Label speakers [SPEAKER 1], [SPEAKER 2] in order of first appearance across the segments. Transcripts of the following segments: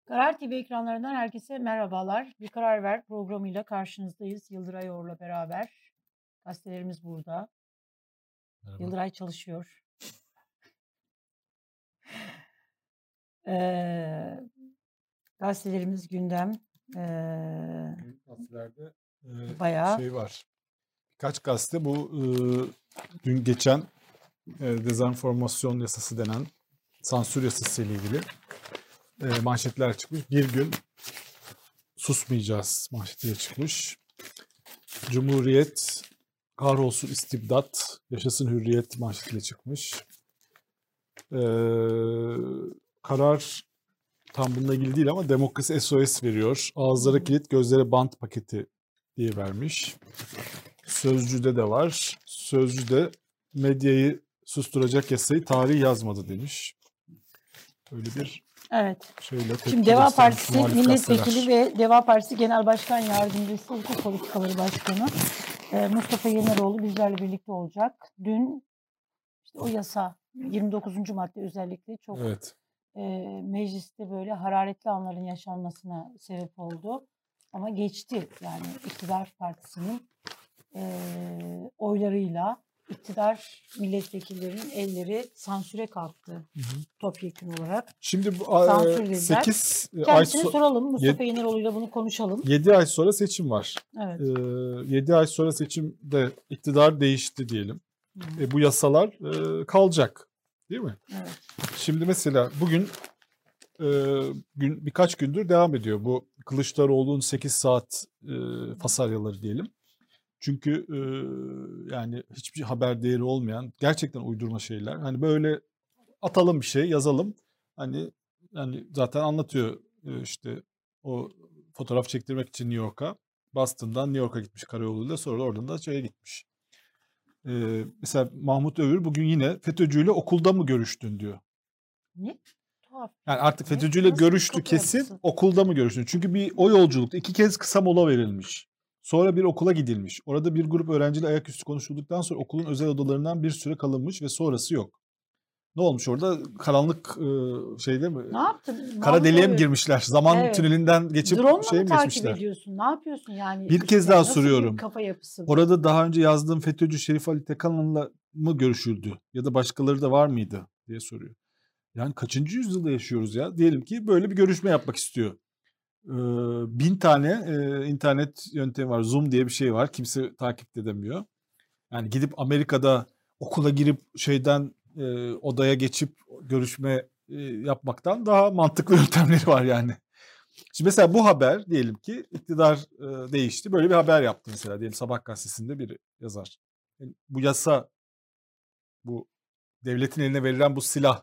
[SPEAKER 1] Karar TV ekranlarından herkese merhabalar. Bir Karar Ver programıyla karşınızdayız. Yıldıray Or'la beraber. Gazetelerimiz burada.
[SPEAKER 2] Merhaba.
[SPEAKER 1] Yıldıray çalışıyor. Ee, Gazetelerimiz gündem.
[SPEAKER 2] Gazetelerde
[SPEAKER 1] Bayağı.
[SPEAKER 2] var. Birkaç gazete bu dün geçen dezenformasyon yasası denen sansür yasası ile ilgili manşetler çıkmış. Bir gün susmayacağız manşetiyle çıkmış. Cumhuriyet, kahrolsun istibdat, yaşasın hürriyet manşetiyle çıkmış. Karar tam bununla ilgili değil ama demokrasi SOS veriyor. Ağızlara kilit, gözlere bant paketi diye vermiş. Sözcü'de de var. Sözcü'de medyayı susturacak yasayı tarih yazmadı demiş. Öyle bir
[SPEAKER 1] Evet.
[SPEAKER 2] şeyle
[SPEAKER 1] Şimdi Deva Partisi
[SPEAKER 2] muhalif
[SPEAKER 1] Milletvekili
[SPEAKER 2] gazeteler.
[SPEAKER 1] ve Deva Partisi Genel Başkan Yardımcısı Hukuk Politikaları Başkanı Mustafa Yeneroğlu bizlerle birlikte olacak. Dün işte o yasa 29. madde özellikle çok
[SPEAKER 2] Evet.
[SPEAKER 1] mecliste böyle hararetli anların yaşanmasına sebep oldu. Ama geçti. Yani iktidar partisinin oylarıyla iktidar milletvekillerinin elleri sansüre kalktı topyekun olarak.
[SPEAKER 2] Şimdi bu
[SPEAKER 1] Sansür dediler.
[SPEAKER 2] 8 ay
[SPEAKER 1] Kendisine soralım. Mustafa Yeneroğlu'yla bunu konuşalım.
[SPEAKER 2] 7 ay sonra seçim var.
[SPEAKER 1] Evet.
[SPEAKER 2] 7 ay sonra seçimde iktidar değişti diyelim. Bu yasalar kalacak. Değil mi?
[SPEAKER 1] Evet.
[SPEAKER 2] Şimdi mesela bugün birkaç gündür devam ediyor bu Kılıçdaroğlu'nun 8 saat fasaryaları diyelim. Çünkü yani hiçbir haber değeri olmayan gerçekten uydurma şeyler. Hani böyle atalım bir şey, yazalım. Hani yani zaten anlatıyor işte o fotoğraf çektirmek için New York'a. Boston'dan New York'a gitmiş karayoluyla, sonra oradan da şeye gitmiş. Mesela Mahmut Övür bugün yine FETÖ'cüyle okulda mı görüştün diyor.
[SPEAKER 1] Ne? Tuhaf.
[SPEAKER 2] Yani artık
[SPEAKER 1] Ne?
[SPEAKER 2] FETÖ'cüyle
[SPEAKER 1] Nasıl bir
[SPEAKER 2] görüştü
[SPEAKER 1] kafa
[SPEAKER 2] kesin,
[SPEAKER 1] yapısı?
[SPEAKER 2] okulda mı görüştün? Çünkü o yolculukta 2 kez kısa mola verilmiş. Sonra bir okula gidilmiş. Orada bir grup öğrenciyle ayaküstü konuşulduktan sonra okulun özel odalarından bir süre kalınmış ve sonrası yok. Ne olmuş orada? Karanlık şeyde mi?
[SPEAKER 1] Ne yaptın?
[SPEAKER 2] Kara
[SPEAKER 1] Mahmut
[SPEAKER 2] deliğe mi
[SPEAKER 1] Övür.
[SPEAKER 2] girmişler? Zaman
[SPEAKER 1] Evet.
[SPEAKER 2] tünelinden geçip
[SPEAKER 1] Drone'la
[SPEAKER 2] şeye
[SPEAKER 1] mı
[SPEAKER 2] mi
[SPEAKER 1] takip
[SPEAKER 2] geçmişler?
[SPEAKER 1] ediyorsun? Ne yapıyorsun yani?
[SPEAKER 2] Bir kez daha
[SPEAKER 1] Nasıl bir
[SPEAKER 2] soruyorum.
[SPEAKER 1] kafa yapısı bu?
[SPEAKER 2] Orada daha önce yazdığım FETÖ'cü Şerif Ali Tekan'la mı görüşüldü? Ya da başkaları da var mıydı diye soruyor. Yani kaçıncı yüzyılda yaşıyoruz ya? Diyelim ki böyle bir görüşme yapmak istiyor. 1000 tane internet yöntemi var. Zoom diye bir şey var. Kimse takip edemiyor. Yani gidip Amerika'da okula girip şeyden odaya geçip görüşme yapmaktan daha mantıklı yöntemleri var yani. Şimdi mesela bu haber diyelim ki iktidar değişti. Böyle bir haber yaptı mesela diyelim Sabah gazetesinde biri yazar. Yani bu yasa, bu devletin eline verilen bu silah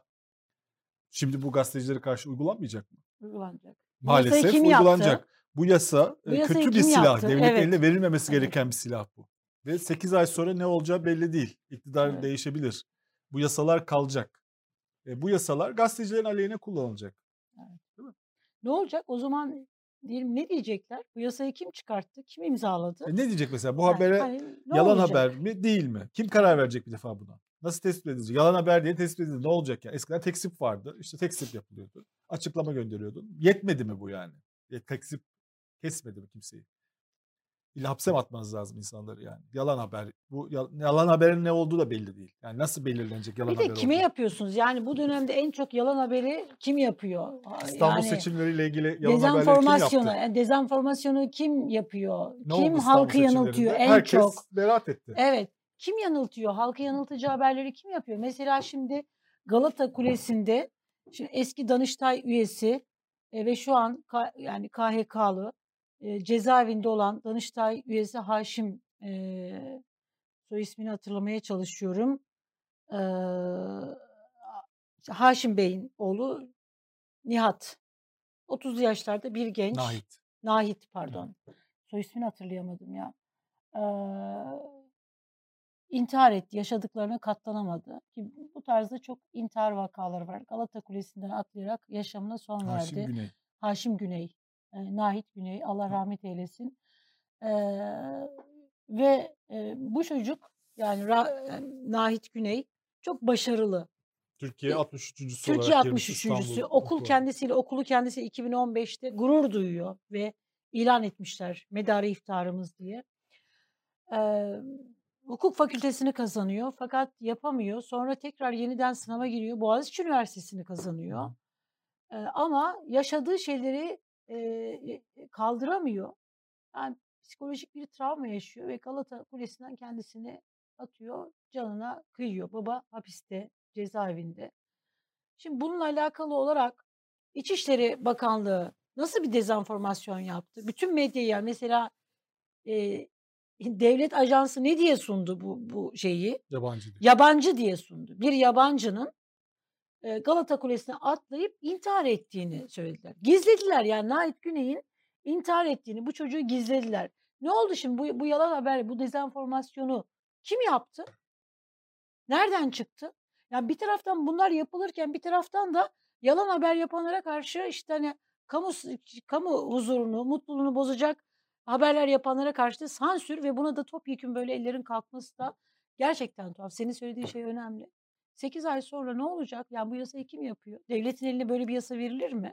[SPEAKER 2] şimdi bu gazetecilere karşı uygulanmayacak mı?
[SPEAKER 1] Uygulanacak. Bu yasayı
[SPEAKER 2] Maalesef
[SPEAKER 1] kim yaptı?
[SPEAKER 2] uygulanacak. Bu yasa
[SPEAKER 1] Bu yasayı
[SPEAKER 2] kötü bir
[SPEAKER 1] kim
[SPEAKER 2] silah.
[SPEAKER 1] yaptı?
[SPEAKER 2] Devletin eline
[SPEAKER 1] Evet.
[SPEAKER 2] verilmemesi
[SPEAKER 1] Evet.
[SPEAKER 2] gereken bir silah bu. Ve 8 ay sonra ne olacağı belli değil. İktidar
[SPEAKER 1] Evet.
[SPEAKER 2] değişebilir. Bu yasalar kalacak. Bu yasalar gazetecilerin aleyhine kullanılacak.
[SPEAKER 1] Evet.
[SPEAKER 2] Değil mi?
[SPEAKER 1] Ne olacak? O zaman diyelim ne diyecekler? Bu yasayı kim çıkarttı? Kim imzaladı?
[SPEAKER 2] Ne diyecek mesela? Bu
[SPEAKER 1] Yani
[SPEAKER 2] habere
[SPEAKER 1] hani ne
[SPEAKER 2] yalan haber
[SPEAKER 1] olacak?
[SPEAKER 2] mi değil mi? Kim karar verecek bir defa buna? Nasıl tespit edilecek? Yalan haber diye tespit edilir. Ne olacak ya? Eskiden tekzip vardı. İşte tekzip yapılıyordu. Açıklama gönderiyordun. Yetmedi mi bu yani? Tekzip kesmedi mi kimseyi? İlla hapse mi atmanız lazım insanları yani? Yalan haber. Bu yalan haberin ne olduğu da belli değil. Yani nasıl belirlenecek yalan
[SPEAKER 1] Bir de
[SPEAKER 2] haber
[SPEAKER 1] kime
[SPEAKER 2] olduğu?
[SPEAKER 1] yapıyorsunuz? Yani bu dönemde en çok yalan haberi kim yapıyor?
[SPEAKER 2] İstanbul
[SPEAKER 1] Yani
[SPEAKER 2] seçimleriyle ilgili yalan haberleri kim yaptı?
[SPEAKER 1] dezenformasyonu kim yapıyor?
[SPEAKER 2] Ne
[SPEAKER 1] Kim
[SPEAKER 2] oldu İstanbul
[SPEAKER 1] halkı yanıltıyor
[SPEAKER 2] seçimlerinde?
[SPEAKER 1] en çok?
[SPEAKER 2] Herkes beraat etti.
[SPEAKER 1] Evet. Kim yanıltıyor? Halkı yanıltıcı haberleri kim yapıyor? Mesela şimdi Galata Kulesi'nde şimdi eski Danıştay üyesi ve şu an yani KHK'lı cezaevinde olan Danıştay üyesi Haşim soy ismini hatırlamaya çalışıyorum. E, Haşim Bey'in oğlu Nihat. 30'lu yaşlarda bir genç.
[SPEAKER 2] Nahit.
[SPEAKER 1] Nahit pardon. Soy ismini hatırlayamadım ya. İntihar etti. Yaşadıklarına katlanamadı. Ki bu tarzda çok intihar vakaları var. Galata Kulesi'nden atlayarak yaşamına son
[SPEAKER 2] Haşim
[SPEAKER 1] verdi.
[SPEAKER 2] Güney.
[SPEAKER 1] Haşim Güney, Nahit Güney, Allah rahmet eylesin. Ve bu çocuk yani Nahit Güney çok başarılı.
[SPEAKER 2] Türkiye 63.'sü
[SPEAKER 1] Türkiye
[SPEAKER 2] olarak girmiş
[SPEAKER 1] 63.'sü.
[SPEAKER 2] İstanbul
[SPEAKER 1] Okulu
[SPEAKER 2] rekoru.
[SPEAKER 1] kendisiyle 2015'te gurur duyuyor ve ilan etmişler medarı iftiharımız diye. Eee, Hukuk fakültesini kazanıyor fakat yapamıyor. Sonra tekrar yeniden sınava giriyor. Boğaziçi Üniversitesi'ni
[SPEAKER 2] Hı
[SPEAKER 1] kazanıyor.
[SPEAKER 2] hı.
[SPEAKER 1] Ama yaşadığı şeyleri kaldıramıyor. Yani psikolojik bir travma yaşıyor ve Galata Kulesi'nden kendisini atıyor, canına kıyıyor. Baba hapiste, cezaevinde. Şimdi bununla alakalı olarak İçişleri Bakanlığı nasıl bir dezenformasyon yaptı? Bütün medyaya mesela eee, devlet ajansı ne diye sundu bu şeyi?
[SPEAKER 2] Yabancı dil.
[SPEAKER 1] Yabancı diye sundu. Bir yabancının Galata Kulesi'ne atlayıp intihar ettiğini söylediler. Gizlediler yani Nait Güney'in intihar ettiğini, bu çocuğu gizlediler. Ne oldu şimdi bu yalan haber, bu dezenformasyonu kim yaptı? Nereden çıktı? Ya bir taraftan bunlar yapılırken bir taraftan da yalan haber yapanlara karşı işte hani kamu huzurunu, mutluluğunu bozacak haberler yapanlara karşı da sansür ve buna da topyekün böyle ellerin kalkması da gerçekten tuhaf. Senin söylediğin şey önemli. 8 ay sonra ne olacak? Ya bu yasayı kim yapıyor? Devletin eline böyle bir yasa verilir mi?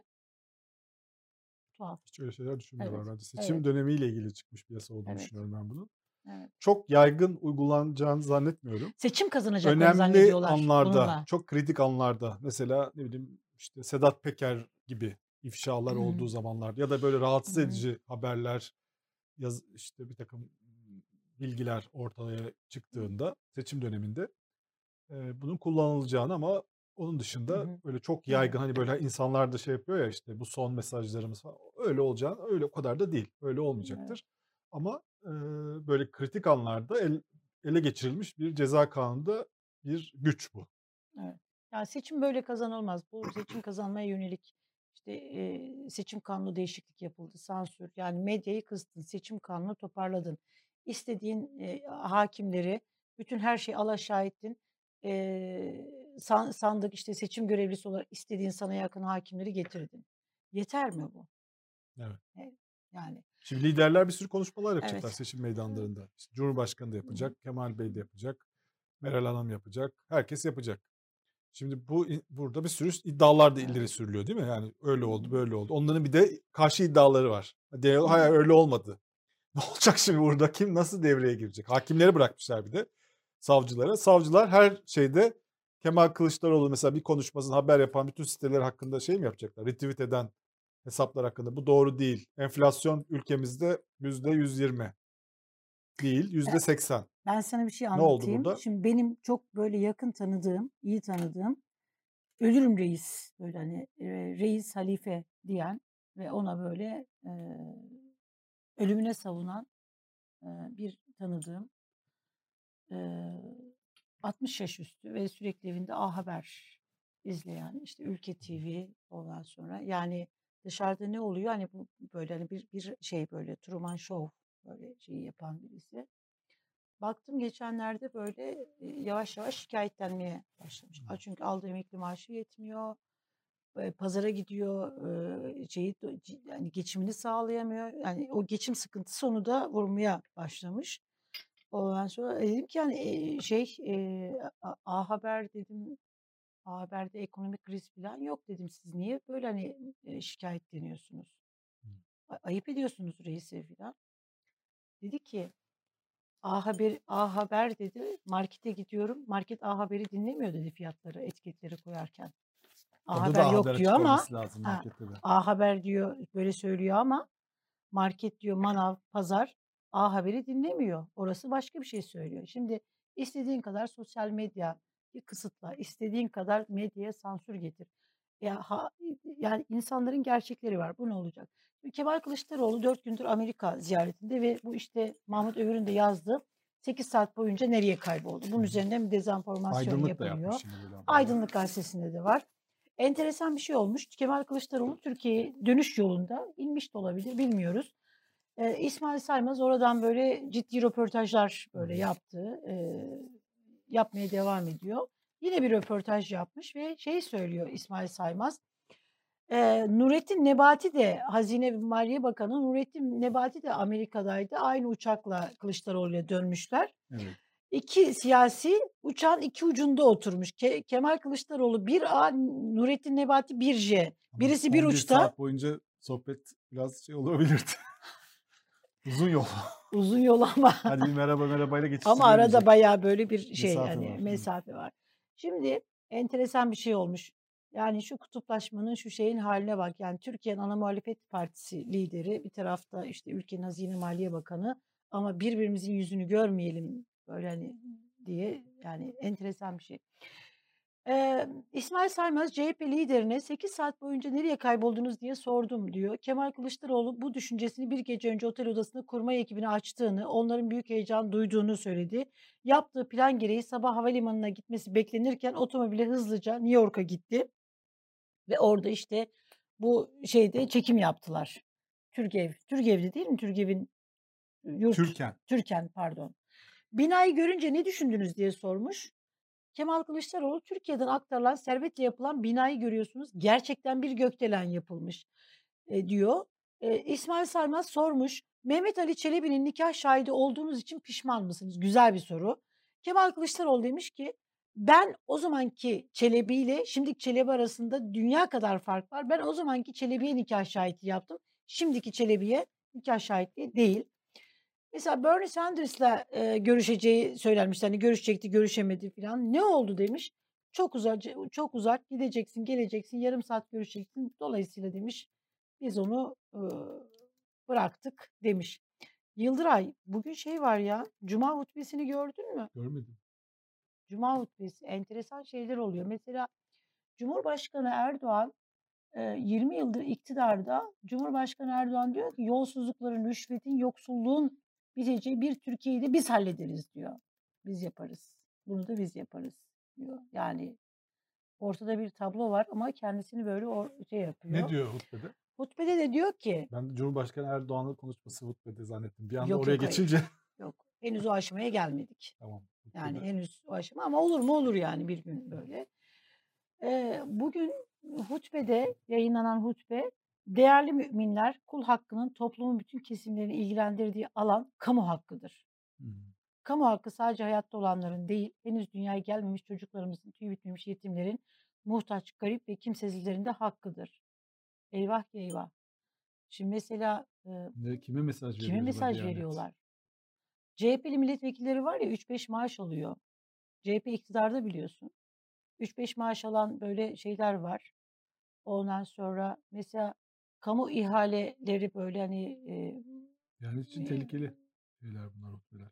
[SPEAKER 1] Tuhaf.
[SPEAKER 2] Hiç öyle şeyler düşünmüyorlar
[SPEAKER 1] Evet.
[SPEAKER 2] bence. Seçim
[SPEAKER 1] Evet.
[SPEAKER 2] dönemiyle ilgili çıkmış bir yasa olduğunu
[SPEAKER 1] Evet.
[SPEAKER 2] düşünüyorum ben bunun.
[SPEAKER 1] Evet.
[SPEAKER 2] Çok yaygın uygulanacağını zannetmiyorum.
[SPEAKER 1] Seçim kazanacaklarını
[SPEAKER 2] Önemli
[SPEAKER 1] zannediyorlar
[SPEAKER 2] anlarda,
[SPEAKER 1] bununla.
[SPEAKER 2] çok kritik anlarda, mesela ne bileyim işte Sedat Peker gibi ifşalar
[SPEAKER 1] Hı hı.
[SPEAKER 2] olduğu zamanlarda ya da böyle rahatsız
[SPEAKER 1] Hı hı.
[SPEAKER 2] edici haberler, işte bir takım bilgiler ortaya çıktığında seçim döneminde bunun kullanılacağını, ama onun
[SPEAKER 1] Hı
[SPEAKER 2] dışında
[SPEAKER 1] hı.
[SPEAKER 2] öyle çok
[SPEAKER 1] Evet.
[SPEAKER 2] yaygın, hani böyle insanlar da şey yapıyor ya, işte bu son mesajlarımız falan, öyle olacağını, öyle o kadar da değil. Öyle
[SPEAKER 1] Evet.
[SPEAKER 2] olmayacaktır. Ama böyle kritik anlarda ele geçirilmiş bir ceza kanununda bir güç bu.
[SPEAKER 1] Evet. Ya seçim böyle kazanılmaz. Bu seçim kazanmaya yönelik işte seçim kanunu değişiklik yapıldı. Sansür yani medyayı kıstın, seçim kanunu toparladın. İstediğin hakimleri, bütün her şeyi alaşağı ettin. Sandık işte seçim görevlisi olarak istediğin sana yakın hakimleri getirdin. Yeter mi bu?
[SPEAKER 2] Evet.
[SPEAKER 1] Yani
[SPEAKER 2] Şimdi liderler bir sürü konuşmalar yapacaklar
[SPEAKER 1] evet.
[SPEAKER 2] seçim meydanlarında. İşte Cumhurbaşkanı da yapacak, Kemal Bey de yapacak, Meral Hanım yapacak, herkes yapacak. Şimdi burada bir sürü iddialar da ileri sürülüyor değil mi? Yani öyle oldu, böyle oldu. Onların bir de karşı iddiaları var. Hayır öyle olmadı. Ne olacak şimdi burada? Kim nasıl devreye girecek? Hakimleri bırakmışlar bir de savcılara. Savcılar her şeyde Kemal Kılıçdaroğlu mesela bir konuşmasını haber yapan bütün siteler hakkında şey mi yapacaklar? Retweet eden hesaplar hakkında. Bu doğru değil. Enflasyon ülkemizde %120 değil, %80.
[SPEAKER 1] Ben sana bir şey
[SPEAKER 2] Ne oldu
[SPEAKER 1] anlatayım.
[SPEAKER 2] burada?
[SPEAKER 1] Şimdi benim çok böyle yakın tanıdığım, iyi tanıdığım ölürüm reis böyle hani reis halife diyen ve ona böyle ölümüne savunan bir tanıdığım eee 60 yaş üstü ve sürekli evinde A Haber izleyen işte Ülke TV ondan sonra yani dışarıda ne oluyor hani bu böyle hani bir şey böyle Truman Show böyle şeyi yapan birisi. Baktım geçenlerde böyle yavaş yavaş şikayetlenmeye başlamış. Çünkü aldığı emekli maaşı yetmiyor. Pazara gidiyor, yani geçimini sağlayamıyor. Yani o geçim sıkıntısı onu da vurmaya başlamış. Ondan sonra dedim ki yani A Haber dedim, A Haber'de ekonomik kriz falan yok dedim. Siz niye böyle hani şikayetleniyorsunuz? Ayıp ediyorsunuz reise falan. Dedi ki A Haber dedi markete gidiyorum. Market A Haber'i dinlemiyor dedi fiyatları, etiketleri koyarken. A
[SPEAKER 2] Orada da
[SPEAKER 1] Haber
[SPEAKER 2] A
[SPEAKER 1] yok
[SPEAKER 2] Haber
[SPEAKER 1] diyor
[SPEAKER 2] açık
[SPEAKER 1] ama
[SPEAKER 2] olması lazım
[SPEAKER 1] ha,
[SPEAKER 2] markette de.
[SPEAKER 1] A Haber diyor böyle söylüyor ama market diyor manav, pazar A Haber'i dinlemiyor. Orası başka bir şey söylüyor. Şimdi istediğin kadar sosyal medya kısıtla, istediğin kadar medyaya sansür getir. Yani insanların gerçekleri var. Bu ne olacak? Şimdi Kemal Kılıçdaroğlu 4 gündür Amerika ziyaretinde ve bu işte Mahmut Övür'ün de yazdığı 8 saat boyunca nereye kayboldu? Bunun üzerinden bir dezenformasyon
[SPEAKER 2] Aydınlık da yapmış
[SPEAKER 1] yapılıyor.
[SPEAKER 2] şimdi böyle haberler.
[SPEAKER 1] Aydınlık Gazetesi'nde de var. Enteresan bir şey olmuş. Kemal Kılıçdaroğlu Türkiye'ye dönüş yolunda inmiş de olabilir bilmiyoruz. İsmail Saymaz oradan böyle ciddi röportajlar böyle yaptı. Yapmaya devam ediyor. Yine bir röportaj yapmış ve şey söylüyor İsmail Saymaz. Nurettin Nebati de Hazine ve Maliye Bakanı Nurettin Nebati de Amerika'daydı. Aynı uçakla Kılıçdaroğlu'ya dönmüşler.
[SPEAKER 2] Evet.
[SPEAKER 1] İki siyasi uçağın iki ucunda oturmuş. Kemal Kılıçdaroğlu 1A, Nurettin Nebati 1J.
[SPEAKER 2] Ama
[SPEAKER 1] Birisi bir
[SPEAKER 2] 11
[SPEAKER 1] uçta.
[SPEAKER 2] saat boyunca sohbet biraz şey olabilirdi. Uzun yol.
[SPEAKER 1] Uzun yol ama.
[SPEAKER 2] Hadi bir merhabayla
[SPEAKER 1] Ama
[SPEAKER 2] geçiştirilemeyecek.
[SPEAKER 1] arada bayağı böyle bir şey
[SPEAKER 2] Mesafe
[SPEAKER 1] yani
[SPEAKER 2] var.
[SPEAKER 1] mesafe var. Şimdi enteresan bir şey olmuş. Yani şu kutuplaşmanın şu şeyin haline bak. Yani Türkiye'nin ana muhalefet partisi lideri bir tarafta işte ülkenin Hazine Maliye Bakanı ama birbirimizin yüzünü görmeyelim böyle hani diye yani enteresan bir şey. İsmail Saymaz CHP liderine 8 saat boyunca nereye kayboldunuz diye sordum diyor. Kemal Kılıçdaroğlu bu düşüncesini bir gece önce otel odasında kurmay ekibine açtığını, onların büyük heyecan duyduğunu söyledi. Yaptığı plan gereği sabah havalimanına gitmesi beklenirken otomobile hızlıca New York'a gitti. Ve orada işte bu şeyde çekim yaptılar. Türgev'de değil mi? Türgev'in Türken pardon. Binayı görünce ne düşündünüz diye sormuş. Kemal Kılıçdaroğlu Türkiye'den aktarılan servetle yapılan binayı görüyorsunuz. Gerçekten bir gökdelen yapılmış diyor. İsmail Sarmaz sormuş. Mehmet Ali Çelebi'nin nikah şahidi olduğunuz için pişman mısınız? Güzel bir soru. Kemal Kılıçdaroğlu demiş ki ben o zamanki Çelebi ile şimdiki Çelebi arasında dünya kadar fark var. Ben o zamanki Çelebi'ye nikah şahitliği yaptım. Şimdiki Çelebi'ye nikah şahitliği değil. Mesela Bernie Sanders'la görüşeceği söylenmiş. Hani görüşecekti, görüşemedi falan. Ne oldu demiş. Çok uzak gideceksin, geleceksin, yarım saat görüşeceksin. Dolayısıyla demiş biz onu bıraktık demiş. Yıldıray bugün şey var ya Cuma hutbesini gördün mü?
[SPEAKER 2] Görmedim.
[SPEAKER 1] Cuma hutbesi enteresan şeyler oluyor. Mesela Cumhurbaşkanı Erdoğan 20 yıldır iktidarda Cumhurbaşkanı Erdoğan diyor ki yolsuzlukların, rüşvetin, yoksulluğun biteceği bir Türkiye'yi de biz hallederiz diyor. Biz yaparız. Bunu da biz yaparız diyor. Yani ortada bir tablo var ama kendisini böyle şey yapıyor.
[SPEAKER 2] Ne diyor hutbede?
[SPEAKER 1] Hutbede de diyor ki
[SPEAKER 2] Ben de Cumhurbaşkanı Erdoğan'ın konuşması hutbede zannettim. Bir anda
[SPEAKER 1] yok
[SPEAKER 2] oraya
[SPEAKER 1] yok hayır.
[SPEAKER 2] geçince.
[SPEAKER 1] Yok. Henüz o aşamaya gelmedik.
[SPEAKER 2] Tamam.
[SPEAKER 1] Yani
[SPEAKER 2] Hutbede.
[SPEAKER 1] henüz o aşama ama olur mu olur yani bir gün böyle. Bugün hutbede yayınlanan hutbe değerli müminler kul hakkının toplumun bütün kesimlerini ilgilendirdiği alan kamu hakkıdır. Kamu hakkı sadece hayatta olanların değil, henüz dünyaya gelmemiş çocuklarımızın, tüy bitmemiş yetimlerin, muhtaç, garip ve kimsesizlerin de hakkıdır. Eyvah ki eyvah. Şimdi mesela
[SPEAKER 2] Kime mesaj
[SPEAKER 1] kime mesaj veriyorlar? CHP'li milletvekilleri var ya 3-5 maaş alıyor. CHP iktidarda biliyorsun. 3-5 maaş alan böyle şeyler var. Ondan sonra mesela kamu ihaleleri böyle hani
[SPEAKER 2] yani için tehlikeli şeyler bunlar hutbeler.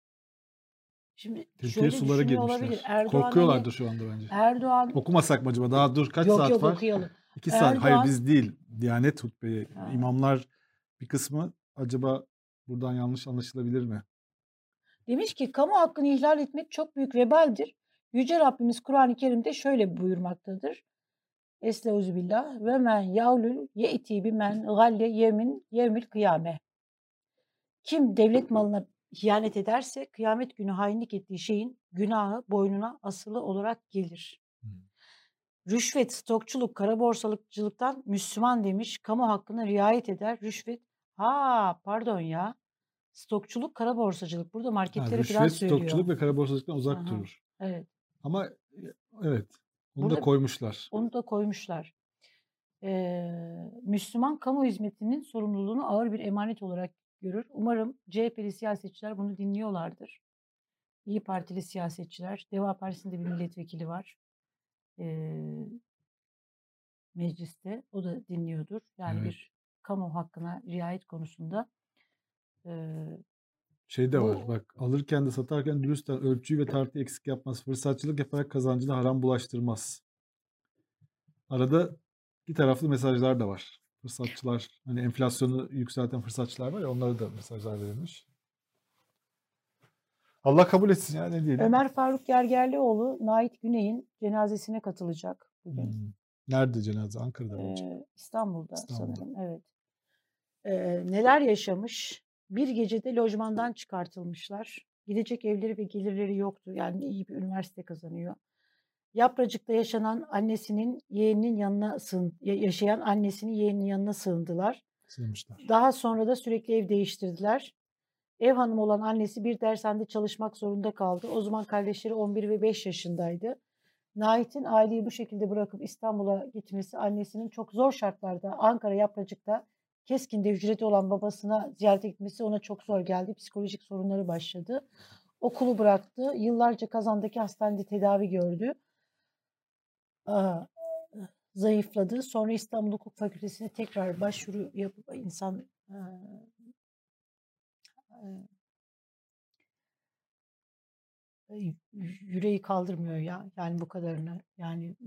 [SPEAKER 1] şimdi
[SPEAKER 2] Tehlikeli
[SPEAKER 1] şöyle
[SPEAKER 2] sulara
[SPEAKER 1] düşünüyor olabilir.
[SPEAKER 2] girmişler.
[SPEAKER 1] Erdoğan
[SPEAKER 2] Korkuyorlardır
[SPEAKER 1] hani
[SPEAKER 2] şu anda bence.
[SPEAKER 1] Erdoğan
[SPEAKER 2] Okumasak mı acaba? Daha dur kaç
[SPEAKER 1] yok
[SPEAKER 2] saat
[SPEAKER 1] yok
[SPEAKER 2] var?
[SPEAKER 1] okuyalım.
[SPEAKER 2] 2 saat. Hayır
[SPEAKER 1] Erdoğan
[SPEAKER 2] biz değil. Diyanet hutbeyi.
[SPEAKER 1] ha.
[SPEAKER 2] İmamlar bir kısmı acaba buradan yanlış anlaşılabilir mi?
[SPEAKER 1] Demiş ki kamu hakkını ihlal etmek çok büyük vebaldir. Yüce Rabbimiz Kur'an-ı Kerim'de şöyle buyurmaktadır. Estağfirullah ve men yavlul ye'ti bimen galle yemin yevmil kıyame. Kim devlet malına ihanet ederse kıyamet günü hainlik ettiği şeyin günahı boynuna asılı olarak gelir. Rüşvet, stokçuluk, kara borsalıkçılıktan Müslüman demiş. Kamu hakkına riayet eder. Rüşvet. Pardon ya. Stokçuluk, kara borsacılık. Burada marketleri falan
[SPEAKER 2] Rüşvet,
[SPEAKER 1] söylüyor.
[SPEAKER 2] stokçuluk ve kara borsacılıktan uzak durur.
[SPEAKER 1] Evet.
[SPEAKER 2] Ama evet. Onu
[SPEAKER 1] Burada
[SPEAKER 2] da koymuşlar.
[SPEAKER 1] Onu da koymuşlar. Müslüman kamu hizmetinin sorumluluğunu ağır bir emanet olarak görür. Umarım CHP'li siyasetçiler bunu dinliyorlardır. İyi Partili siyasetçiler. Deva Partisi'nde bir milletvekili var. Mecliste. O da dinliyordur. Yani
[SPEAKER 2] Evet.
[SPEAKER 1] bir kamu hakkına riayet konusunda.
[SPEAKER 2] Şey de var bak alırken de satarken dürüstten ölçüyü ve tartıyı eksik yapmaz. Fırsatçılık yaparak kazancını haram bulaştırmaz. Arada iki taraflı mesajlar da var. Fırsatçılar hani enflasyonu yükselten fırsatçılar var ya onlara da mesajlar verilmiş. Allah kabul etsin ya ne diyelim.
[SPEAKER 1] Ömer Faruk Gergerlioğlu Nait Güney'in cenazesine katılacak bugün.
[SPEAKER 2] Nerede cenaze? Ankara'da mı olacak?
[SPEAKER 1] İstanbul'da sanırım. Evet. Neler yaşamış? Bir gecede lojmandan çıkartılmışlar. Gidecek evleri ve gelirleri yoktu. Yani iyi bir üniversite kazanıyor. Yapracık'ta yaşanan annesinin yeğeninin yanına yaşayan annesinin yeğeninin yanına sığındılar.
[SPEAKER 2] Sığınmışlar.
[SPEAKER 1] Daha sonra da sürekli ev değiştirdiler. Ev hanımı olan annesi bir dershanede çalışmak zorunda kaldı. O zaman kardeşleri 11 ve 5 yaşındaydı. Nahit'in aileyi bu şekilde bırakıp İstanbul'a gitmesi, annesinin çok zor şartlarda Ankara Yapracık'ta Keskin'de hücreti olan babasına ziyarete gitmesi ona çok zor geldi. Psikolojik sorunları başladı. Okulu bıraktı. Yıllarca Kazan'daki hastanede tedavi gördü. Zayıfladı. Sonra İstanbul Hukuk Fakültesi'ne tekrar başvuru yapıp insan yüreği kaldırmıyor ya. Yani bu kadarını. Yani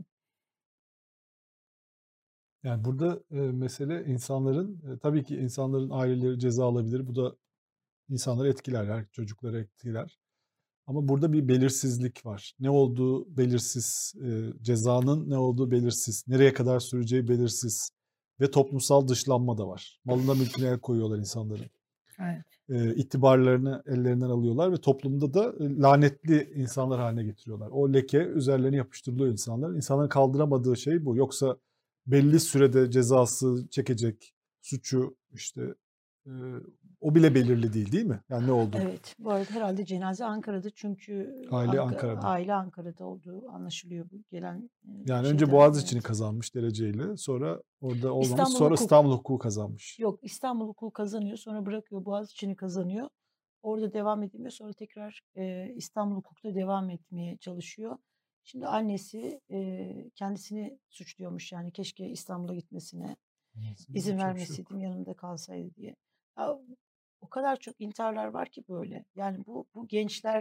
[SPEAKER 2] burada mesele insanların tabii ki insanların aileleri ceza alabilir. Bu da insanları etkiler, çocukları etkiler. Ama burada bir belirsizlik var. Ne olduğu belirsiz, cezanın ne olduğu belirsiz, nereye kadar süreceği belirsiz ve toplumsal dışlanma da var. Malına mülküne el koyuyorlar insanların.
[SPEAKER 1] evet.
[SPEAKER 2] İtibarlarını ellerinden alıyorlar ve toplumda da lanetli insanlar haline getiriyorlar. O leke üzerlerine yapıştırılıyor insanlar. İnsanların kaldıramadığı şey bu. Yoksa belli sürede cezası çekecek suçu işte o bile belirli değil mi? Yani ne oldu?
[SPEAKER 1] Evet. Bu arada herhalde cenaze Ankara'da çünkü
[SPEAKER 2] Aile Ankara'da.
[SPEAKER 1] aile Ankara'da olduğu anlaşılıyor bu gelen
[SPEAKER 2] Yani önce
[SPEAKER 1] şeyden.
[SPEAKER 2] Boğaziçi'ni kazanmış dereceyle. Sonra orada olmamış.
[SPEAKER 1] İstanbul
[SPEAKER 2] Sonra
[SPEAKER 1] Hukuk.
[SPEAKER 2] İstanbul Hukuk'u kazanmış.
[SPEAKER 1] Yok, İstanbul Hukuk'u kazanıyor. Sonra bırakıyor. Boğaziçi'ni kazanıyor. Orada devam edemiyor. Sonra tekrar İstanbul Hukuk'ta devam etmeye çalışıyor. Şimdi annesi kendisini suçluyormuş. Yani keşke İstanbul'a gitmesine izin vermeseydim, yanımda kalsaydı diye. Ya, o kadar çok intiharlar var ki böyle. Yani bu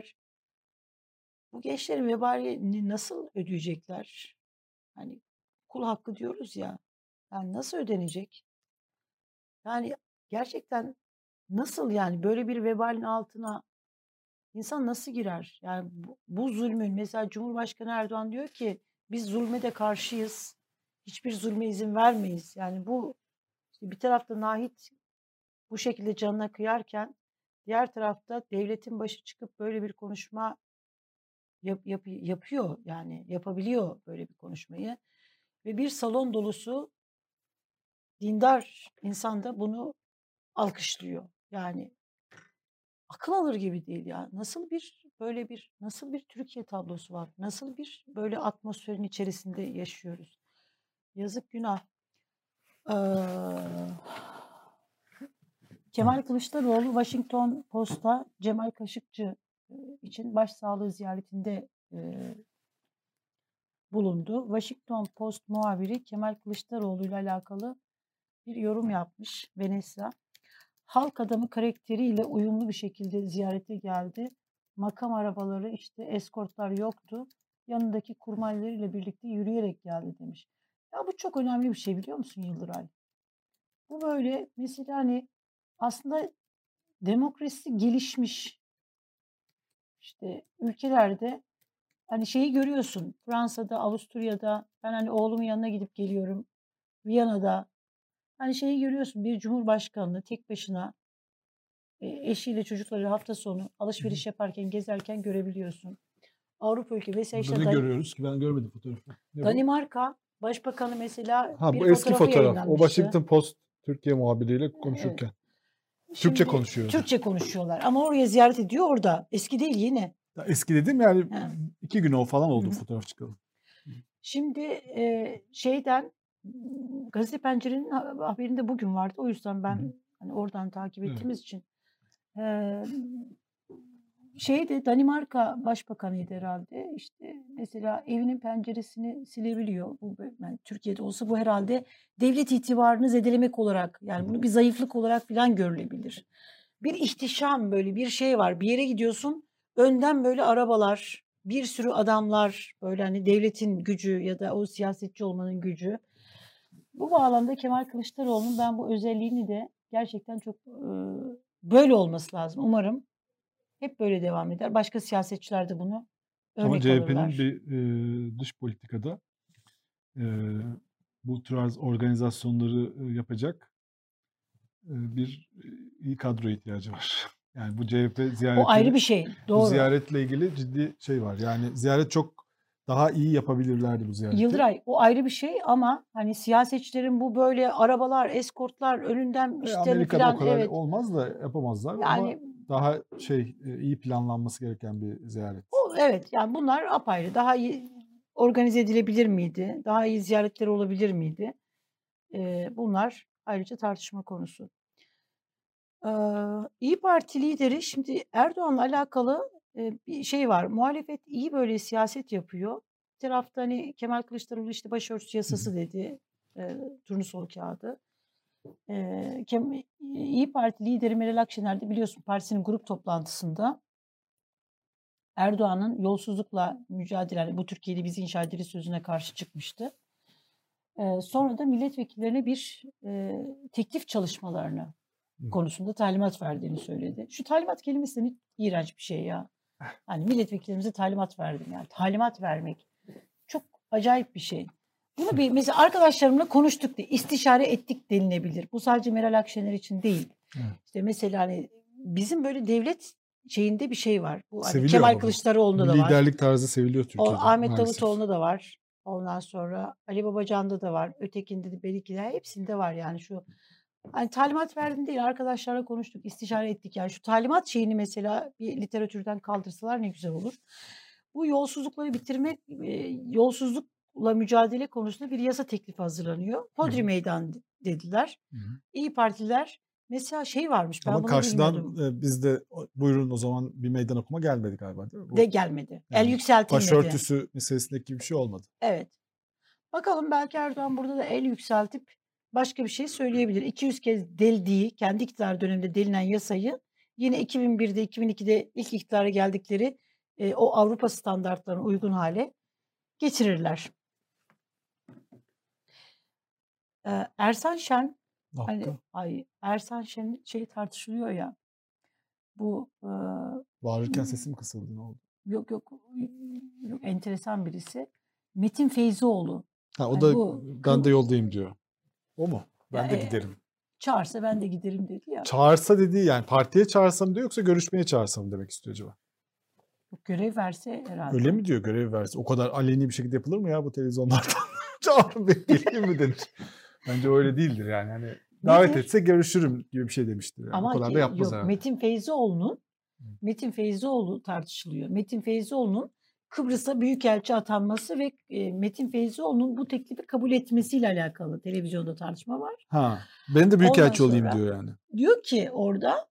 [SPEAKER 1] gençlerin vebalini nasıl ödeyecekler? Hani kul hakkı diyoruz ya. Yani nasıl ödenecek? Yani gerçekten nasıl, yani böyle bir vebalin altına insan nasıl girer? Yani bu zulmün, mesela Cumhurbaşkanı Erdoğan diyor ki biz zulme de karşıyız. Hiçbir zulme izin vermeyiz. Yani bu işte bir tarafta Nahit bu şekilde canına kıyarken diğer tarafta devletin başı çıkıp böyle bir konuşma yapıyor, yani yapabiliyor böyle bir konuşmayı ve bir salon dolusu dindar insan da bunu alkışlıyor. Yani akıl alır gibi değil ya. Nasıl bir Türkiye tablosu var? Nasıl bir böyle atmosferin içerisinde yaşıyoruz? Yazık, günah. Kemal Kılıçdaroğlu Washington Post'a Cemal Kaşıkçı için başsağlığı ziyaretinde bulundu. Washington Post muhabiri Kemal Kılıçdaroğlu ile alakalı bir yorum yapmış Venesa. Halk adamı karakteriyle uyumlu bir şekilde ziyarete geldi. Makam arabaları, işte eskortlar yoktu. Yanındaki kurmaylarıyla birlikte yürüyerek geldi demiş. Ya bu çok önemli bir şey, biliyor musun Yıldıray? Bu böyle mesela hani aslında demokrasi gelişmiş işte ülkelerde hani şeyi görüyorsun. Fransa'da, Avusturya'da, ben hani oğlumun yanına gidip geliyorum. Viyana'da hani şeyi görüyorsun, bir cumhurbaşkanını tek başına eşiyle çocukları hafta sonu alışveriş yaparken, gezerken görebiliyorsun. Avrupa ülke mesela
[SPEAKER 2] Burada
[SPEAKER 1] işte
[SPEAKER 2] ne görüyoruz ki? Ben görmedim fotoğrafı. Ne bu?
[SPEAKER 1] Danimarka Başbakanı mesela bir
[SPEAKER 2] Bu eski
[SPEAKER 1] fotoğrafı
[SPEAKER 2] fotoğraf. O
[SPEAKER 1] yayınlanmıştı.
[SPEAKER 2] Washington Post Türkiye muhabiriyle konuşurken. Türkçe konuşuyor.
[SPEAKER 1] Türkçe konuşuyorlar ama oraya ziyaret ediyor orada. Eski değil, yeni.
[SPEAKER 2] Eski dedim yani
[SPEAKER 1] Ha.
[SPEAKER 2] 2 gün falan oldu fotoğraf çıkalı.
[SPEAKER 1] Şimdi Gazete Pencere'nin haberinde bugün vardı. O yüzden ben hani oradan takip ettiğimiz için Danimarka Başbakanıydı herhalde. İşte mesela evinin penceresini silebiliyor. Bu yani Türkiye'de olsa bu herhalde devlet itibarını zedelemek olarak, yani bunu bir zayıflık olarak falan görülebilir. Bir ihtişam, böyle bir şey var. Bir yere gidiyorsun, önden böyle arabalar, bir sürü adamlar, böyle hani devletin gücü ya da o siyasetçi olmanın gücü. Bu bağlamda Kemal Kılıçdaroğlu'nun ben bu özelliğini de gerçekten çok böyle olması lazım. Umarım hep böyle devam eder. Başka siyasetçiler de bunu örnek
[SPEAKER 2] Ama
[SPEAKER 1] alırlar.
[SPEAKER 2] CHP'nin bir dış politikada bu tarz organizasyonları yapacak bir iyi kadro ihtiyacı var. Yani bu CHP ziyareti,
[SPEAKER 1] O ayrı bir şey. Doğru.
[SPEAKER 2] Bu ziyaretle ilgili ciddi şey var. Yani ziyaret çok daha iyi yapabilirlerdi bu ziyareti.
[SPEAKER 1] Yıldıray, o ayrı bir şey ama hani siyasetçilerin bu böyle arabalar, eskortlar önünden işte
[SPEAKER 2] Amerika'da
[SPEAKER 1] falan,
[SPEAKER 2] o kadar
[SPEAKER 1] evet.
[SPEAKER 2] olmaz da yapamazlar.
[SPEAKER 1] Yani
[SPEAKER 2] daha iyi planlanması gereken bir ziyaret.
[SPEAKER 1] Evet, yani bunlar apayrı. Daha iyi organize edilebilir miydi? Daha iyi ziyaretler olabilir miydi? Bunlar ayrıca tartışma konusu. İYİ Parti lideri şimdi Erdoğan'la alakalı bir şey var. Muhalefet iyi böyle siyaset yapıyor. Bir tarafta hani Kemal Kılıçdaroğlu işte başörtüsü yasası dedi. Turnusol kağıdı. İYİ Parti lideri Meral Akşener de biliyorsun partisinin grup toplantısında Erdoğan'ın yolsuzlukla mücadele, yani bu Türkiye'de bizi inşa ederiz sözüne karşı çıkmıştı. Sonra da milletvekillerine bir teklif çalışmalarını konusunda talimat verdiğini söyledi. Şu talimat kelimesi de iğrenç bir şey ya. Hani milletvekillerimize talimat verdim yani. Talimat vermek çok acayip bir şey. Bunu bir mesela arkadaşlarımla konuştuk diye istişare ettik denilebilir. Bu sadece Meral Akşener için değil.
[SPEAKER 2] Evet.
[SPEAKER 1] İşte mesela hani bizim böyle devlet şeyinde bir şey var. Bu hani
[SPEAKER 2] Seviliyor
[SPEAKER 1] Kemal
[SPEAKER 2] ama bu.
[SPEAKER 1] Kılıçdaroğlu'nda da var.
[SPEAKER 2] Liderlik tarzı seviliyor
[SPEAKER 1] O
[SPEAKER 2] Türkiye'de
[SPEAKER 1] Ahmet
[SPEAKER 2] maalesef.
[SPEAKER 1] Davutoğlu'nda da var. Ondan sonra Ali Babacan'da da var. Ötekinde de belki de hepsinde var yani şu. Hani talimat verdim değil, arkadaşlarla konuştuk, istişare ettik. Yani şu talimat şeyini mesela bir literatürden kaldırsalar ne güzel olur. Bu yolsuzlukları bitirmek, yolsuzlukla mücadele konusunda bir yasa teklifi hazırlanıyor. Hodri meydan dediler. İyi Partiler mesela şey varmış, ben
[SPEAKER 2] Ama
[SPEAKER 1] bunu
[SPEAKER 2] karşıdan
[SPEAKER 1] bilmiyordum.
[SPEAKER 2] biz de buyurun o zaman bir meydan okuma gelmedi galiba değil mi?
[SPEAKER 1] De gelmedi. El
[SPEAKER 2] Yani
[SPEAKER 1] yükseltilmedi.
[SPEAKER 2] başörtüsü meselesindeki gibi bir şey olmadı.
[SPEAKER 1] Evet. Bakalım belki Erdoğan burada da el yükseltip başka bir şey söyleyebilir. 200 kez deldiği, kendi iktidar döneminde delinen yasayı yine 2001'de, 2002'de ilk iktidara geldikleri o Avrupa standartlarına uygun hale getirirler. Ersan Şen,
[SPEAKER 2] Ne
[SPEAKER 1] hani
[SPEAKER 2] yaptı?
[SPEAKER 1] Ersan Şen şey tartışılıyor ya. Bu
[SPEAKER 2] Bağırırken sesim kısıldı, ne oldu?
[SPEAKER 1] yok enteresan birisi. Metin Feyzioğlu.
[SPEAKER 2] Ha, o
[SPEAKER 1] Hani
[SPEAKER 2] da
[SPEAKER 1] bu
[SPEAKER 2] ben de yoldayım diyor. O mu? Ben
[SPEAKER 1] ya,
[SPEAKER 2] de giderim.
[SPEAKER 1] çağırsa ben de giderim dedi ya.
[SPEAKER 2] Çağırsa dediği yani partiye çağırsam diyor yoksa görüşmeye çağırsam demek istiyor acaba?
[SPEAKER 1] Görev verse herhalde.
[SPEAKER 2] Öyle mi diyor, görev verse? O kadar aleni bir şekilde yapılır mı ya bu televizyonlarda? Çağırın beni geleyim mi denir? Bence öyle değildir yani. Hani davet
[SPEAKER 1] Nedir?
[SPEAKER 2] etse görüşürüm gibi bir şey demiştir. Yani.
[SPEAKER 1] Ama
[SPEAKER 2] O kadar da yapmaz
[SPEAKER 1] yok,
[SPEAKER 2] herhalde.
[SPEAKER 1] Metin Feyzioğlu tartışılıyor. Metin Feyzioğlu'nun Kıbrıs'a büyükelçi atanması ve Metin Feyzioğlu'nun bu teklifi kabul etmesiyle alakalı televizyonda tartışma var.
[SPEAKER 2] Ha, ben de
[SPEAKER 1] Ondan
[SPEAKER 2] büyükelçi olayım
[SPEAKER 1] sonra
[SPEAKER 2] diyor yani.
[SPEAKER 1] diyor ki orada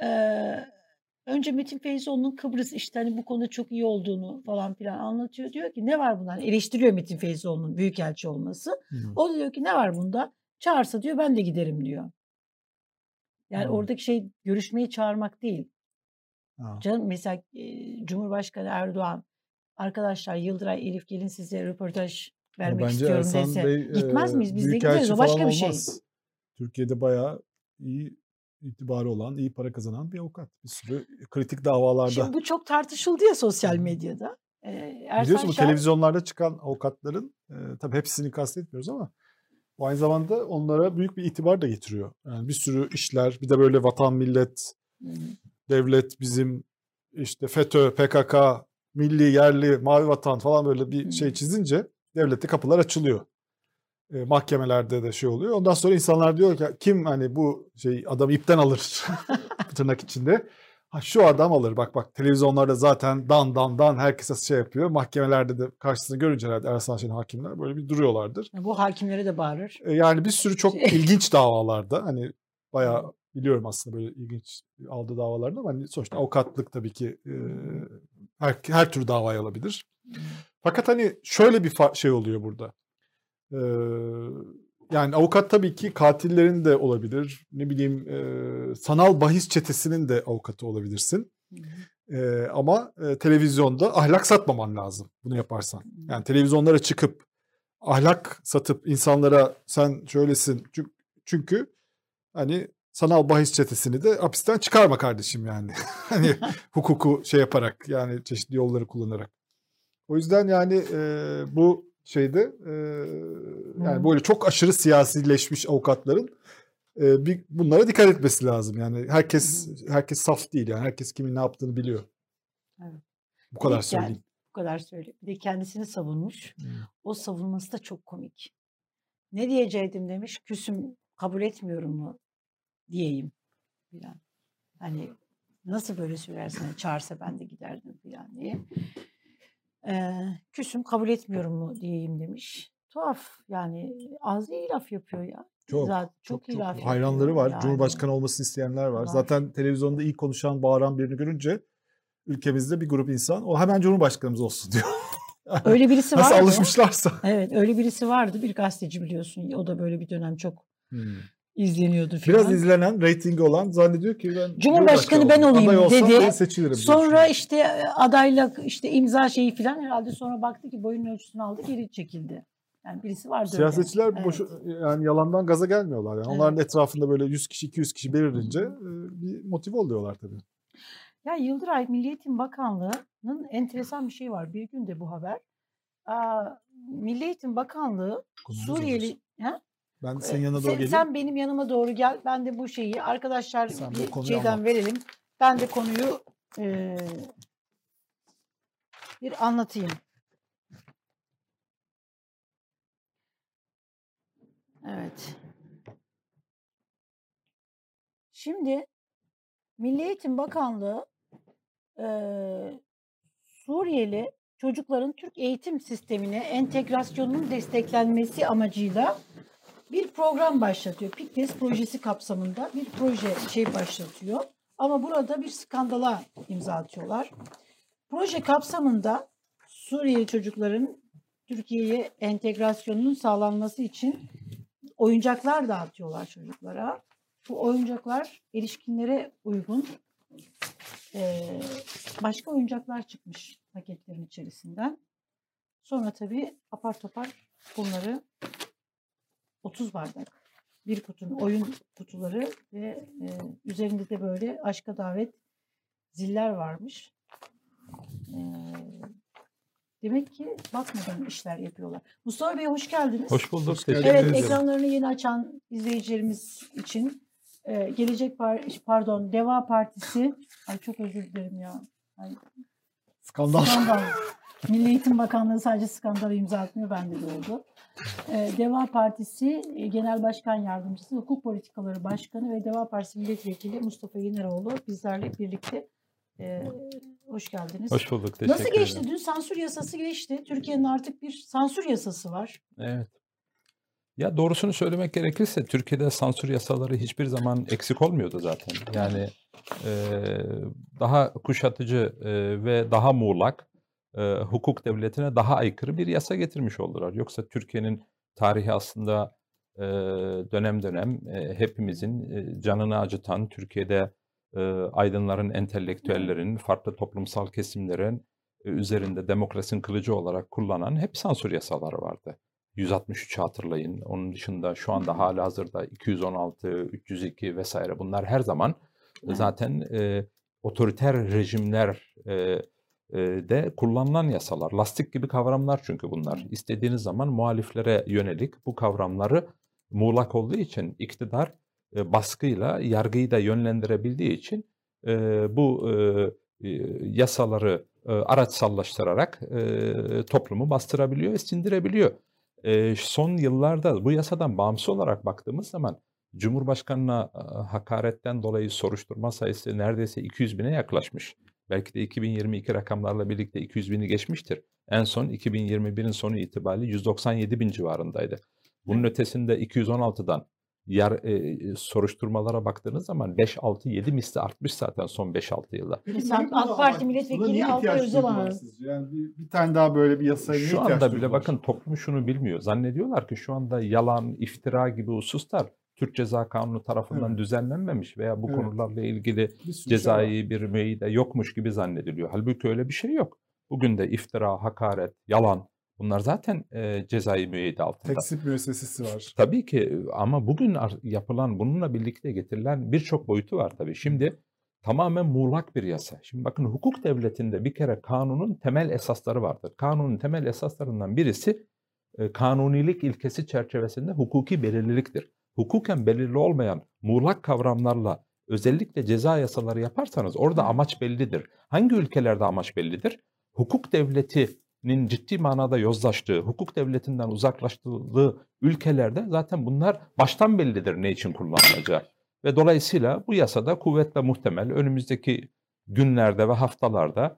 [SPEAKER 1] önce Metin Feyzioğlu'nun Kıbrıs işte hani bu konuda çok iyi olduğunu falan filan anlatıyor. Diyor ki ne var bundan? Eleştiriyor Metin Feyzioğlu'nun büyükelçi olması. O da diyor ki ne var bunda? Çağırsa diyor ben de giderim diyor. Yani oradaki şey görüşmeyi çağırmak değil. Canım mesela Cumhurbaşkanı Erdoğan arkadaşlar Yıldıray Elif gelin size röportaj vermek
[SPEAKER 2] Bence
[SPEAKER 1] istiyorum
[SPEAKER 2] Ersan
[SPEAKER 1] dese
[SPEAKER 2] Bey
[SPEAKER 1] gitmez miyiz? Biz de gideriz.
[SPEAKER 2] büyükelçi
[SPEAKER 1] O
[SPEAKER 2] falan
[SPEAKER 1] başka bir şey.
[SPEAKER 2] olmaz. Türkiye'de bayağı iyi itibarı olan, iyi para kazanan bir avukat. Bir sürü kritik davalarda.
[SPEAKER 1] Şimdi bu çok tartışıldı ya sosyal medyada.
[SPEAKER 2] Biliyorsun bu televizyonlarda çıkan avukatların tabii hepsini kastetmiyoruz ama o aynı zamanda onlara büyük bir itibar da getiriyor. Yani bir sürü işler, bir de böyle vatan, millet, devlet, bizim işte FETÖ, PKK, milli, yerli, mavi vatan falan böyle bir şey çizince devlette kapılar açılıyor. Mahkemelerde de şey oluyor. Ondan sonra insanlar diyor ki kim hani bu şey adamı ipten alır tırnak içinde. Ha, şu adam alır bak televizyonlarda zaten dan herkese şey yapıyor. Mahkemelerde de karşısını görünce herhalde Ersan Şen hakimler böyle bir duruyorlardır.
[SPEAKER 1] Bu hakimlere de bağırır.
[SPEAKER 2] Yani bir sürü çok ilginç davalarda hani bayağı biliyorum aslında böyle ilginç aldığı davalarda ama hani sonuçta avukatlık tabii ki her tür davayı alabilir. Fakat hani şöyle bir şey oluyor burada. Yani avukat tabii ki katillerin de olabilir. Ne bileyim sanal bahis çetesinin de avukatı olabilirsin. Ama televizyonda ahlak satmaman lazım bunu yaparsan. Yani televizyonlara çıkıp ahlak satıp insanlara sen şöylesin. Çünkü hani sanal bahis çetesini de hapisten çıkarma kardeşim yani. Hani hukuku şey yaparak yani çeşitli yolları kullanarak. O yüzden yani bu şeyde yani böyle çok aşırı siyasileşmiş avukatların bunlara dikkat etmesi lazım. Yani herkes saf değil yani herkes kimin ne yaptığını biliyor.
[SPEAKER 1] Evet.
[SPEAKER 2] Bu kadar söyleyeyim.
[SPEAKER 1] Bu kadar söyleyeyim. Bir de kendisini savunmuş. O savunması da çok komik. Ne diyecektim demiş. Küsüm kabul etmiyorum mu diyeyim. Yani hani Nasıl böyle söylersin? Hani çağırsa ben de giderdim falan diye. Küsüm kabul etmiyorum mu diyeyim demiş. Tuhaf yani az iyi laf yapıyor ya. Zaten çok iyi laf
[SPEAKER 3] hayranları
[SPEAKER 1] yapıyor
[SPEAKER 3] var.
[SPEAKER 1] yani.
[SPEAKER 3] Cumhurbaşkanı olmasını isteyenler var. Zaten televizyonda ilk konuşan, bağıran birini görünce ülkemizde bir grup insan o hemen Cumhurbaşkanımız olsun diyor.
[SPEAKER 1] Öyle birisi vardı.
[SPEAKER 3] Nasıl alışmışlarsa.
[SPEAKER 1] Evet, öyle birisi vardı. Bir gazeteci biliyorsun. O da böyle bir dönem çok izleniyordu falan.
[SPEAKER 3] Biraz izlenen, reytingi olan zannediyor ki ben
[SPEAKER 1] Cumhurbaşkanı ben olayım
[SPEAKER 3] aday olsam
[SPEAKER 1] dedi.
[SPEAKER 3] ben seçilirim.
[SPEAKER 1] Sonra işte adaylık, işte imza şeyi falan herhalde sonra baktı ki boyun ölçüsünü aldı, geri çekildi. Yani birisi vardı öyle.
[SPEAKER 3] Siyasetçiler
[SPEAKER 1] Evet.
[SPEAKER 3] yani yalandan gaza gelmiyorlar. Yani.
[SPEAKER 1] Evet.
[SPEAKER 3] Onların etrafında böyle 100 kişi, 200 kişi belirince bir motive oluyorlar tabii.
[SPEAKER 1] Ya Yıldıray, Milli Eğitim Bakanlığı'nın enteresan bir şey var. Bir gün de bu haber. Milli Eğitim Bakanlığı Suriyeli... Ha?
[SPEAKER 3] Ben senin yanına doğru geleyim.
[SPEAKER 1] Sen benim yanıma doğru gel. Ben de bu şeyi arkadaşlar bir şeyden verelim. Ben de konuyu bir anlatayım. Evet. Şimdi Milli Eğitim Bakanlığı Suriyeli çocukların Türk eğitim sistemine entegrasyonunun desteklenmesi amacıyla bir program başlatıyor. PİKTES projesi kapsamında bir proje başlatıyor. Ama burada bir skandala imza atıyorlar. Proje kapsamında Suriyeli çocukların Türkiye'ye entegrasyonunun sağlanması için oyuncaklar dağıtıyorlar çocuklara. Bu oyuncaklar erişkinlere uygun. Başka oyuncaklar çıkmış paketlerin içerisinden. Sonra tabii apar topar bunları 30 bardak, bir kutunun oyun kutuları ve üzerinde de böyle aşka davet ziller varmış. Demek ki bakmadan işler yapıyorlar. Mustafa Bey hoş geldiniz.
[SPEAKER 4] Hoş bulduk.
[SPEAKER 1] Evet, ekranlarını yeni açan izleyicilerimiz için Deva Partisi, ay çok özür dilerim ya.
[SPEAKER 3] Skandal.
[SPEAKER 1] Milli Eğitim Bakanlığı sadece skandala imza atmıyor, bende de oldu. Deva Partisi Genel Başkan Yardımcısı, Hukuk Politikaları Başkanı ve Deva Partisi Milletvekili Mustafa Yeneroğlu bizlerle birlikte. Hoş geldiniz.
[SPEAKER 4] Hoş bulduk. Teşekkür
[SPEAKER 1] Nasıl geçti?
[SPEAKER 4] ederim.
[SPEAKER 1] Dün sansür yasası geçti. Türkiye'nin artık bir sansür yasası var.
[SPEAKER 4] Evet. Ya doğrusunu söylemek gerekirse Türkiye'de sansür yasaları hiçbir zaman eksik olmuyordu zaten. Yani daha kuşatıcı ve daha muğlak, hukuk devletine daha aykırı bir yasa getirmiş oldular. Yoksa Türkiye'nin tarihi aslında dönem dönem hepimizin canını acıtan, Türkiye'de aydınların, entelektüellerin, farklı toplumsal kesimlerin üzerinde demokrasinin kılıcı olarak kullanan hep sansür yasaları vardı. 163'ü hatırlayın. Onun dışında şu anda halihazırda 216, 302 vesaire bunlar her zaman zaten otoriter rejimler de kullanılan yasalar. Lastik gibi kavramlar çünkü bunlar. İstediğiniz zaman muhaliflere yönelik bu kavramları muğlak olduğu için iktidar baskıyla yargıyı da yönlendirebildiği için bu yasaları araçsallaştırarak toplumu bastırabiliyor ve sindirebiliyor. Son yıllarda bu yasadan bağımsız olarak baktığımız zaman Cumhurbaşkanı'na hakaretten dolayı soruşturma sayısı neredeyse 200 bine yaklaşmış. Belki de 2022 rakamlarla birlikte 200 bini geçmiştir. En son 2021'in sonu itibariyle 197 bin civarındaydı. Bunun ötesinde 216'dan soruşturmalara baktığınız zaman 5-6-7 misli artmış zaten son 5-6 yılda.
[SPEAKER 1] Sen AK Parti milletvekili Altay Özalan'ın.
[SPEAKER 3] Yani bir tane daha böyle bir yasaya
[SPEAKER 4] Şu anda bile bakın toplum şunu bilmiyor. Zannediyorlar ki şu anda yalan, iftira gibi hususlar Türk Ceza Kanunu tarafından düzenlenmemiş veya bu konularla ilgili cezai bir müeyyide yokmuş gibi zannediliyor. Halbuki öyle bir şey yok. Bugün de iftira, hakaret, yalan bunlar zaten cezai müeyyide altında.
[SPEAKER 3] Tekzip müessesesi var.
[SPEAKER 4] Tabii ki ama bugün yapılan bununla birlikte getirilen birçok boyutu var tabii. Şimdi tamamen muğlak bir yasa. Şimdi bakın hukuk devletinde bir kere kanunun temel esasları vardır. Kanunun temel esaslarından birisi kanunilik ilkesi çerçevesinde hukuki belirliliktir. Hukuken belirli olmayan muğlak kavramlarla özellikle ceza yasaları yaparsanız orada amaç bellidir. Hangi ülkelerde amaç bellidir? Hukuk devletinin ciddi manada yozlaştığı, hukuk devletinden uzaklaştırıldığı ülkelerde zaten bunlar baştan bellidir ne için kullanılacağı. Ve dolayısıyla bu yasada kuvvetle muhtemel önümüzdeki günlerde ve haftalarda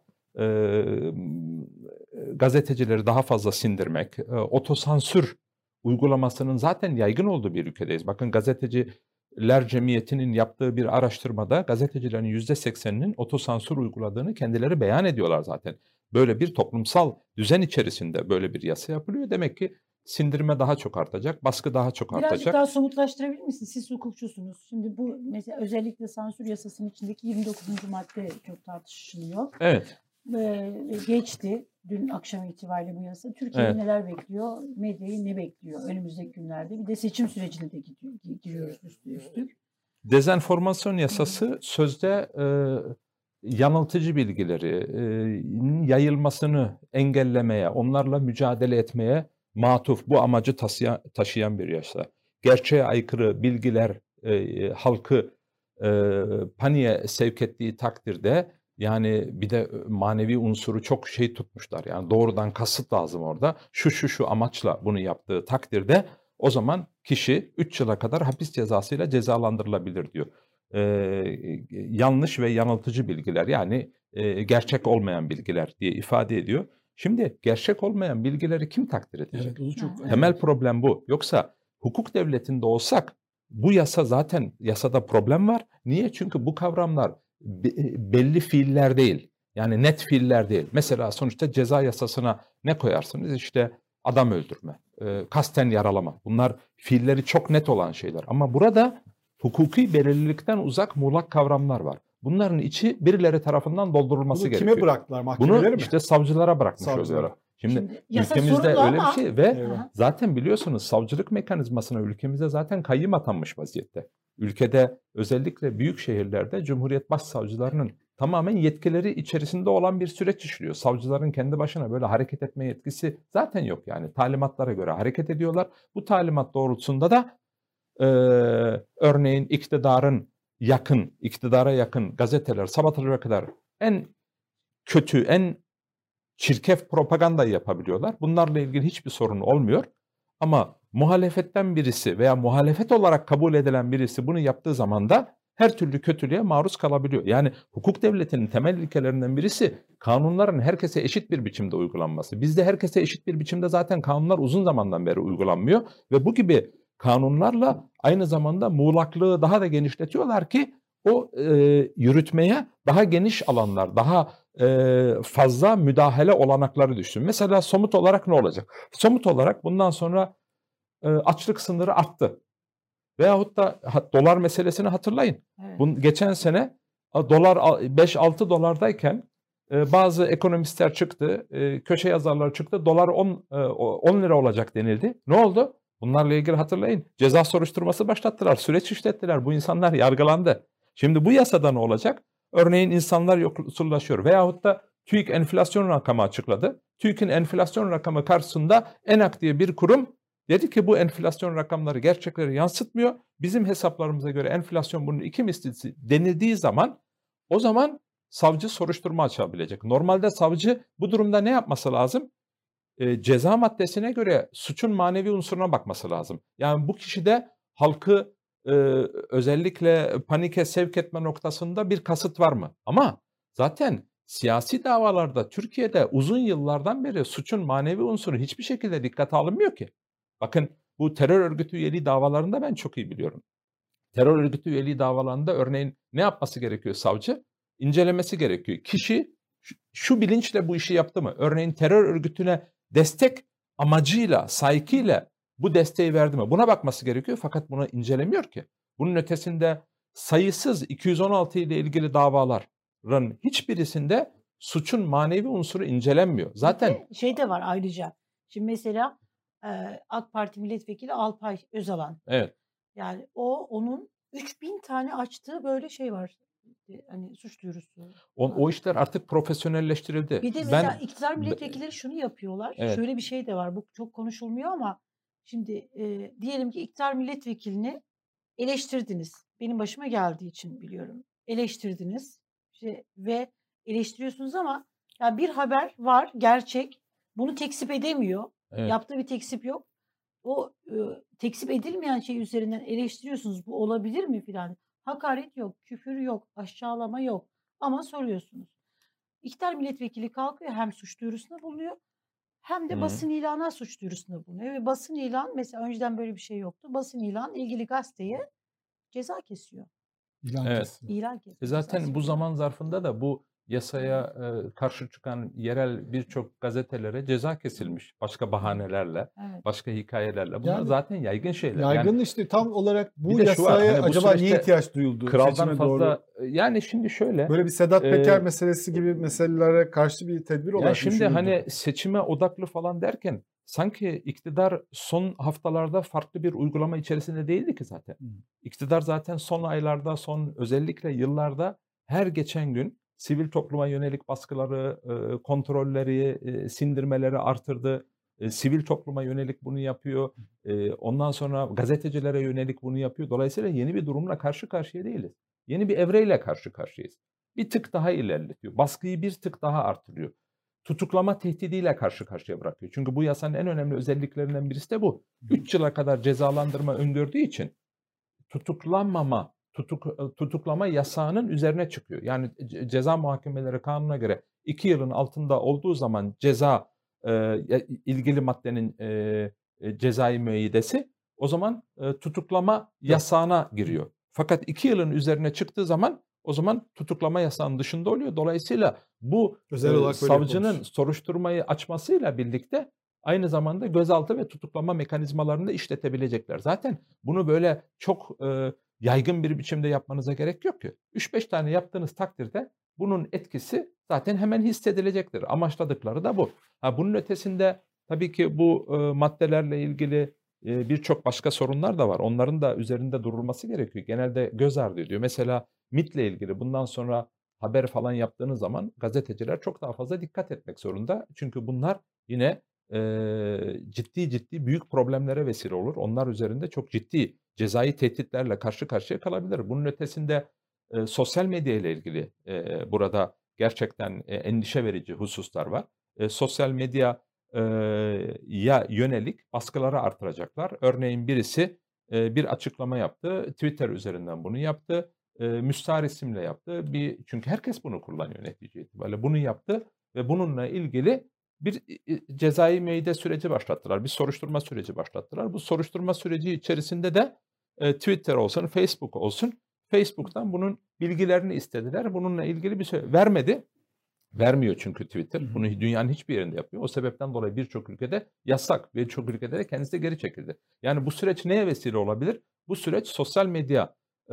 [SPEAKER 4] gazetecileri daha fazla sindirmek, otosansür uygulamasının zaten yaygın olduğu bir ülkedeyiz. Bakın Gazeteciler Cemiyeti'nin yaptığı bir araştırmada gazetecilerin %80'inin otosansür uyguladığını kendileri beyan ediyorlar zaten. Böyle bir toplumsal düzen içerisinde böyle bir yasa yapılıyor. Demek ki sindirme daha çok artacak, baskı daha çok
[SPEAKER 1] Birazcık
[SPEAKER 4] artacak.
[SPEAKER 1] daha somutlaştırabilir misiniz? Siz hukukçusunuz. Şimdi bu mesela özellikle sansür yasasının içindeki 29. madde çok tartışılıyor.
[SPEAKER 4] Evet.
[SPEAKER 1] Geçti dün akşam itibariyle bu yasa. Türkiye'yi
[SPEAKER 4] Evet.
[SPEAKER 1] neler bekliyor? Medyayı ne bekliyor önümüzdeki günlerde? Bir de seçim sürecine de giriyoruz üstlük.
[SPEAKER 4] Dezenformasyon yasası sözde yanıltıcı bilgileri yayılmasını engellemeye, onlarla mücadele etmeye matuf, bu amacı taşıyan bir yasa. Gerçeğe aykırı bilgiler halkı paniğe sevk ettiği takdirde, yani bir de manevi unsuru çok şey tutmuşlar. Yani doğrudan kasıt lazım orada. Şu amaçla bunu yaptığı takdirde o zaman kişi 3 yıla kadar hapis cezasıyla cezalandırılabilir diyor. Yanlış ve yanıltıcı bilgiler, yani gerçek olmayan bilgiler diye ifade ediyor. Şimdi gerçek olmayan bilgileri kim takdir edecek?
[SPEAKER 2] Evet, o çok
[SPEAKER 4] Temel problem bu. Yoksa hukuk devletinde olsak bu yasa, zaten yasada problem var. Niye? Çünkü bu kavramlar belli fiiller değil. Yani net fiiller değil. Mesela sonuçta ceza yasasına ne koyarsınız? İşte adam öldürme, kasten yaralama. Bunlar fiilleri çok net olan şeyler. Ama burada hukuki belirlilikten uzak muğlak kavramlar var. Bunların içi birileri tarafından doldurulması
[SPEAKER 3] Bunu
[SPEAKER 4] gerekiyor.
[SPEAKER 3] kime bıraktılar? Mahkemelere
[SPEAKER 4] Bunu
[SPEAKER 3] mi?
[SPEAKER 4] işte savcılara bırakmış
[SPEAKER 3] Savcılara.
[SPEAKER 4] oluyorlar. Şimdi
[SPEAKER 1] yasa
[SPEAKER 4] ülkemizde
[SPEAKER 1] sorunlu
[SPEAKER 4] öyle
[SPEAKER 1] ama-
[SPEAKER 4] bir şey ve
[SPEAKER 3] Eyvah.
[SPEAKER 4] zaten biliyorsunuz savcılık mekanizmasına ülkemizde zaten kayyım atanmış vaziyette. Ülkede özellikle büyük şehirlerde Cumhuriyet Başsavcılarının tamamen yetkileri içerisinde olan bir süreç işliyor. Savcıların kendi başına böyle hareket etme yetkisi zaten yok yani. Talimatlara göre hareket ediyorlar. Bu talimat doğrultusunda da örneğin iktidara yakın gazeteler sabahlara kadar en kötü, en çirkef propagandayı yapabiliyorlar. Bunlarla ilgili hiçbir sorun olmuyor. Ama muhalefetten birisi veya muhalefet olarak kabul edilen birisi bunu yaptığı zaman da her türlü kötülüğe maruz kalabiliyor. Yani hukuk devletinin temel ilkelerinden birisi kanunların herkese eşit bir biçimde uygulanması. Bizde herkese eşit bir biçimde zaten kanunlar uzun zamandan beri uygulanmıyor ve bu gibi kanunlarla aynı zamanda muğlaklığı daha da genişletiyorlar ki o yürütmeye daha geniş alanlar, daha fazla müdahale olanakları düşsün. Mesela somut olarak ne olacak? Somut olarak bundan sonra açlık sınırı arttı. Veyahut da dolar meselesini hatırlayın.
[SPEAKER 1] Evet.
[SPEAKER 4] Geçen sene dolar 5-6 dolardayken bazı ekonomistler çıktı, köşe yazarları çıktı. Dolar 10 lira olacak denildi. Ne oldu? Bunlarla ilgili hatırlayın. Ceza soruşturması başlattılar, süreç işlettiler. Bu insanlar yargılandı. Şimdi bu yasada ne olacak? Örneğin insanlar yoksullaşıyor. Veyahut da TÜİK enflasyon rakamı açıkladı. TÜİK'in enflasyon rakamı karşısında ENAK diye bir kurum dedi ki bu enflasyon rakamları gerçekleri yansıtmıyor. Bizim hesaplarımıza göre enflasyon bunun 2 mislisi denildiği zaman o zaman savcı soruşturma açabilecek. Normalde savcı bu durumda ne yapması lazım? Ceza maddesine göre suçun manevi unsuruna bakması lazım. Yani bu kişide halkı özellikle panike sevk etme noktasında bir kasıt var mı? Ama zaten siyasi davalarda Türkiye'de uzun yıllardan beri suçun manevi unsuru hiçbir şekilde dikkate alınmıyor ki. Bakın bu terör örgütü üyeliği davalarında ben çok iyi biliyorum. Terör örgütü üyeliği davalarında örneğin ne yapması gerekiyor savcı? İncelemesi gerekiyor. Kişi şu bilinçle bu işi yaptı mı? Örneğin terör örgütüne destek amacıyla, saygıyla bu desteği verdi mi? Buna bakması gerekiyor fakat bunu incelemiyor ki. Bunun ötesinde sayısız 216 ile ilgili davaların hiçbirisinde suçun manevi unsuru incelenmiyor. Zaten
[SPEAKER 1] Şey de var ayrıca. Şimdi mesela AK Parti milletvekili Alpay Özalan.
[SPEAKER 4] evet.
[SPEAKER 1] Yani onun 3000 tane açtığı böyle şey var. Hani suç duyurusu.
[SPEAKER 4] O işler artık profesyonelleştirildi.
[SPEAKER 1] Bir de mesela iktidar milletvekilleri şunu yapıyorlar.
[SPEAKER 4] Evet.
[SPEAKER 1] Şöyle bir şey de var. Bu çok konuşulmuyor ama şimdi diyelim ki iktidar milletvekilini eleştirdiniz. Benim başıma geldiği için biliyorum. Eleştirdiniz ve eleştiriyorsunuz ama ya bir haber var, gerçek. Bunu tekzip edemiyor.
[SPEAKER 4] Evet.
[SPEAKER 1] Yaptığı bir tekzip yok. O tekzip edilmeyen şey üzerinden eleştiriyorsunuz. Bu olabilir mi filan? Hakaret yok, küfür yok, aşağılama yok. Ama soruyorsunuz. İktidar milletvekili kalkıyor, hem suç duyurusunda bulunuyor hem de
[SPEAKER 4] Hı.
[SPEAKER 1] basın ilana suç duyurusunda bulunuyor. Ve basın ilan, mesela önceden böyle bir şey yoktu. Basın ilan ilgili gazeteye ceza kesiyor.
[SPEAKER 3] İlan
[SPEAKER 4] Evet.
[SPEAKER 3] kesiyor.
[SPEAKER 1] İlan kesiyor.
[SPEAKER 4] Zaten
[SPEAKER 1] cezası
[SPEAKER 4] bu
[SPEAKER 1] oluyor.
[SPEAKER 4] zaman zarfında da bu yasaya karşı çıkan yerel birçok gazetelere ceza kesilmiş. Başka bahanelerle,
[SPEAKER 1] Evet.
[SPEAKER 4] başka hikayelerle. Bunlar
[SPEAKER 3] Yani
[SPEAKER 4] zaten yaygın şeyler.
[SPEAKER 3] Yaygın
[SPEAKER 4] Yani
[SPEAKER 3] işte tam olarak bu
[SPEAKER 4] bir de şu var,
[SPEAKER 3] yasaya
[SPEAKER 4] hani bu
[SPEAKER 3] acaba niye
[SPEAKER 4] süreçte
[SPEAKER 3] ihtiyaç duyuldu?
[SPEAKER 4] kraldan
[SPEAKER 3] Seçime doğru.
[SPEAKER 4] fazla yani şimdi şöyle
[SPEAKER 3] Böyle bir Sedat Peker
[SPEAKER 4] e,
[SPEAKER 3] meselesi gibi meselelere karşı bir tedbir
[SPEAKER 4] ya
[SPEAKER 3] olarak
[SPEAKER 4] şimdi
[SPEAKER 3] düşünüldü.
[SPEAKER 4] hani seçime odaklı falan derken sanki iktidar son haftalarda farklı bir uygulama içerisinde değildi ki zaten.
[SPEAKER 3] Hı.
[SPEAKER 4] İktidar zaten son aylarda, son özellikle yıllarda her geçen gün sivil topluma yönelik baskıları, kontrolleri, sindirmeleri artırdı. Sivil topluma yönelik bunu yapıyor. Ondan sonra gazetecilere yönelik bunu yapıyor. Dolayısıyla yeni bir durumla karşı karşıya değiliz. Yeni bir evreyle karşı karşıyayız. Bir tık daha ilerletiyor. Baskıyı bir tık daha artırıyor. Tutuklama tehdidiyle karşı karşıya bırakıyor. Çünkü bu yasanın en önemli özelliklerinden birisi de bu. 3 yıla kadar cezalandırma öngördüğü için tutuklama yasağının üzerine çıkıyor. Yani ceza muhakemeleri kanununa göre 2 yılın altında olduğu zaman ceza ilgili maddenin cezai müeyyidesi o zaman tutuklama yasağına giriyor. Fakat 2 yılın üzerine çıktığı zaman o zaman tutuklama yasağının dışında oluyor. Dolayısıyla bu
[SPEAKER 3] Özel olarak böyle
[SPEAKER 4] savcının
[SPEAKER 3] yapılmış.
[SPEAKER 4] soruşturmayı açmasıyla birlikte aynı zamanda gözaltı ve tutuklama mekanizmalarını da işletebilecekler. Zaten bunu böyle çok yaygın bir biçimde yapmanıza gerek yok ki. 3-5 tane yaptığınız takdirde bunun etkisi zaten hemen hissedilecektir. Amaçladıkları da bu. Bunun ötesinde tabii ki bu maddelerle ilgili birçok başka sorunlar da var. Onların da üzerinde durulması gerekiyor. Genelde göz ardı ediyor. Mesela MİT'le ilgili bundan sonra haber falan yaptığınız zaman gazeteciler çok daha fazla dikkat etmek zorunda. Çünkü bunlar yine ciddi büyük problemlere vesile olur. Onlar üzerinde çok ciddi cezai tehditlerle karşı karşıya kalabilir. Bunun ötesinde sosyal medya ile ilgili burada gerçekten endişe verici hususlar var. Sosyal medya ya yönelik baskıları artıracaklar. Örneğin birisi bir açıklama yaptı. Twitter üzerinden bunu yaptı. Müstahar isimle yaptı. Çünkü herkes bunu kullanıyor netice itibariyle. Bunu yaptı ve bununla ilgili bir cezai müeyyide süreci başlattılar. Bir soruşturma süreci başlattılar. Bu soruşturma süreci içerisinde de Twitter olsun, Facebook olsun, Facebook'tan bunun bilgilerini istediler. Bununla ilgili bir şey vermedi. Vermiyor çünkü Twitter. Bunu dünyanın hiçbir yerinde yapıyor. O sebepten dolayı birçok ülkede yasak. Birçok ülkede de kendisi de geri çekildi. Yani bu süreç neye vesile olabilir? Bu süreç sosyal medya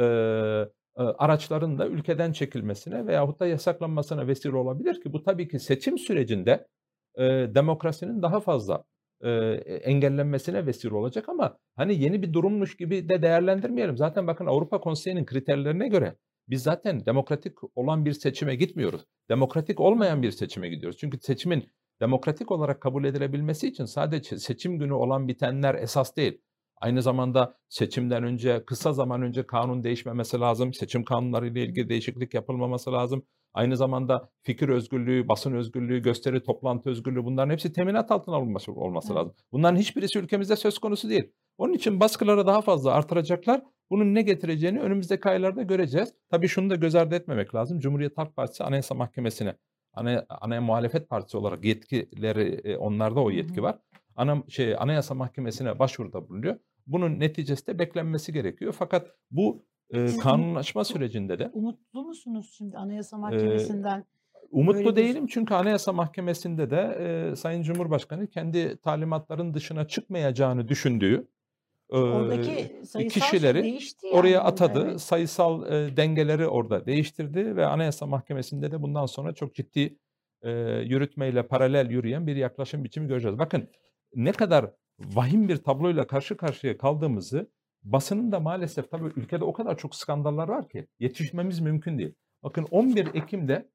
[SPEAKER 4] araçlarının da ülkeden çekilmesine veyahut da yasaklanmasına vesile olabilir ki bu tabii ki seçim sürecinde demokrasinin daha fazla engellenmesine vesile olacak ama hani yeni bir durummuş gibi de değerlendirmeyelim. Zaten bakın Avrupa Konseyi'nin kriterlerine göre biz zaten demokratik olan bir seçime gitmiyoruz. Demokratik olmayan bir seçime gidiyoruz. Çünkü seçimin demokratik olarak kabul edilebilmesi için sadece seçim günü olan bitenler esas değil. Aynı zamanda seçimden önce, kısa zaman önce kanun değişmemesi lazım. Seçim kanunları ile ilgili değişiklik yapılmaması lazım. Aynı zamanda fikir özgürlüğü, basın özgürlüğü, gösteri, toplantı özgürlüğü bunların hepsi teminat altına olması lazım. Bunların hiçbirisi ülkemizde söz konusu değil. Onun için baskıları daha fazla artıracaklar. Bunun ne getireceğini önümüzdeki aylarda göreceğiz. Tabii şunu da göz ardı etmemek lazım. Cumhuriyet Halk Partisi Anayasa Mahkemesi'ne ana muhalefet partisi olarak yetkileri onlarda o yetki var. Anayasa Mahkemesi'ne başvuruda bulunuyor. Bunun neticesi de beklenmesi gerekiyor. Fakat bu kanunlaşma sürecinde de
[SPEAKER 1] umutlu musunuz şimdi Anayasa Mahkemesi'nden?
[SPEAKER 4] Umutlu değilim çünkü Anayasa Mahkemesi'nde de Sayın Cumhurbaşkanı kendi talimatların dışına çıkmayacağını düşündüğü
[SPEAKER 1] oradaki sayısal
[SPEAKER 4] kişileri
[SPEAKER 1] değişti yani
[SPEAKER 4] oraya
[SPEAKER 1] orada,
[SPEAKER 4] atadı.
[SPEAKER 1] evet.
[SPEAKER 4] Sayısal dengeleri orada değiştirdi ve Anayasa Mahkemesi'nde de bundan sonra çok ciddi yürütmeyle paralel yürüyen bir yaklaşım biçimi göreceğiz. Bakın ne kadar vahim bir tabloyla karşı karşıya kaldığımızı basının da maalesef tabii ülkede o kadar çok skandallar var ki yetişmemiz mümkün değil. Bakın 11 Ekim'de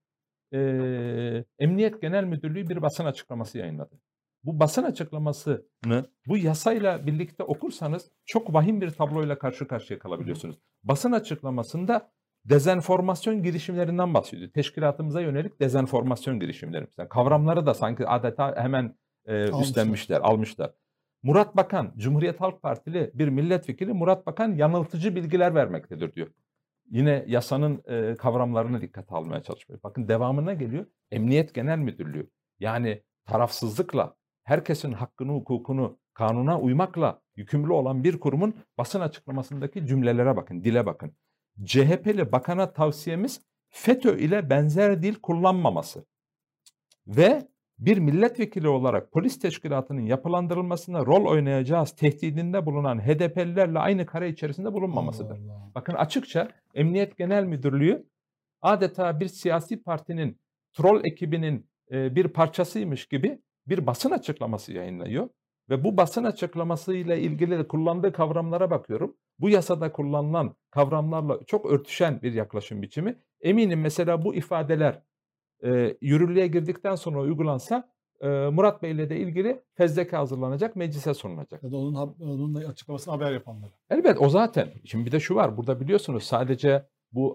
[SPEAKER 4] Emniyet Genel Müdürlüğü bir basın açıklaması yayınladı. Bu basın açıklamasını bu yasayla birlikte okursanız çok vahim bir tabloyla karşı karşıya kalabiliyorsunuz. Basın açıklamasında dezenformasyon girişimlerinden bahsediyor. Teşkilatımıza yönelik dezenformasyon girişimleri. Yani kavramları da sanki adeta hemen almışlar. Murat Bakan, Cumhuriyet Halk Partili bir milletvekili Murat Bakan yanıltıcı bilgiler vermektedir diyor. Yine yasanın kavramlarını dikkate almaya çalışıyor. Bakın devamına geliyor. Emniyet Genel Müdürlüğü. Yani tarafsızlıkla, herkesin hakkını, hukukunu, kanuna uymakla yükümlü olan bir kurumun basın açıklamasındaki cümlelere bakın, dile bakın. CHP'li bakana tavsiyemiz FETÖ ile benzer dil kullanmaması ve bir milletvekili olarak polis teşkilatının yapılandırılmasına rol oynayacağız tehdidinde bulunan HDP'lilerle aynı kare içerisinde bulunmamasıdır.
[SPEAKER 3] Allah Allah.
[SPEAKER 4] Bakın açıkça Emniyet Genel Müdürlüğü adeta bir siyasi partinin troll ekibinin bir parçasıymış gibi bir basın açıklaması yayınlıyor. Ve bu basın açıklamasıyla ilgili de kullandığı kavramlara bakıyorum. Bu yasada kullanılan kavramlarla çok örtüşen bir yaklaşım biçimi. Eminim mesela bu ifadeler yürürlüğe girdikten sonra uygulansa Murat Bey ile de ilgili fezleke hazırlanacak, meclise sunulacak.
[SPEAKER 3] Ya da onun açıklamasını haber yapanlara.
[SPEAKER 4] Elbet o zaten. Şimdi bir de şu var. Burada biliyorsunuz sadece bu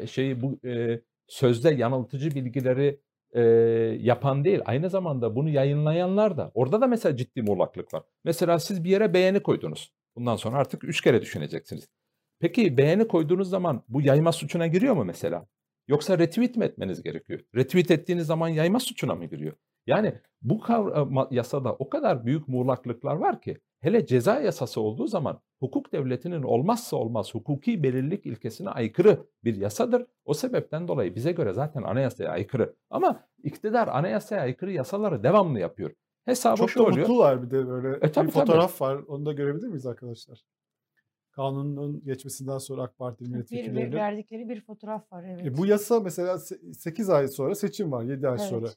[SPEAKER 4] sözde yanıltıcı bilgileri yapan değil. Aynı zamanda bunu yayınlayanlar da. Orada da mesela ciddi muğlaklık var. Mesela siz bir yere beğeni koydunuz. Bundan sonra artık 3 kere düşüneceksiniz. Peki beğeni koyduğunuz zaman bu yayma suçuna giriyor mu mesela? Yoksa retweet mi etmeniz gerekiyor? Retweet ettiğiniz zaman yayma suçuna mı giriyor? Yani bu yasada o kadar büyük muğlaklıklar var ki hele ceza yasası olduğu zaman hukuk devletinin olmazsa olmaz hukuki belirlilik ilkesine aykırı bir yasadır. O sebepten dolayı bize göre zaten anayasaya aykırı. Ama iktidar anayasaya aykırı yasaları devamlı yapıyor. Hesabı
[SPEAKER 3] Çok
[SPEAKER 4] şu
[SPEAKER 3] da
[SPEAKER 4] oluyor.
[SPEAKER 3] mutlular bir de böyle
[SPEAKER 4] Tabii,
[SPEAKER 3] bir fotoğraf var. Onu da görebilir miyiz arkadaşlar? Kanunun geçmesinden sonra AK Parti milletvekillerinin
[SPEAKER 1] verdikleri bir fotoğraf var. Evet.
[SPEAKER 3] Bu yasa mesela 8 ay sonra seçim var. 7 ay sonra.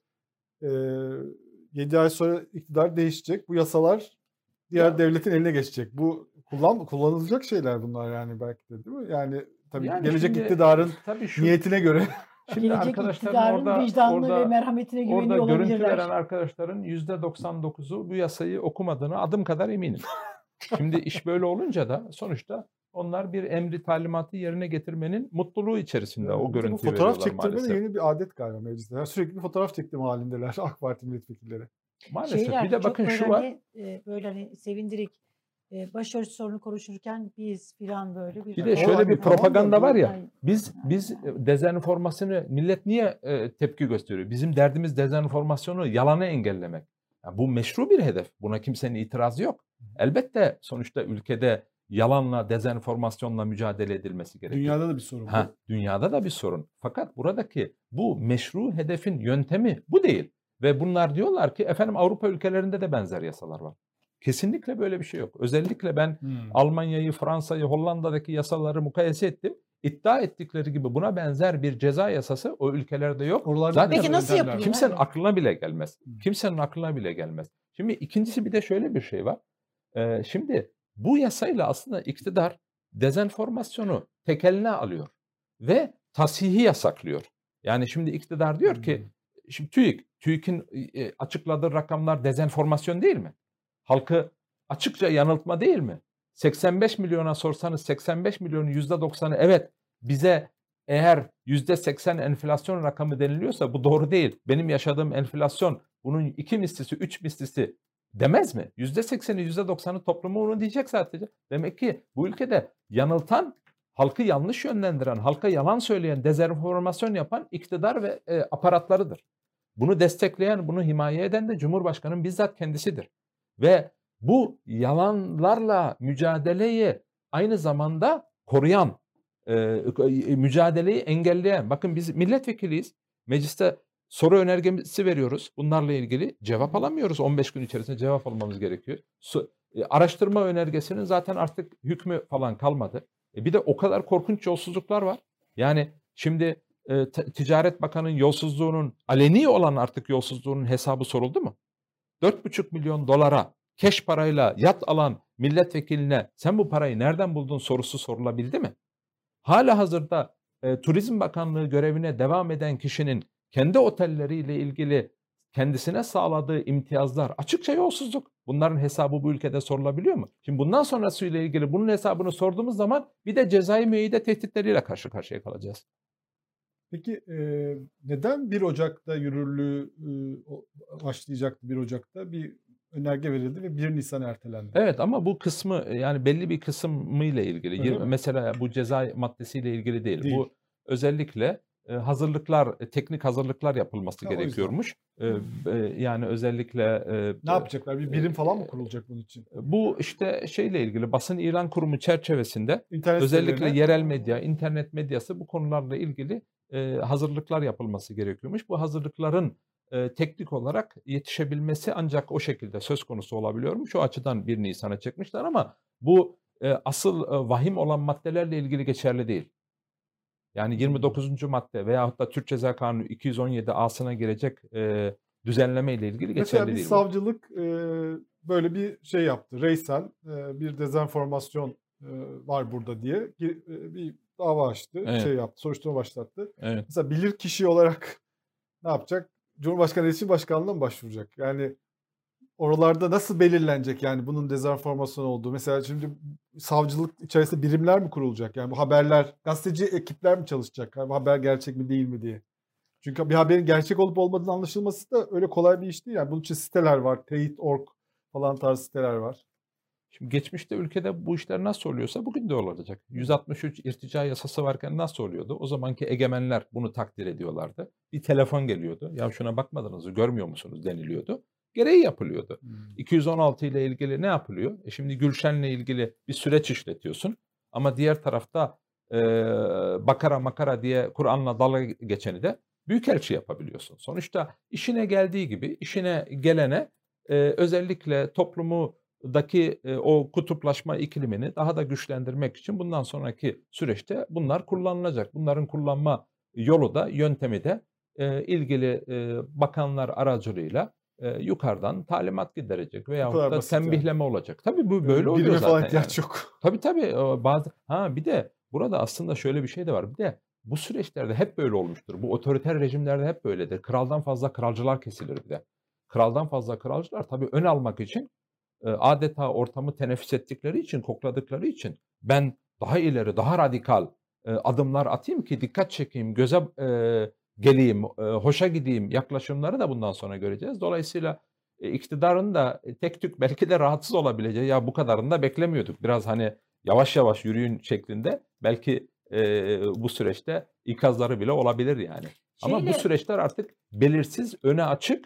[SPEAKER 3] 7 ay sonra iktidar değişecek. Bu yasalar diğer devletin eline geçecek. Bu kullanılacak şeyler bunlar yani belki de değil mi? Yani tabii gelecek iktidarın niyetine göre.
[SPEAKER 4] Şimdi
[SPEAKER 1] gelecek
[SPEAKER 4] arkadaşların
[SPEAKER 1] vicdanına ve merhametine güveniyor
[SPEAKER 4] orada görüntü
[SPEAKER 1] olabilirler.
[SPEAKER 4] veren arkadaşların %99'u bu yasayı okumadığını adım kadar eminim. Şimdi iş böyle olunca da sonuçta onlar bir emri talimatı yerine getirmenin mutluluğu içerisinde o görüntüyü
[SPEAKER 3] fotoğraf
[SPEAKER 4] veriyorlar
[SPEAKER 3] çektirme
[SPEAKER 4] maalesef.
[SPEAKER 3] yeni bir adet galiba mecliste. Yani sürekli bir fotoğraf çektirme halindeler AK Parti milletvekilleri.
[SPEAKER 4] Maalesef.
[SPEAKER 1] Şeyler,
[SPEAKER 4] bir de bakın şu var.
[SPEAKER 1] Böyle hani sevindirik başörtüsü sorunu konuşurken biz filan böyle
[SPEAKER 4] Bir de şöyle bir propaganda var ya. Biz dezenformasyonu millet niye tepki gösteriyor? Bizim derdimiz dezenformasyonu, yalanı engellemek. Yani bu meşru bir hedef. Buna kimsenin itirazı yok. Elbette sonuçta ülkede yalanla, dezenformasyonla mücadele edilmesi gerekiyor.
[SPEAKER 3] Dünyada da bir sorun.
[SPEAKER 4] Dünyada da bir sorun. Fakat buradaki bu meşru hedefin yöntemi bu değil. Ve bunlar diyorlar ki efendim Avrupa ülkelerinde de benzer yasalar var. Kesinlikle böyle bir şey yok. Özellikle ben Almanya'yı, Fransa'yı, Hollanda'daki yasaları mukayese ettim. İddia ettikleri gibi buna benzer bir ceza yasası o ülkelerde yok.
[SPEAKER 3] Zaten
[SPEAKER 1] peki nasıl yapılıyor?
[SPEAKER 4] Kimsenin aklına bile gelmez. Kimsenin aklına bile gelmez. Şimdi ikincisi bir de şöyle bir şey var. Şimdi bu yasayla aslında iktidar dezenformasyonu tek eline alıyor ve tasihi yasaklıyor. Yani şimdi iktidar diyor ki şimdi TÜİK'in açıkladığı rakamlar dezenformasyon değil mi? Halkı açıkça yanıltma değil mi? 85 milyona sorsanız 85 milyonun %90'ı evet bize eğer %80 enflasyon rakamı deniliyorsa bu doğru değil. Benim yaşadığım enflasyon bunun 2 mislisi 3 mislisi demez mi? %80'i %90'ı toplumu onu diyecek sadece. Demek ki bu ülkede yanıltan, halkı yanlış yönlendiren, halka yalan söyleyen, dezenformasyon yapan iktidar ve aparatlarıdır. Bunu destekleyen, bunu himaye eden de Cumhurbaşkanı'nın bizzat kendisidir. Ve bu yalanlarla mücadeleyi aynı zamanda koruyan, mücadeleyi engelleyen. Bakın biz milletvekiliyiz. Mecliste soru önergesi veriyoruz. Bunlarla ilgili cevap alamıyoruz. 15 gün içerisinde cevap almamız gerekiyor. Araştırma önergesinin zaten artık hükmü falan kalmadı. Bir de o kadar korkunç yolsuzluklar var. Yani şimdi Ticaret Bakanı'nın yolsuzluğunun, aleni olan artık yolsuzluğunun hesabı soruldu mu? 4,5 milyon dolara keş parayla yat alan milletvekiline sen bu parayı nereden buldun sorusu sorulabildi mi? Halihazırda Turizm Bakanlığı görevine devam eden kişinin kendi otelleriyle ilgili kendisine sağladığı imtiyazlar açıkça yolsuzluk. Bunların hesabı bu ülkede sorulabiliyor mu? Şimdi bundan sonrasıyla ilgili bunun hesabını sorduğumuz zaman bir de cezai müeyyide tehditleriyle karşı karşıya kalacağız.
[SPEAKER 3] Peki neden 1 Ocak'ta yürürlüğü başlayacaktı 1 Ocak'ta? Bir önerge verildi ve 1 Nisan ertelendi.
[SPEAKER 4] Evet ama bu kısmı yani belli bir kısmıyla ilgili.
[SPEAKER 3] Öyle mi?
[SPEAKER 4] Mesela bu ceza maddesiyle ilgili değil.
[SPEAKER 3] Değil.
[SPEAKER 4] Bu özellikle hazırlıklar, teknik hazırlıklar yapılması
[SPEAKER 3] Ha, o yüzden.
[SPEAKER 4] gerekiyormuş. Yani özellikle
[SPEAKER 3] Ne yapacaklar? Bir birim falan mı kurulacak bunun için?
[SPEAKER 4] bu işte şeyle ilgili basın ilan kurumu çerçevesinde
[SPEAKER 3] İnternet
[SPEAKER 4] özellikle
[SPEAKER 3] sitelerine
[SPEAKER 4] yerel medya, internet medyası bu konularla ilgili hazırlıklar yapılması gerekiyormuş. Bu hazırlıkların teknik olarak yetişebilmesi ancak o şekilde söz konusu olabiliyormuş. O açıdan 1 Nisan'a çekmişler ama bu asıl vahim olan maddelerle ilgili geçerli değil. Yani 29. madde veyahut da Türk Ceza Kanunu 217 A'sına girecek düzenleme ile ilgili
[SPEAKER 3] mesela
[SPEAKER 4] geçerli
[SPEAKER 3] bir
[SPEAKER 4] değil bu.
[SPEAKER 3] savcılık böyle bir şey yaptı. Reysel bir dezenformasyon var burada diye bir dava açtı.
[SPEAKER 4] Evet.
[SPEAKER 3] Şey yaptı. Soruşturma başlattı.
[SPEAKER 4] Evet.
[SPEAKER 3] Mesela bilir kişi olarak ne yapacak? Cumhurbaşkanı İletişim Başkanlığı'na mı başvuracak? Yani oralarda nasıl belirlenecek yani bunun dezenformasyon olduğu? Mesela şimdi savcılık içerisinde birimler mi kurulacak? Yani bu haberler, gazeteci ekipler mi çalışacak? Yani bu haber gerçek mi değil mi diye. Çünkü bir haberin gerçek olup olmadığını anlaşılması da öyle kolay bir iş değil. Yani bunun için siteler var. Teyit.org falan tarzı siteler var.
[SPEAKER 4] Şimdi geçmişte ülkede bu işler nasıl oluyorsa bugün de olacak. 163 irtica yasası varken nasıl oluyordu? O zamanki egemenler bunu takdir ediyorlardı. Bir telefon geliyordu. Ya şuna bakmadınız mı, görmüyor musunuz deniliyordu. Gereği yapılıyordu. 216 ile ilgili ne yapılıyor? Şimdi Gülşen'le ilgili bir süreç işletiyorsun. Ama diğer tarafta bakara makara diye Kur'an'la dalga geçeni de büyükelçi yapabiliyorsun. Sonuçta işine geldiği gibi işine gelene özellikle toplumdaki o kutuplaşma iklimini daha da güçlendirmek için bundan sonraki süreçte bunlar kullanılacak. Bunların kullanma yolu da yöntemi de ilgili bakanlar aracılığıyla yukarıdan talimat giderecek veyahut
[SPEAKER 3] kadar
[SPEAKER 4] da
[SPEAKER 3] basit yani.
[SPEAKER 4] tembihleme olacak. Tabii bu böyle oluyor
[SPEAKER 3] Birime
[SPEAKER 4] zaten.
[SPEAKER 3] falan ihtiyaç yok.
[SPEAKER 4] Tabii bazı bir de burada aslında şöyle bir şey de var. Bir de bu süreçlerde hep böyle olmuştur. Bu otoriter rejimlerde hep böyledir. Kraldan fazla kralcılar kesilir bir de. Kraldan fazla kralcılar tabii ön almak için adeta ortamı teneffüs ettikleri için, kokladıkları için ben daha ileri, daha radikal adımlar atayım ki dikkat çekeyim, göze geleyim, hoşa gideyim yaklaşımları da bundan sonra göreceğiz. Dolayısıyla iktidarın da tek tük belki de rahatsız olabileceği, ya bu kadarını da beklemiyorduk. Biraz hani yavaş yavaş yürüyün şeklinde belki bu süreçte ikazları bile olabilir yani. Ama bu süreçler artık belirsiz, öne açık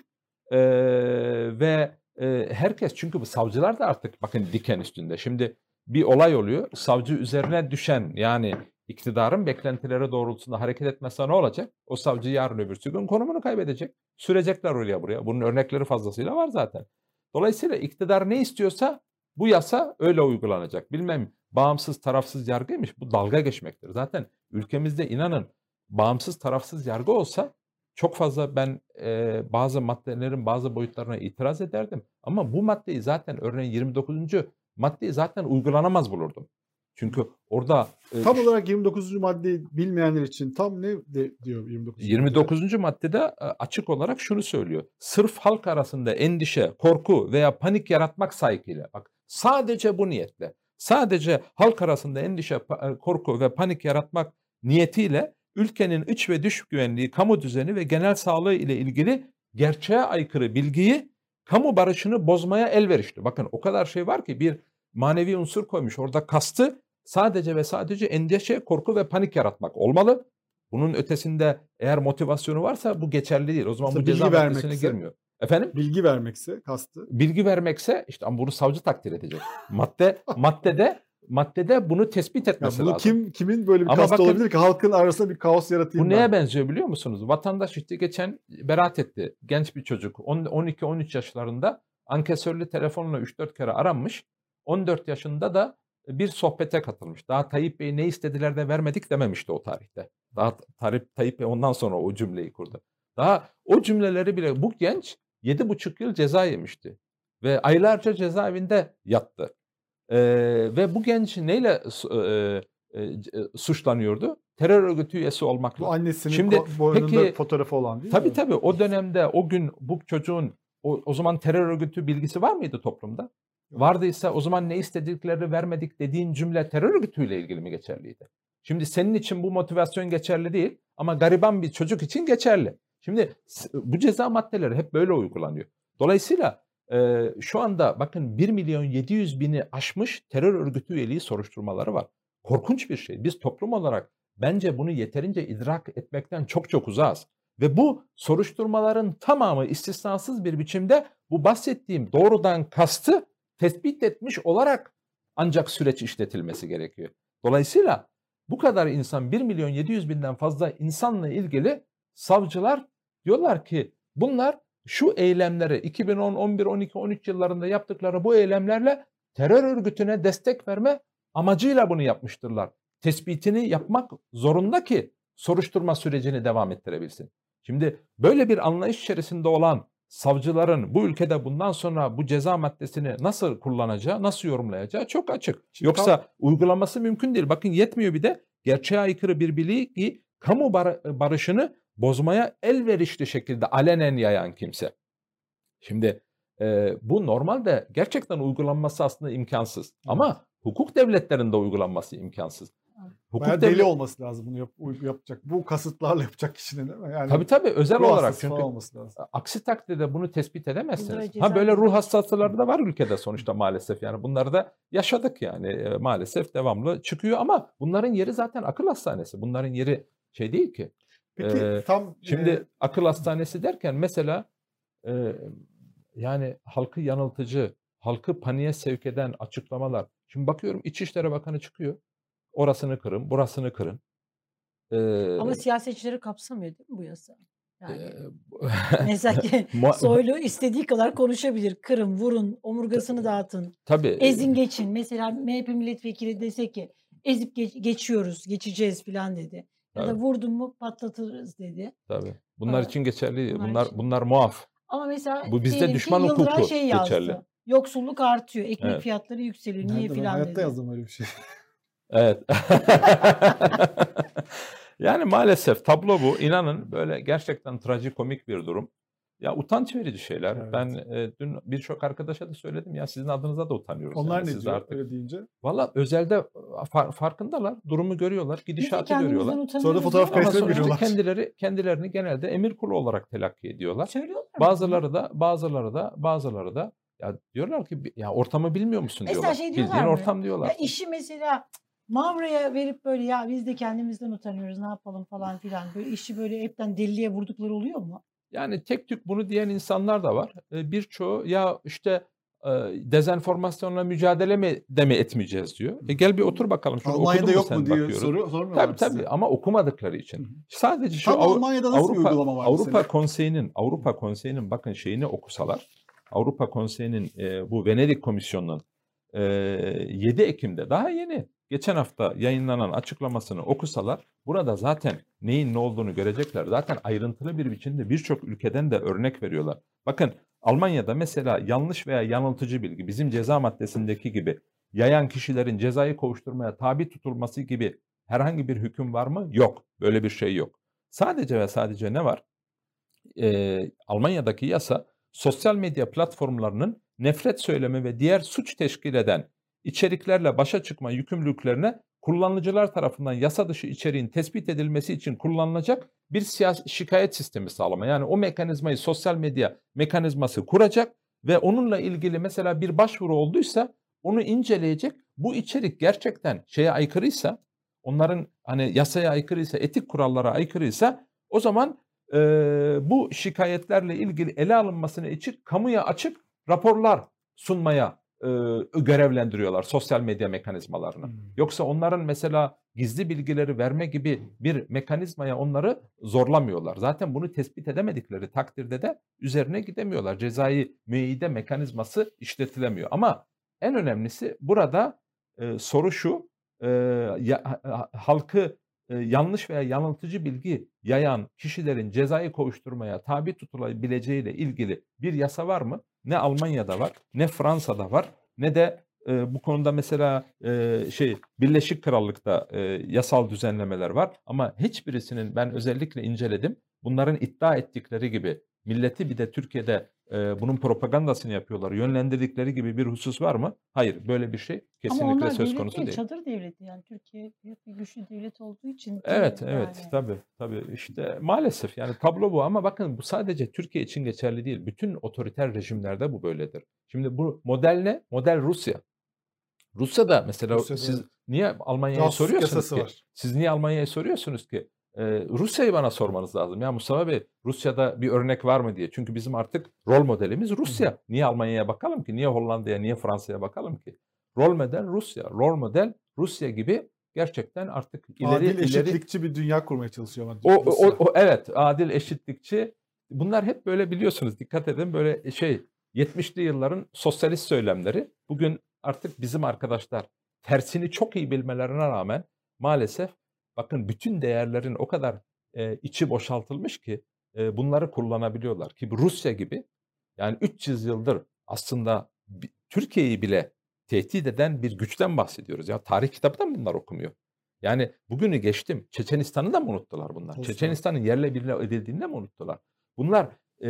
[SPEAKER 4] ve herkes, çünkü bu savcılar da artık bakın diken üstünde. Şimdi bir olay oluyor, savcı üzerine düşen yani iktidarın beklentileri doğrultusunda hareket etmezse ne olacak? O savcı yarın öbürsü gün konumunu kaybedecek. Sürecekler oraya buraya. Bunun örnekleri fazlasıyla var zaten. Dolayısıyla iktidar ne istiyorsa bu yasa öyle uygulanacak. Bilmem bağımsız tarafsız yargıymış. Bu dalga geçmektir. Zaten ülkemizde inanın bağımsız tarafsız yargı olsa çok fazla ben bazı maddelerin bazı boyutlarına itiraz ederdim. Ama bu maddeyi zaten örneğin 29. maddeyi zaten uygulanamaz bulurdum. Çünkü orada
[SPEAKER 3] tam olarak 29. maddeyi bilmeyenler için tam ne diyor
[SPEAKER 4] 29. maddede açık olarak şunu söylüyor. Sırf halk arasında endişe, korku veya panik yaratmak saygıyla, bak sadece bu niyetle, sadece halk arasında endişe, korku ve panik yaratmak niyetiyle ülkenin iç ve dış güvenliği, kamu düzeni ve genel sağlığı ile ilgili gerçeğe aykırı bilgiyi, kamu barışını bozmaya elverişli. Bakın o kadar şey var ki bir manevi unsur koymuş. Orada kastı sadece ve sadece endişe, korku ve panik yaratmak olmalı. Bunun ötesinde eğer motivasyonu varsa bu geçerli değil. O zaman
[SPEAKER 3] mesela
[SPEAKER 4] bu ceza maddesine girmiyor. Efendim?
[SPEAKER 3] Bilgi vermekse kastı.
[SPEAKER 4] Bilgi vermekse işte ama bunu savcı takdir edecek. Maddede bunu tespit etmesi
[SPEAKER 3] bunu
[SPEAKER 4] lazım.
[SPEAKER 3] Kimin böyle bir
[SPEAKER 4] Ama
[SPEAKER 3] kastı
[SPEAKER 4] bakın,
[SPEAKER 3] olabilir ki halkın arasında bir kaos yaratayım
[SPEAKER 4] bu
[SPEAKER 3] ben.
[SPEAKER 4] neye benziyor biliyor musunuz? Vatandaş işte geçen beraat etti. Genç bir çocuk 12-13 yaşlarında ankesörlü telefonla 3-4 kere aranmış. 14 yaşında da bir sohbete katılmış. Daha Tayyip Bey ne istediler de vermedik dememişti o tarihte. Daha Tayyip Bey ondan sonra o cümleyi kurdu. Daha o cümleleri bile bu genç 7,5 yıl ceza yemişti. Ve aylarca cezaevinde yattı. Ve bu genç neyle suçlanıyordu? Terör örgütü üyesi olmakla.
[SPEAKER 3] Bu annesinin
[SPEAKER 4] Şimdi,
[SPEAKER 3] boynunda fotoğrafı olan değil mi?
[SPEAKER 4] Tabii o dönemde o gün bu çocuğun o zaman terör örgütü bilgisi var mıydı toplumda? Yok. Vardıysa o zaman ne istediklerini vermedik dediğin cümle terör örgütüyle ilgili mi geçerliydi? Şimdi senin için bu motivasyon geçerli değil ama gariban bir çocuk için geçerli. Şimdi bu ceza maddeleri hep böyle uygulanıyor. Dolayısıyla Şu anda bakın 1.700.000'i aşmış terör örgütü üyeliği soruşturmaları var. Korkunç bir şey. Biz toplum olarak bence bunu yeterince idrak etmekten çok çok uzağız. Ve bu soruşturmaların tamamı istisnasız bir biçimde bu bahsettiğim doğrudan kastı tespit etmiş olarak ancak süreç işletilmesi gerekiyor. Dolayısıyla bu kadar insan 1.700.000'den fazla insanla ilgili savcılar diyorlar ki bunlar şu eylemleri 2010, 11, 12, 13 yıllarında yaptıkları bu eylemlerle terör örgütüne destek verme amacıyla bunu yapmıştırlar. Tespitini yapmak zorunda ki soruşturma sürecini devam ettirebilsin. Şimdi böyle bir anlayış içerisinde olan savcıların bu ülkede bundan sonra bu ceza maddesini nasıl kullanacağı, nasıl yorumlayacağı çok açık.
[SPEAKER 3] Şimdi
[SPEAKER 4] Yoksa uygulaması mümkün değil. Bakın yetmiyor bir de gerçeğe aykırı bir bilgi kamu barışını bozmaya elverişli şekilde alenen yayan kimse. Şimdi bu normalde gerçekten uygulanması aslında imkansız. Ama hukuk devletlerinde uygulanması imkansız.
[SPEAKER 3] Bayağı deli olması lazım bunu yapacak. Bu kasıtlarla yapacak kişinin değil mi? Yani
[SPEAKER 4] tabii özel
[SPEAKER 3] ruh
[SPEAKER 4] olarak.
[SPEAKER 3] hastası
[SPEAKER 4] Çünkü
[SPEAKER 3] falan olması lazım.
[SPEAKER 4] aksi takdirde bunu tespit edemezsiniz.
[SPEAKER 1] Bunlara
[SPEAKER 4] Ha
[SPEAKER 1] ceza
[SPEAKER 4] böyle ruh
[SPEAKER 1] verilmez.
[SPEAKER 4] hastalıkları da var ülkede sonuçta maalesef. Yani bunları da yaşadık yani maalesef devamlı çıkıyor ama bunların yeri zaten akıl hastanesi. Bunların yeri şey değil ki.
[SPEAKER 3] Peki tam
[SPEAKER 4] Şimdi akıl hastanesi derken mesela yani halkı yanıltıcı, halkı paniğe sevk eden açıklamalar. Şimdi bakıyorum İçişleri Bakanı çıkıyor. Orasını kırın, burasını kırın.
[SPEAKER 1] Ama siyasetçileri kapsamıyor değil mi bu yasa? Yani
[SPEAKER 4] Eee,
[SPEAKER 1] mesela ki Soylu istediği kadar konuşabilir. Kırın, vurun, omurgasını dağıtın.
[SPEAKER 4] Tabii.
[SPEAKER 1] Ezin geçin. Mesela MHP milletvekili dese ki ezip geçiyoruz, geçeceğiz falan dedi. Ya da
[SPEAKER 4] Tabii.
[SPEAKER 1] vurdun mu patlatırız dedi.
[SPEAKER 4] Tabii. Bunlar
[SPEAKER 1] Aa,
[SPEAKER 4] için geçerli.
[SPEAKER 1] bunlar için.
[SPEAKER 4] Bunlar muaf.
[SPEAKER 1] Ama mesela
[SPEAKER 4] Bu bizde
[SPEAKER 1] diyelim ki
[SPEAKER 4] düşman
[SPEAKER 1] Yıldıray
[SPEAKER 4] hukuku
[SPEAKER 1] şey yazdı.
[SPEAKER 4] geçerli.
[SPEAKER 1] Yoksulluk artıyor, ekmek
[SPEAKER 4] Evet.
[SPEAKER 1] fiyatları yükseliyor. Niye
[SPEAKER 3] nerede ben
[SPEAKER 1] filan
[SPEAKER 3] hayatta
[SPEAKER 1] dedi.
[SPEAKER 3] yazdım öyle bir şey.
[SPEAKER 4] Evet. Yani maalesef tablo bu. İnanın böyle gerçekten trajikomik bir durum. Ya utanç verici şeyler.
[SPEAKER 3] Evet.
[SPEAKER 4] Ben dün birçok arkadaşa da söyledim ya sizin adınıza da utanıyoruz.
[SPEAKER 3] Onlar
[SPEAKER 4] yani.
[SPEAKER 3] ne
[SPEAKER 4] Siz de
[SPEAKER 3] diyor
[SPEAKER 4] artık.
[SPEAKER 3] öyle deyince?
[SPEAKER 4] Valla özelde farkındalar. Durumu görüyorlar.
[SPEAKER 1] Biz de
[SPEAKER 4] Gidişatı
[SPEAKER 1] kendimizden
[SPEAKER 4] görüyorlar.
[SPEAKER 1] utanıyoruz.
[SPEAKER 3] Sonra fotoğraf
[SPEAKER 1] ama
[SPEAKER 4] Ama
[SPEAKER 3] kayıtları
[SPEAKER 4] sonuçta
[SPEAKER 3] veriyorlar.
[SPEAKER 4] kendilerini genelde emir kulu olarak telakki ediyorlar.
[SPEAKER 1] Söylüyorlar mı?
[SPEAKER 4] Bazıları da ya diyorlar ki ya ortamı bilmiyor musun
[SPEAKER 1] Mesela
[SPEAKER 4] diyorlar.
[SPEAKER 1] şey diyorlar
[SPEAKER 4] Bildiğin
[SPEAKER 1] mı?
[SPEAKER 4] ortam diyorlar.
[SPEAKER 1] Ya işi mesela Mavra'ya verip böyle ya biz de kendimizden utanıyoruz ne yapalım falan filan. Böyle işi böyle hepten deliliğe vurdukları oluyor mu?
[SPEAKER 4] Yani tek tük bunu diyen insanlar da var. Birçoğu ya işte dezenformasyonla mücadele mi etmeyeceğiz diyor. Gel bir otur bakalım şunu
[SPEAKER 3] Almanya'da
[SPEAKER 4] okudun mu
[SPEAKER 3] yok
[SPEAKER 4] sen
[SPEAKER 3] mu diye
[SPEAKER 4] bakıyoruz.
[SPEAKER 3] sormuyorlar
[SPEAKER 4] Tabii
[SPEAKER 3] size.
[SPEAKER 4] ama okumadıkları için. Sadece şu
[SPEAKER 3] Tam Almanya'da nasıl bir uygulama var mesela?
[SPEAKER 4] Avrupa Konseyi'nin bakın şeyini okusalar. Avrupa Konseyi'nin bu Venedik Komisyonu'nun 7 Ekim'de daha yeni geçen hafta yayınlanan açıklamasını okusalar burada zaten neyin ne olduğunu görecekler. Zaten ayrıntılı bir biçimde birçok ülkeden de örnek veriyorlar. Bakın Almanya'da mesela yanlış veya yanıltıcı bilgi bizim ceza maddesindeki gibi yayan kişilerin cezayı kovuşturmaya tabi tutulması gibi herhangi bir hüküm var mı? Yok. Böyle bir şey yok. Sadece ve sadece ne var? Almanya'daki yasa sosyal medya platformlarının nefret söylemi ve diğer suç teşkil eden içeriklerle başa çıkma yükümlülüklerine kullanıcılar tarafından yasa dışı içeriğin tespit edilmesi için kullanılacak bir şikayet sistemi sağlama. Yani o mekanizmayı sosyal medya mekanizması kuracak ve onunla ilgili mesela bir başvuru olduysa onu inceleyecek. Bu içerik gerçekten şeye aykırıysa, onların hani yasaya aykırıysa, etik kurallara aykırıysa o zaman bu şikayetlerle ilgili ele alınmasını için kamuya açık raporlar sunmaya görevlendiriyorlar sosyal medya mekanizmalarını. Yoksa onların mesela gizli bilgileri verme gibi bir mekanizmaya onları zorlamıyorlar. Zaten bunu tespit edemedikleri takdirde de üzerine gidemiyorlar. Cezai müeyyide mekanizması işletilemiyor. Ama en önemlisi burada soru şu, halkı yanlış veya yanıltıcı bilgi yayan kişilerin cezayı kovuşturmaya tabi tutulabileceğiyle ilgili bir yasa var mı? Ne Almanya'da var, ne Fransa'da var, ne de bu konuda mesela Birleşik Krallık'ta yasal düzenlemeler var. Ama hiçbirisinin ben özellikle inceledim. Bunların iddia ettikleri gibi milleti bir de Türkiye'de bunun propagandasını yapıyorlar. Yönlendirdikleri gibi bir husus var mı? Hayır. Böyle bir şey
[SPEAKER 1] Ama
[SPEAKER 4] kesinlikle
[SPEAKER 1] onlar
[SPEAKER 4] söz
[SPEAKER 1] devlet
[SPEAKER 4] konusu
[SPEAKER 1] değil,
[SPEAKER 4] değil.
[SPEAKER 1] çadır devleti. Yani Türkiye büyük bir güçlü devlet olduğu için
[SPEAKER 4] Evet,
[SPEAKER 1] değil
[SPEAKER 4] evet,
[SPEAKER 1] yani.
[SPEAKER 4] tabii işte maalesef yani tablo bu ama bakın bu sadece Türkiye için geçerli değil. Bütün otoriter rejimlerde bu böyledir. Şimdi bu model ne? Model Rusya. Rusya'da mesela
[SPEAKER 3] Rusya'da
[SPEAKER 4] siz
[SPEAKER 3] evet.
[SPEAKER 4] niye Almanya'ya
[SPEAKER 3] Casusluk
[SPEAKER 4] soruyorsunuz
[SPEAKER 3] yasası
[SPEAKER 4] ki?
[SPEAKER 3] var.
[SPEAKER 4] Siz niye Almanya'ya soruyorsunuz ki? Rusya'yı bana sormanız lazım. Ya Mustafa Bey, Rusya'da bir örnek var mı diye. Çünkü bizim artık rol modelimiz Rusya. Niye Almanya'ya bakalım ki? Niye Hollanda'ya, niye Fransa'ya bakalım ki? Rol model Rusya. Rol model Rusya gibi gerçekten artık
[SPEAKER 3] Adil,
[SPEAKER 4] ileri
[SPEAKER 3] eşitlikçi bir dünya kurmaya çalışıyor ama Rusya.
[SPEAKER 4] evet, adil, eşitlikçi. Bunlar hep böyle biliyorsunuz. Dikkat edin böyle 70'li yılların sosyalist söylemleri. Bugün artık bizim arkadaşlar tersini çok iyi bilmelerine rağmen maalesef bakın bütün değerlerin o kadar içi boşaltılmış ki bunları kullanabiliyorlar. Ki Rusya gibi yani 300 yıldır aslında Türkiye'yi bile tehdit eden bir güçten bahsediyoruz. Ya tarih kitabı da bunlar okumuyor. Yani bugünü geçtim. Çeçenistan'ı da mı unuttular bunlar?
[SPEAKER 3] Olsun.
[SPEAKER 4] Çeçenistan'ın yerle bir edildiğini de mi unuttular? Bunlar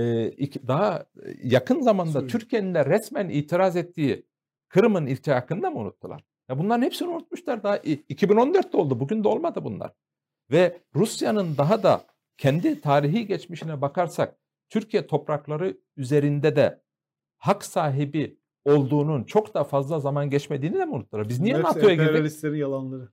[SPEAKER 4] daha yakın zamanda
[SPEAKER 3] Söyle.
[SPEAKER 4] Türkiye'nin de resmen itiraz ettiği Kırım'ın iltihakını da mı unuttular? Ya bunların hepsini unutmuşlar. Daha 2014'te oldu. Bugün de olmadı bunlar. Ve Rusya'nın daha da kendi tarihi geçmişine bakarsak Türkiye toprakları üzerinde de hak sahibi olduğunun çok da fazla zaman geçmediğini de mi unuttular? Biz niye NATO'ya girdik?
[SPEAKER 3] Emperyalistlerin yalanları.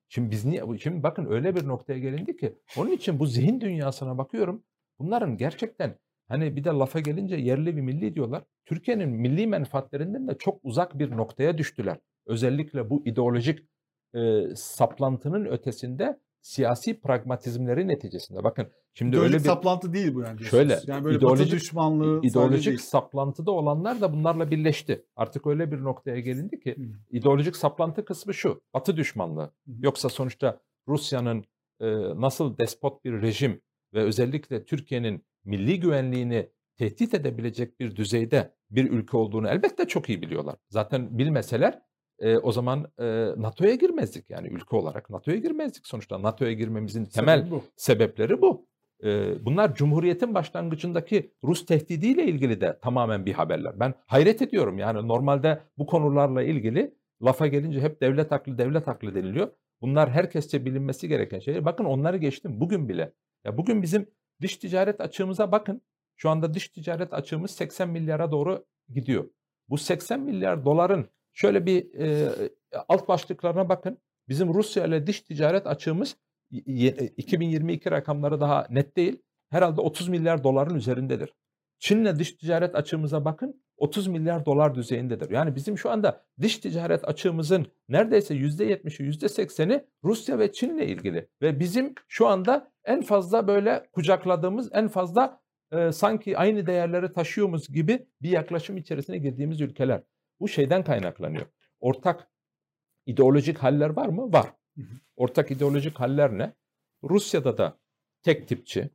[SPEAKER 4] Şimdi bakın öyle bir noktaya gelindi ki onun için bu zihin dünyasına bakıyorum. Bunların gerçekten hani bir de lafa gelince yerli ve milli diyorlar. Türkiye'nin milli menfaatlerinden de çok uzak bir noktaya düştüler. Özellikle bu ideolojik saplantının ötesinde siyasi pragmatizmleri neticesinde. Bakın şimdi
[SPEAKER 3] İdeolojik
[SPEAKER 4] öyle bir
[SPEAKER 3] saplantı değil bu yani.
[SPEAKER 4] şöyle
[SPEAKER 3] Yani böyle Batı düşmanlığı sadece
[SPEAKER 4] ideolojik
[SPEAKER 3] değil.
[SPEAKER 4] saplantıda olanlar da bunlarla birleşti. Artık öyle bir noktaya gelindi ki ideolojik saplantı kısmı şu. Batı düşmanlığı. Yoksa sonuçta Rusya'nın nasıl despot bir rejim ve özellikle Türkiye'nin milli güvenliğini tehdit edebilecek bir düzeyde bir ülke olduğunu elbette çok iyi biliyorlar. Zaten bilmeseler o zaman NATO'ya girmezdik yani ülke olarak. NATO'ya girmezdik sonuçta. NATO'ya girmemizin temel sebepleri bu. Bunlar Cumhuriyet'in başlangıcındaki Rus tehdidiyle ilgili de tamamen bir haberler. Ben hayret ediyorum yani normalde bu konularla ilgili lafa gelince hep devlet haklı deniliyor. Bunlar herkesçe bilinmesi gereken şeyler. Bakın onları geçtim bugün bile. Ya bugün bizim dış ticaret açığımıza bakın. Şu anda dış ticaret açığımız 80 milyara doğru gidiyor. Bu 80 milyar doların şöyle bir alt başlıklarına bakın. Bizim Rusya ile dış ticaret açığımız 2022 rakamları daha net değil. Herhalde 30 milyar doların üzerindedir. Çin'le dış ticaret açığımıza bakın 30 milyar dolar düzeyindedir. Yani bizim şu anda dış ticaret açığımızın neredeyse %70'i %80'i Rusya ve Çin'le ilgili. Ve bizim şu anda en fazla böyle kucakladığımız en fazla sanki aynı değerleri taşıyoruz gibi bir yaklaşım içerisine girdiğimiz ülkeler. Bu şeyden kaynaklanıyor. Ortak ideolojik haller var mı? Var. Ortak ideolojik haller ne? Rusya'da da tek tipçi,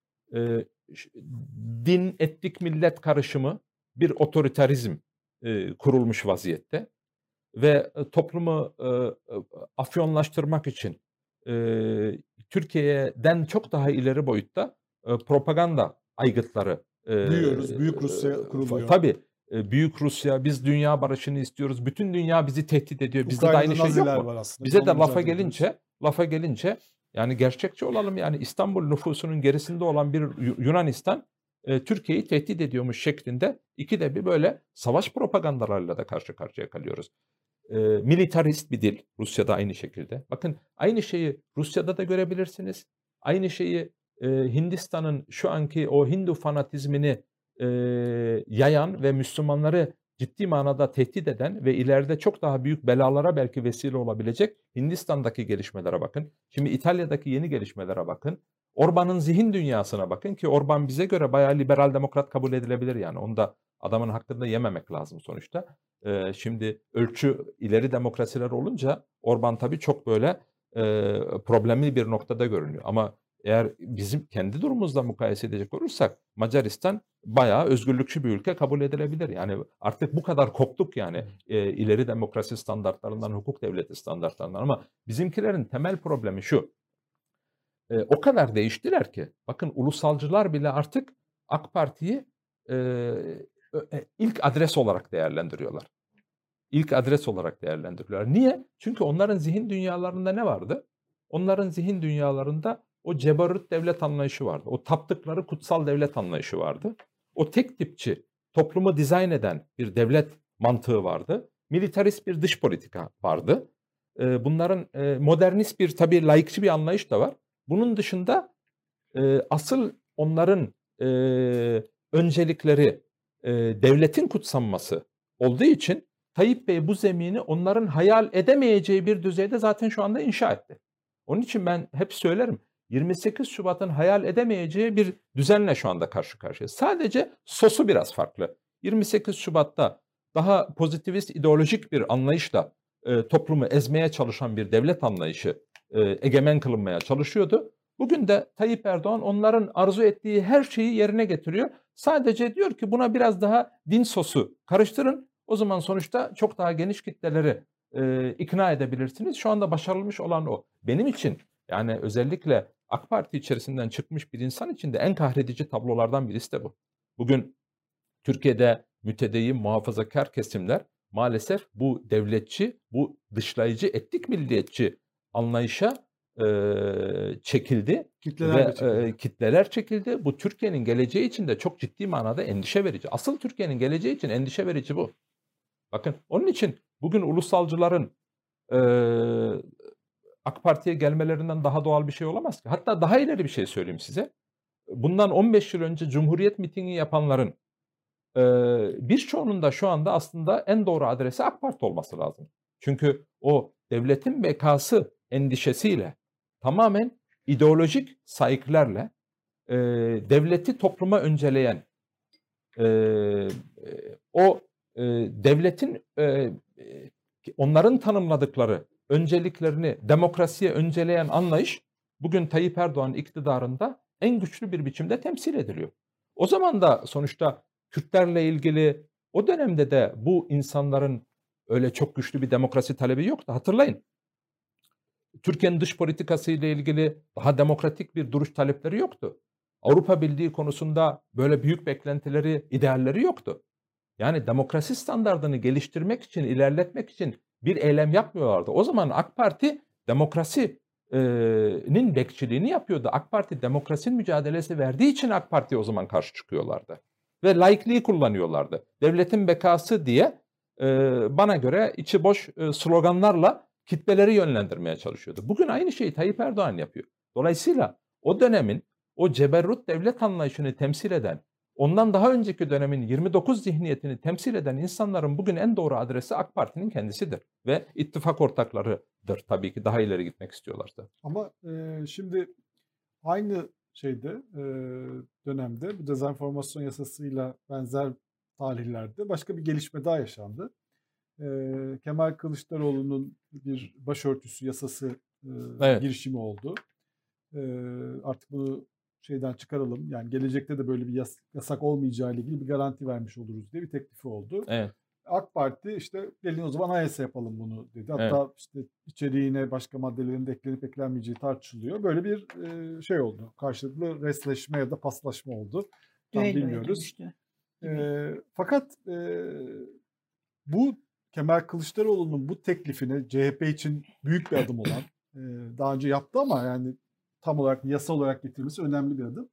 [SPEAKER 4] din, etnik, millet karışımı bir otoriterizm kurulmuş vaziyette ve toplumu afyonlaştırmak için Türkiye'den çok daha ileri boyutta propaganda aygıtları
[SPEAKER 3] Duyuyoruz. Büyük Rusya kuruluyor.
[SPEAKER 4] Tabii. Büyük Rusya, biz dünya barışını istiyoruz. Bütün dünya bizi tehdit ediyor. Bizde de aynı şey yok mu? Bize de lafa gelince yani gerçekçi olalım. Yani İstanbul nüfusunun gerisinde olan bir Yunanistan Türkiye'yi tehdit ediyormuş şeklinde ikide bir böyle savaş propagandalarıyla da karşı karşıya kalıyoruz. Militarist bir dil Rusya'da aynı şekilde. Bakın aynı şeyi Rusya'da da görebilirsiniz. Aynı şeyi Hindistan'ın şu anki o Hindu fanatizmini yayan ve Müslümanları ciddi manada tehdit eden ve ileride çok daha büyük belalara belki vesile olabilecek Hindistan'daki gelişmelere bakın. Şimdi İtalya'daki yeni gelişmelere bakın. Orban'ın zihin dünyasına bakın ki Orban bize göre bayağı liberal demokrat kabul edilebilir yani. Onu da adamın hakkında yememek lazım sonuçta. Şimdi ölçü ileri demokrasiler olunca Orban tabii çok böyle problemli bir noktada görünüyor. Ama eğer bizim kendi durumumuzla mukayese edecek olursak Macaristan bayağı özgürlükçü bir ülke kabul edilebilir. Yani artık bu kadar koptuk yani ileri demokrasi standartlarından, hukuk devleti standartlarından. Ama bizimkilerin temel problemi şu. O kadar değiştiler ki bakın ulusalcılar bile artık AK Parti'yi ilk adres olarak değerlendiriyorlar. İlk adres olarak değerlendiriyorlar. Niye? Çünkü onların zihin dünyalarında ne vardı? Onların zihin dünyalarında o cebarut devlet anlayışı vardı. O taptıkları kutsal devlet anlayışı vardı. O tek tipçi, toplumu dizayn eden bir devlet mantığı vardı. Militarist bir dış politika vardı. Bunların modernist bir, tabii laikçi bir anlayış da var. Bunun dışında asıl onların öncelikleri devletin kutsanması olduğu için Tayyip Bey bu zemini onların hayal edemeyeceği bir düzeyde zaten şu anda inşa etti. Onun için ben hep söylerim, 28 Şubat'ın hayal edemeyeceği bir düzenle şu anda karşı karşıyayız. Sadece sosu biraz farklı. 28 Şubat'ta daha pozitivist ideolojik bir anlayışla toplumu ezmeye çalışan bir devlet anlayışı egemen kılınmaya çalışıyordu. Bugün de Tayyip Erdoğan onların arzu ettiği her şeyi yerine getiriyor. Sadece diyor ki buna biraz daha din sosu karıştırın. O zaman sonuçta çok daha geniş kitleleri ikna edebilirsiniz. Şu anda başarılmış olan o. Benim için yani özellikle AK Parti içerisinden çıkmış bir insan için de en kahredici tablolardan birisi de bu. Bugün Türkiye'de mütedeyyin muhafazakar kesimler maalesef bu devletçi, bu dışlayıcı, etnik milliyetçi anlayışa çekildi. Kitleler çekildi. Bu Türkiye'nin geleceği için de çok ciddi manada endişe verici. Asıl Türkiye'nin geleceği için endişe verici bu. Bakın onun için bugün ulusalcıların AK Parti'ye gelmelerinden daha doğal bir şey olamaz ki. Hatta daha ileri bir şey söyleyeyim size. Bundan 15 yıl önce Cumhuriyet mitingi yapanların birçoğunun da şu anda aslında en doğru adresi AK Parti olması lazım. Çünkü o devletin bekası endişesiyle tamamen ideolojik saygılarla devleti topluma önceleyen devletin onların tanımladıkları önceliklerini demokrasiye önceleyen anlayış bugün Tayyip Erdoğan iktidarında en güçlü bir biçimde temsil ediliyor. O zaman da sonuçta Kürtlerle ilgili o dönemde de bu insanların öyle çok güçlü bir demokrasi talebi yoktu. Hatırlayın. Türkiye'nin dış politikası ile ilgili daha demokratik bir duruş talepleri yoktu. Avrupa Birliği konusunda böyle büyük beklentileri, idealleri yoktu. Yani demokrasi standardını geliştirmek için, ilerletmek için bir eylem yapmıyorlardı. O zaman AK Parti demokrasinin bekçiliğini yapıyordu. AK Parti demokrasinin mücadelesi verdiği için AK Parti'ye o zaman karşı çıkıyorlardı. Ve laikliği kullanıyorlardı. Devletin bekası diye bana göre içi boş sloganlarla kitleleri yönlendirmeye çalışıyordu. Bugün aynı şeyi Tayyip Erdoğan yapıyor. Dolayısıyla o dönemin o ceberrut devlet anlayışını temsil eden, ondan daha önceki dönemin 29 zihniyetini temsil eden insanların bugün en doğru adresi AK Parti'nin kendisidir. Ve ittifak ortaklarıdır tabii ki, daha ileri gitmek istiyorlarsa.
[SPEAKER 3] Ama şimdi aynı dönemde bu dezenformasyon yasasıyla benzer tarihlerde başka bir gelişme daha yaşandı. Kemal Kılıçdaroğlu'nun bir başörtüsü yasası girişimi oldu. Artık bunu şeyden çıkaralım. Yani gelecekte de böyle bir yasak olmayacağı ile ilgili bir garanti vermiş oluruz diye bir teklifi oldu. Evet. AK Parti işte gelin o zaman anayasa yapalım bunu dedi. Hatta işte içeriğine başka maddelerin de eklenip eklenmeyeceği tartışılıyor. Böyle bir şey oldu. Karşılıklı resleşme ya da paslaşma oldu. Tam bilmiyoruz. Fakat bu Kemal Kılıçdaroğlu'nun bu teklifine CHP için büyük bir adım olan, daha önce yaptı ama yani tam olarak yasa olarak getirmesi önemli bir adım.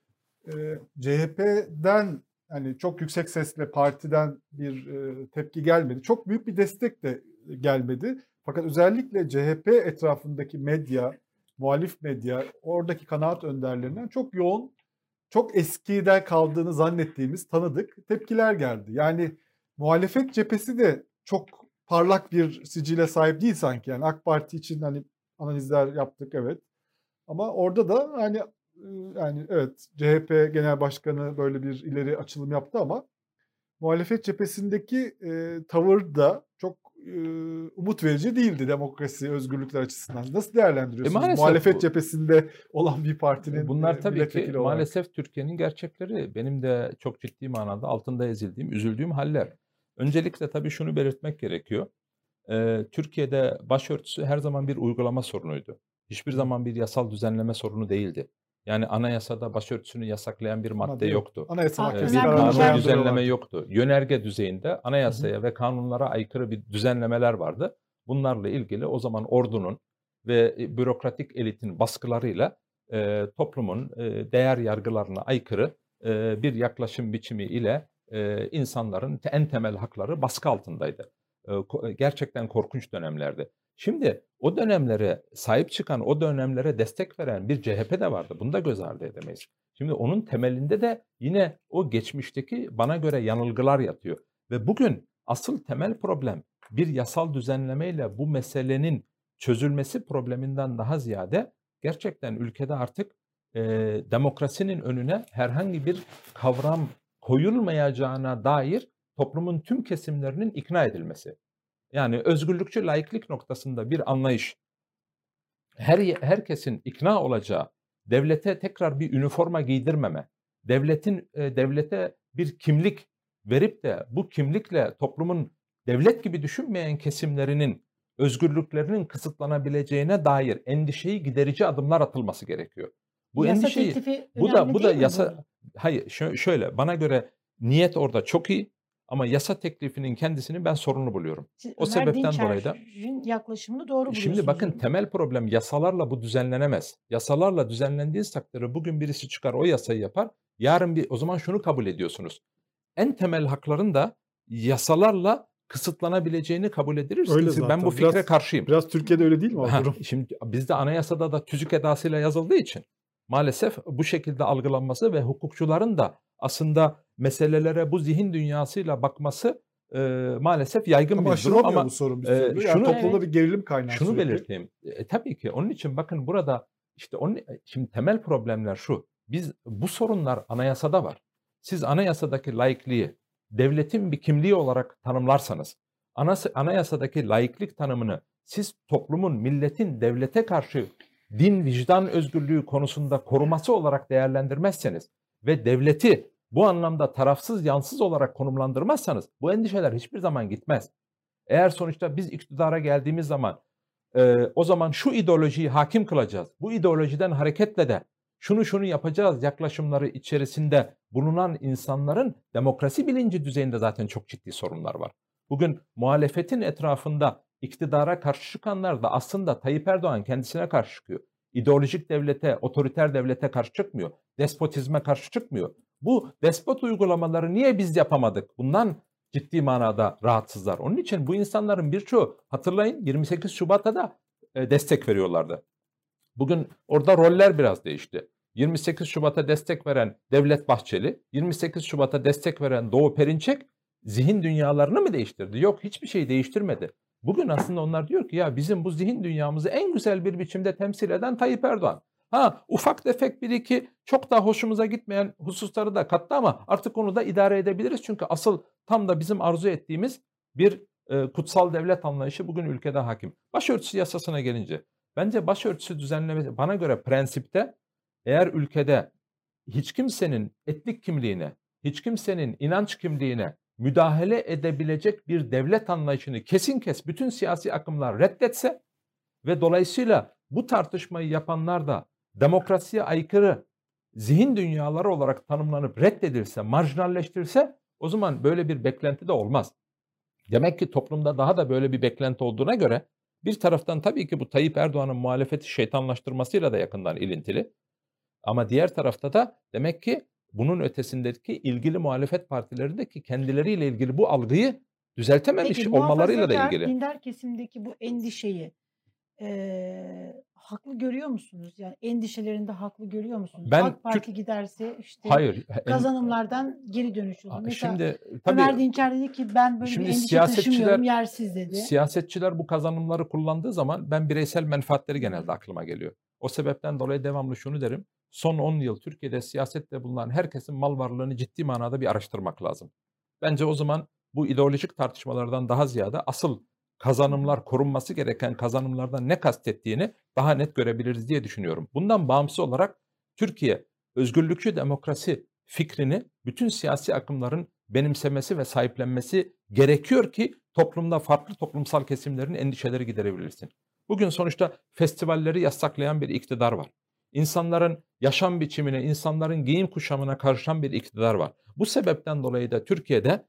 [SPEAKER 3] CHP'den yani çok yüksek sesle partiden bir tepki gelmedi. Çok büyük bir destek de gelmedi. Fakat özellikle CHP etrafındaki medya, muhalif medya, oradaki kanaat önderlerinden çok yoğun, çok eskiden kaldığını zannettiğimiz tanıdık tepkiler geldi. Yani muhalefet cephesi de çok parlak bir sicile sahip değil sanki. Yani AK Parti için hani analizler yaptık, evet. Ama orada da hani yani evet CHP Genel Başkanı böyle bir ileri açılım yaptı ama muhalefet cephesindeki tavır da çok umut verici değildi demokrasi, özgürlükler açısından. Nasıl değerlendiriyorsunuz muhalefet cephesinde olan bir partinin
[SPEAKER 4] bunlar tabii ki
[SPEAKER 3] olarak?
[SPEAKER 4] Maalesef Türkiye'nin gerçekleri. Benim de çok ciddi manada altında ezildiğim, üzüldüğüm haller. Öncelikle tabii şunu belirtmek gerekiyor. Türkiye'de başörtüsü her zaman bir uygulama sorunuydu. Hiçbir zaman bir yasal düzenleme sorunu değildi. Yani anayasada başörtüsünü yasaklayan bir madde yoktu.
[SPEAKER 3] Anayasa
[SPEAKER 1] Ha,
[SPEAKER 3] Mahkemesi
[SPEAKER 4] Bir
[SPEAKER 1] önemli
[SPEAKER 3] kararı
[SPEAKER 1] bir
[SPEAKER 4] kanun
[SPEAKER 1] şey.
[SPEAKER 4] düzenleme yoktu. Yönerge düzeyinde anayasaya ve kanunlara aykırı bir düzenlemeler vardı. Bunlarla ilgili o zaman ordunun ve bürokratik elitin baskılarıyla toplumun değer yargılarına aykırı bir yaklaşım biçimi ile insanların en temel hakları baskı altındaydı. Gerçekten korkunç dönemlerdi. Şimdi o dönemlere sahip çıkan, o dönemlere destek veren bir CHP de vardı. Bunu da göz ardı edemeyiz. Şimdi onun temelinde de yine o geçmişteki bana göre yanılgılar yatıyor. Ve bugün asıl temel problem bir yasal düzenlemeyle bu meselenin çözülmesi probleminden daha ziyade gerçekten ülkede artık demokrasinin önüne herhangi bir kavram koyulmayacağına dair toplumun tüm kesimlerinin ikna edilmesi. Yani özgürlükçü laiklik noktasında bir anlayış, herkesin ikna olacağı, devlete tekrar bir üniforma giydirmeme, devlete bir kimlik verip de bu kimlikle toplumun devlet gibi düşünmeyen kesimlerinin özgürlüklerinin kısıtlanabileceğine dair endişeyi giderici adımlar atılması gerekiyor. Bu
[SPEAKER 1] Yasa
[SPEAKER 4] endişeyi
[SPEAKER 1] teklifi
[SPEAKER 4] bu
[SPEAKER 1] önemli
[SPEAKER 4] da
[SPEAKER 1] değil mi
[SPEAKER 4] yasa
[SPEAKER 1] burada?
[SPEAKER 4] hayır şöyle bana göre niyet orada çok iyi ama yasa teklifinin kendisini ben sorunlu buluyorum.
[SPEAKER 1] Siz
[SPEAKER 4] O
[SPEAKER 1] Ömer
[SPEAKER 4] sebepten dolayı da
[SPEAKER 1] Dinçer'in yaklaşımını doğru
[SPEAKER 4] şimdi
[SPEAKER 1] buluyorsunuz.
[SPEAKER 4] bakın
[SPEAKER 1] öyle mi?
[SPEAKER 4] temel problem yasalarla bu düzenlenemez. Yasalarla düzenlendiği takdirde bugün birisi çıkar o yasayı yapar. Yarın o zaman şunu kabul ediyorsunuz. En temel hakların da yasalarla kısıtlanabileceğini kabul ederiz.
[SPEAKER 3] Öyle
[SPEAKER 4] Ben
[SPEAKER 3] zaten.
[SPEAKER 4] bu fikre karşıyım.
[SPEAKER 3] Biraz Türkiye'de öyle değil mi o durum?
[SPEAKER 4] Şimdi bizde anayasada da tüzük edasıyla yazıldığı için maalesef bu şekilde algılanması ve hukukçuların da aslında meselelere bu zihin dünyasıyla bakması maalesef yaygın
[SPEAKER 3] Ama
[SPEAKER 4] bir durum.
[SPEAKER 3] aşılamıyor
[SPEAKER 4] Ama
[SPEAKER 3] bu sorun bir türlü. Yani
[SPEAKER 4] şunu-
[SPEAKER 3] toplumda bir gerilim kaynağı
[SPEAKER 4] şunu
[SPEAKER 3] sürekli.
[SPEAKER 4] belirteyim. Tabii ki onun için bakın burada işte şimdi temel problemler şu. Biz bu sorunlar anayasada var. Siz anayasadaki laikliği devletin bir kimliği olarak tanımlarsanız, anayasadaki laiklik tanımını siz toplumun, milletin devlete karşı din, vicdan özgürlüğü konusunda koruması olarak değerlendirmezseniz ve devleti bu anlamda tarafsız, yansız olarak konumlandırmazsanız bu endişeler hiçbir zaman gitmez. Eğer sonuçta biz iktidara geldiğimiz zaman o zaman şu ideolojiyi hakim kılacağız. Bu ideolojiden hareketle de şunu yapacağız yaklaşımları içerisinde bulunan insanların demokrasi bilinci düzeyinde zaten çok ciddi sorunlar var. Bugün muhalefetin etrafında iktidara karşı çıkanlar da aslında Tayyip Erdoğan kendisine karşı çıkıyor. İdeolojik devlete, otoriter devlete karşı çıkmıyor. Despotizme karşı çıkmıyor. Bu despot uygulamaları niye biz yapamadık? Bundan ciddi manada rahatsızlar. Onun için bu insanların birçoğu hatırlayın 28 Şubat'ta da destek veriyorlardı. Bugün orada roller biraz değişti. 28 Şubat'a destek veren Devlet Bahçeli, 28 Şubat'a destek veren Doğu Perinçek zihin dünyalarını mı değiştirdi? Yok, hiçbir şey değiştirmedi. Bugün aslında onlar diyor ki ya bizim bu zihin dünyamızı en güzel bir biçimde temsil eden Tayyip Erdoğan. Ufak tefek bir iki çok da hoşumuza gitmeyen hususları da kattı ama artık onu da idare edebiliriz. Çünkü asıl tam da bizim arzu ettiğimiz bir kutsal devlet anlayışı bugün ülkede hakim. Başörtüsü yasasına gelince bence başörtüsü düzenlemesi bana göre prensipte eğer ülkede hiç kimsenin etnik kimliğine, hiç kimsenin inanç kimliğine müdahale edebilecek bir devlet anlayışını kesin bütün siyasi akımlar reddetse ve dolayısıyla bu tartışmayı yapanlar da demokrasiye aykırı zihin dünyaları olarak tanımlanıp reddedilse, marjinalleştirilse o zaman böyle bir beklenti de olmaz. Demek ki toplumda daha da böyle bir beklenti olduğuna göre bir taraftan tabii ki bu Tayyip Erdoğan'ın muhalefeti şeytanlaştırmasıyla da yakından ilintili. Ama diğer tarafta da demek ki bunun ötesindeki ilgili muhalefet partilerindeki kendileriyle ilgili bu algıyı düzeltememiş
[SPEAKER 1] Peki
[SPEAKER 4] olmalarıyla da
[SPEAKER 1] muhafazakar,
[SPEAKER 4] ilgili.
[SPEAKER 1] dindar kesimdeki bu endişeyi haklı görüyor musunuz? Yani endişelerinde haklı görüyor musunuz?
[SPEAKER 4] Ben
[SPEAKER 1] AK Parti giderse işte
[SPEAKER 4] Hayır.
[SPEAKER 1] kazanımlardan geri dönüş olur. Mesela
[SPEAKER 4] Şimdi
[SPEAKER 1] Ömer
[SPEAKER 4] tabii
[SPEAKER 1] Dinçer dedi ki ben böyle bir
[SPEAKER 4] şimdi
[SPEAKER 1] endişe taşımıyorum, yersiz dedi.
[SPEAKER 4] siyasetçiler bu kazanımları kullandığı zaman ben bireysel menfaatleri genelde aklıma geliyor. O sebepten dolayı devamlı şunu derim. Son 10 yıl Türkiye'de siyasette bulunan herkesin mal varlığını ciddi manada bir araştırmak lazım. Bence o zaman bu ideolojik tartışmalardan daha ziyade asıl kazanımlar, korunması gereken kazanımlardan ne kastettiğini daha net görebiliriz diye düşünüyorum. Bundan bağımsız olarak Türkiye özgürlükçü demokrasi fikrini bütün siyasi akımların benimsemesi ve sahiplenmesi gerekiyor ki toplumda farklı toplumsal kesimlerin endişeleri giderebilirsin. Bugün sonuçta festivalleri yasaklayan bir iktidar var. İnsanların yaşam biçimine, insanların giyim kuşamına karışan bir iktidar var. Bu sebepten dolayı da Türkiye'de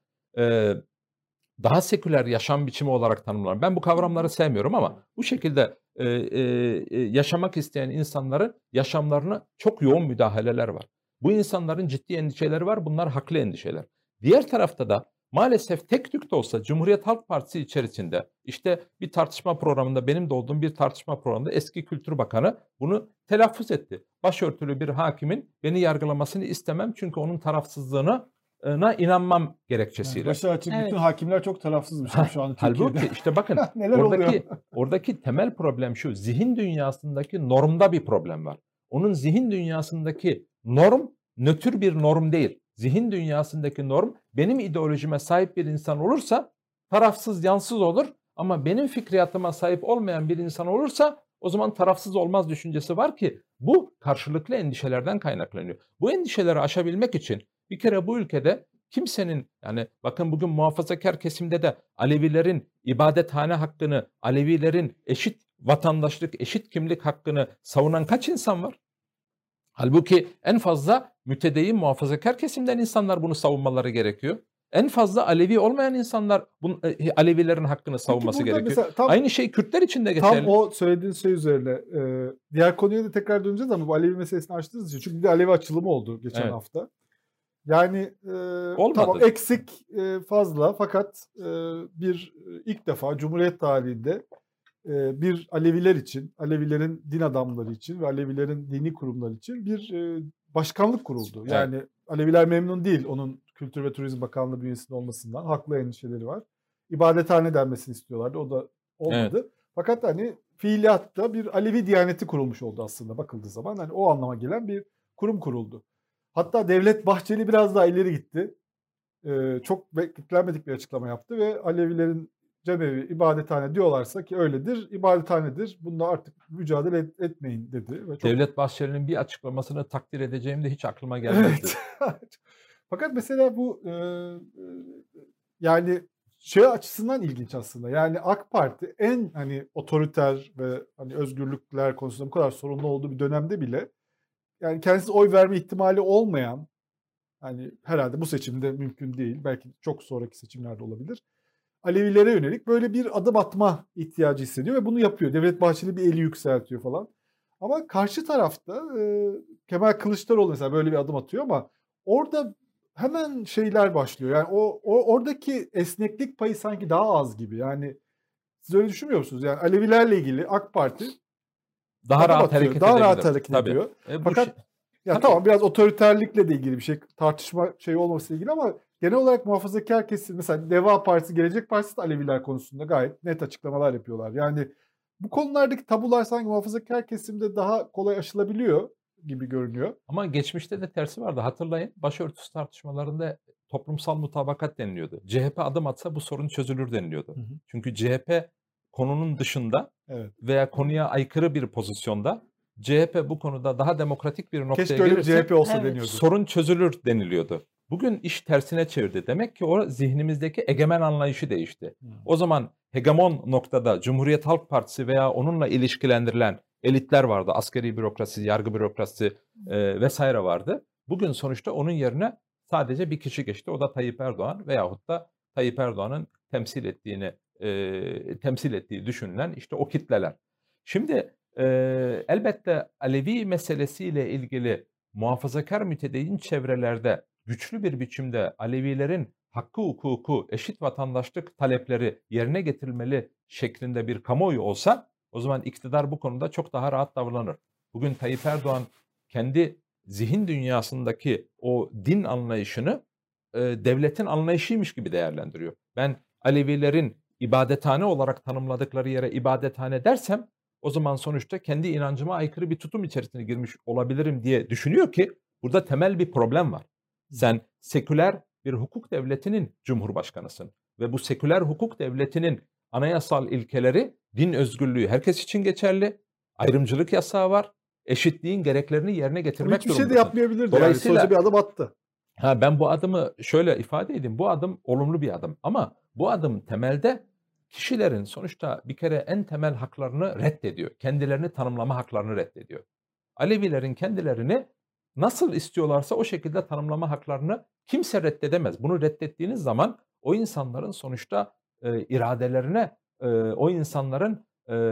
[SPEAKER 4] daha seküler yaşam biçimi olarak tanımlanır. Ben bu kavramları sevmiyorum ama bu şekilde yaşamak isteyen insanların yaşamlarına çok yoğun müdahaleler var. Bu insanların ciddi endişeleri var. Bunlar haklı endişeler. Diğer tarafta da maalesef tek tük de olsa Cumhuriyet Halk Partisi içerisinde işte bir tartışma programında, benim de olduğum bir tartışma programında eski Kültür Bakanı bunu telaffuz etti. Başörtülü bir hakimin beni yargılamasını istemem çünkü onun tarafsızlığına inanmam gerekçesiyle.
[SPEAKER 3] Yani başı açık
[SPEAKER 1] Evet.
[SPEAKER 3] bütün hakimler çok tarafsızmış şu an Türkiye'de.
[SPEAKER 4] Halbuki işte bakın
[SPEAKER 3] Neler oluyor?
[SPEAKER 4] oradaki temel problem şu: zihin dünyasındaki normda bir problem var. Onun zihin dünyasındaki norm nötr bir norm değil. Zihin dünyasındaki norm, benim ideolojime sahip bir insan olursa tarafsız, yansız olur ama benim fikriyatıma sahip olmayan bir insan olursa o zaman tarafsız olmaz düşüncesi var ki bu karşılıklı endişelerden kaynaklanıyor. Bu endişeleri aşabilmek için bir kere bu ülkede kimsenin, yani bakın bugün muhafazakar kesimde de Alevilerin ibadethane hakkını, Alevilerin eşit vatandaşlık, eşit kimlik hakkını savunan kaç insan var? Halbuki en fazla mütedeyyin muhafazakar kesimden insanlar bunu savunmaları gerekiyor. En fazla Alevi olmayan insanlar Alevilerin hakkını savunması
[SPEAKER 3] burada
[SPEAKER 4] gerekiyor.
[SPEAKER 3] mesela tam-
[SPEAKER 4] Aynı şey Kürtler için de geçerli.
[SPEAKER 3] Tam o söylediğin şey üzerine diğer konuya da tekrar döneceğiz ama bu Alevi meselesini açtığınız için. Çünkü bir Alevi açılımı oldu geçen
[SPEAKER 4] Evet.
[SPEAKER 3] hafta. Yani
[SPEAKER 4] Olmadı.
[SPEAKER 3] tamam eksik fazla fakat ilk defa Cumhuriyet tarihinde bir Aleviler için, Alevilerin din adamları için ve Alevilerin dini kurumları için bir başkanlık kuruldu.
[SPEAKER 4] Evet.
[SPEAKER 3] Yani Aleviler memnun değil onun Kültür ve Turizm Bakanlığı bünyesinde olmasından. Haklı endişeleri var. İbadethane denmesini istiyorlardı. O da olmadı.
[SPEAKER 4] Evet.
[SPEAKER 3] Fakat hani fiiliyatta bir Alevi diyaneti kurulmuş oldu aslında bakıldığı zaman. Hani o anlama gelen bir kurum kuruldu. Hatta Devlet Bahçeli biraz daha ileri gitti. Çok beklenmedik bir açıklama yaptı ve Alevilerin cemevi ibadethane diyorlarsa ki öyledir, ibadethanedir. Bunda artık mücadele etmeyin dedi. Ve çok...
[SPEAKER 4] Devlet Bahçeli'nin bir açıklamasını takdir edeceğim de hiç aklıma gelmezdi.
[SPEAKER 3] Evet. Fakat mesela bu yani şey açısından ilginç aslında. Yani AK Parti en hani otoriter ve hani özgürlükler konusunda bu kadar sorunlu olduğu bir dönemde bile yani kendisi oy verme ihtimali olmayan, hani herhalde bu seçimde mümkün değil, belki çok sonraki seçimlerde olabilir, Alevilere yönelik böyle bir adım atma ihtiyacı hissediyor ve bunu yapıyor. Devlet Bahçeli bir eli yükseltiyor falan. Ama karşı tarafta Kemal Kılıçdaroğlu mesela böyle bir adım atıyor ama orada hemen şeyler başlıyor. Yani oradaki esneklik payı sanki daha az gibi. Yani siz öyle düşünmüyor musunuz? Yani Alevilerle ilgili AK Parti
[SPEAKER 4] Daha rahat hareket
[SPEAKER 3] daha
[SPEAKER 4] edebilir.
[SPEAKER 3] rahat hareket
[SPEAKER 4] Tabii.
[SPEAKER 3] ediyor.
[SPEAKER 4] Bu
[SPEAKER 3] Fakat ya
[SPEAKER 4] tabii.
[SPEAKER 3] tamam biraz otoriterlikle de ilgili bir şey, tartışma şey olmaması ilgili ama genel olarak muhafazakar kesim, mesela Deva Partisi, Gelecek Partisi de Aleviler konusunda gayet net açıklamalar yapıyorlar. Yani bu konulardaki tabular sanki muhafazakar kesimde daha kolay aşılabiliyor gibi görünüyor.
[SPEAKER 4] Ama geçmişte de tersi vardı. Hatırlayın, başörtüsü tartışmalarında toplumsal mutabakat deniliyordu. CHP adım atsa bu sorun çözülür deniliyordu.
[SPEAKER 3] Hı hı.
[SPEAKER 4] Çünkü CHP konunun dışında
[SPEAKER 3] Evet.
[SPEAKER 4] veya konuya aykırı bir pozisyonda, CHP bu konuda daha demokratik bir noktaya
[SPEAKER 3] Keşke öyle bir
[SPEAKER 4] gelirse
[SPEAKER 3] CHP olsa
[SPEAKER 1] Evet.
[SPEAKER 3] deniyordu.
[SPEAKER 4] sorun çözülür deniliyordu. Bugün iş tersine çevirdi. Demek ki o zihnimizdeki egemen anlayışı değişti. O zaman hegemon noktada Cumhuriyet Halk Partisi veya onunla ilişkilendirilen elitler vardı. Askeri bürokrasi, yargı bürokrasi vesaire vardı. Bugün sonuçta onun yerine sadece bir kişi geçti. O da Tayyip Erdoğan veyahut da Tayyip Erdoğan'ın temsil ettiği düşünülen işte o kitleler. Şimdi elbette Alevi meselesiyle ilgili muhafazakar mütedeyyin çevrelerde güçlü bir biçimde Alevilerin hakkı, hukuku, eşit vatandaşlık talepleri yerine getirilmeli şeklinde bir kamuoyu olsa o zaman iktidar bu konuda çok daha rahat davranır. Bugün Tayyip Erdoğan kendi zihin dünyasındaki o din anlayışını devletin anlayışıymış gibi değerlendiriyor. Ben Alevilerin ibadethane olarak tanımladıkları yere ibadethane dersem o zaman sonuçta kendi inancıma aykırı bir tutum içerisine girmiş olabilirim diye düşünüyor ki burada temel bir problem var. Sen seküler bir hukuk devletinin cumhurbaşkanısın ve bu seküler hukuk devletinin anayasal ilkeleri, din özgürlüğü herkes için geçerli, ayrımcılık yasağı var, eşitliğin gereklerini yerine
[SPEAKER 3] Ama
[SPEAKER 4] getirmek
[SPEAKER 3] hiçbir şey de
[SPEAKER 4] durumundasın.
[SPEAKER 3] yapmayabilirdi.
[SPEAKER 4] Dolayısıyla-
[SPEAKER 3] Yani sonuçta bir adım attı.
[SPEAKER 4] Ben bu adımı şöyle ifade edeyim. Bu adım olumlu bir adım ama bu adım temelde kişilerin sonuçta bir kere en temel haklarını reddediyor. Kendilerini tanımlama haklarını reddediyor. Alevilerin kendilerini nasıl istiyorlarsa o şekilde tanımlama haklarını kimse reddedemez. Bunu reddettiğiniz zaman o insanların sonuçta iradelerine, o insanların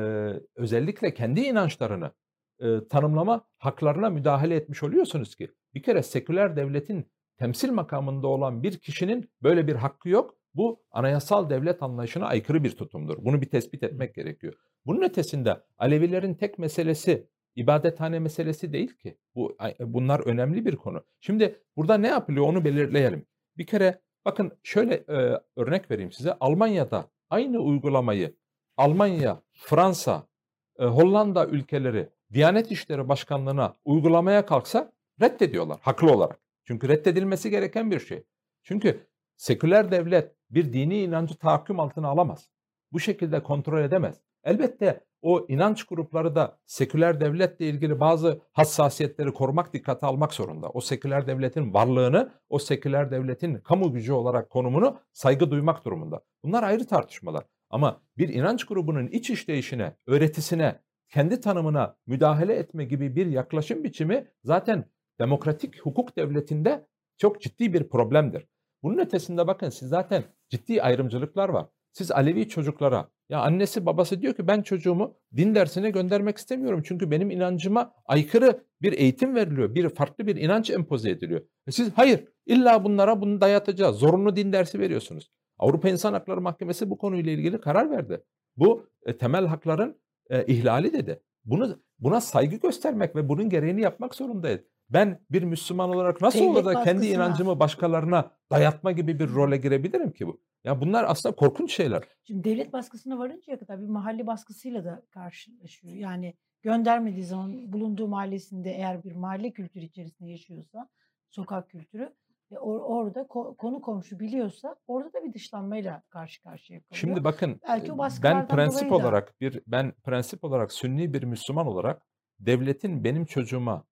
[SPEAKER 4] özellikle kendi inançlarını tanımlama haklarına müdahale etmiş oluyorsunuz ki. Bir kere seküler devletin temsil makamında olan bir kişinin böyle bir hakkı yok. Bu anayasal devlet anlayışına aykırı bir tutumdur. Bunu bir tespit etmek gerekiyor. Bunun ötesinde Alevilerin tek meselesi ibadethane meselesi değil ki. Bunlar önemli bir konu. Şimdi burada ne yapılıyor onu belirleyelim. Bir kere bakın şöyle örnek vereyim size. Almanya'da aynı uygulamayı Almanya, Fransa, Hollanda ülkeleri Diyanet İşleri Başkanlığı'na uygulamaya kalksa reddediyorlar haklı olarak. Çünkü reddedilmesi gereken bir şey. Çünkü seküler devlet bir dini inancı tahakküm altına alamaz. Bu şekilde kontrol edemez. Elbette o inanç grupları da seküler devletle ilgili bazı hassasiyetleri korumak, dikkate almak zorunda. O seküler devletin varlığını, o seküler devletin kamu gücü olarak konumunu saygı duymak durumunda. Bunlar ayrı tartışmalar. Ama bir inanç grubunun iç işleyişine, öğretisine, kendi tanımına müdahale etme gibi bir yaklaşım biçimi zaten demokratik hukuk devletinde çok ciddi bir problemdir. Bunun ötesinde bakın siz zaten ciddi ayrımcılıklar var. Siz Alevi çocuklara, ya annesi babası diyor ki ben çocuğumu din dersine göndermek istemiyorum. Çünkü benim inancıma aykırı bir eğitim veriliyor. Bir farklı bir inanç empoze ediliyor. Siz hayır illa bunlara bunu dayatacağız. Zorunlu din dersi veriyorsunuz. Avrupa İnsan Hakları Mahkemesi bu konuyla ilgili karar verdi. Bu temel hakların ihlali dedi. Buna saygı göstermek ve bunun gereğini yapmak zorundayız. Ben bir Müslüman olarak nasıl
[SPEAKER 1] Devlet
[SPEAKER 4] olur da kendi
[SPEAKER 1] baskısı
[SPEAKER 4] inancımı
[SPEAKER 1] var.
[SPEAKER 4] başkalarına dayatma gibi bir role girebilirim ki bu? Ya bunlar aslında korkunç şeyler.
[SPEAKER 1] Şimdi devlet baskısına varıncaya kadar bir mahalle baskısıyla da karşılaşıyor. Yani göndermediği zaman bulunduğu mahallesinde eğer bir mahalle kültürü içerisinde yaşıyorsa, sokak kültürü ve orada konu komşu biliyorsa orada da bir dışlanmayla karşı karşıya kalıyor.
[SPEAKER 4] Şimdi bakın
[SPEAKER 1] Belki o
[SPEAKER 4] ben
[SPEAKER 1] baskılardan
[SPEAKER 4] prensip
[SPEAKER 1] dolayı da.
[SPEAKER 4] olarak prensip olarak Sünni bir Müslüman olarak devletin benim çocuğuma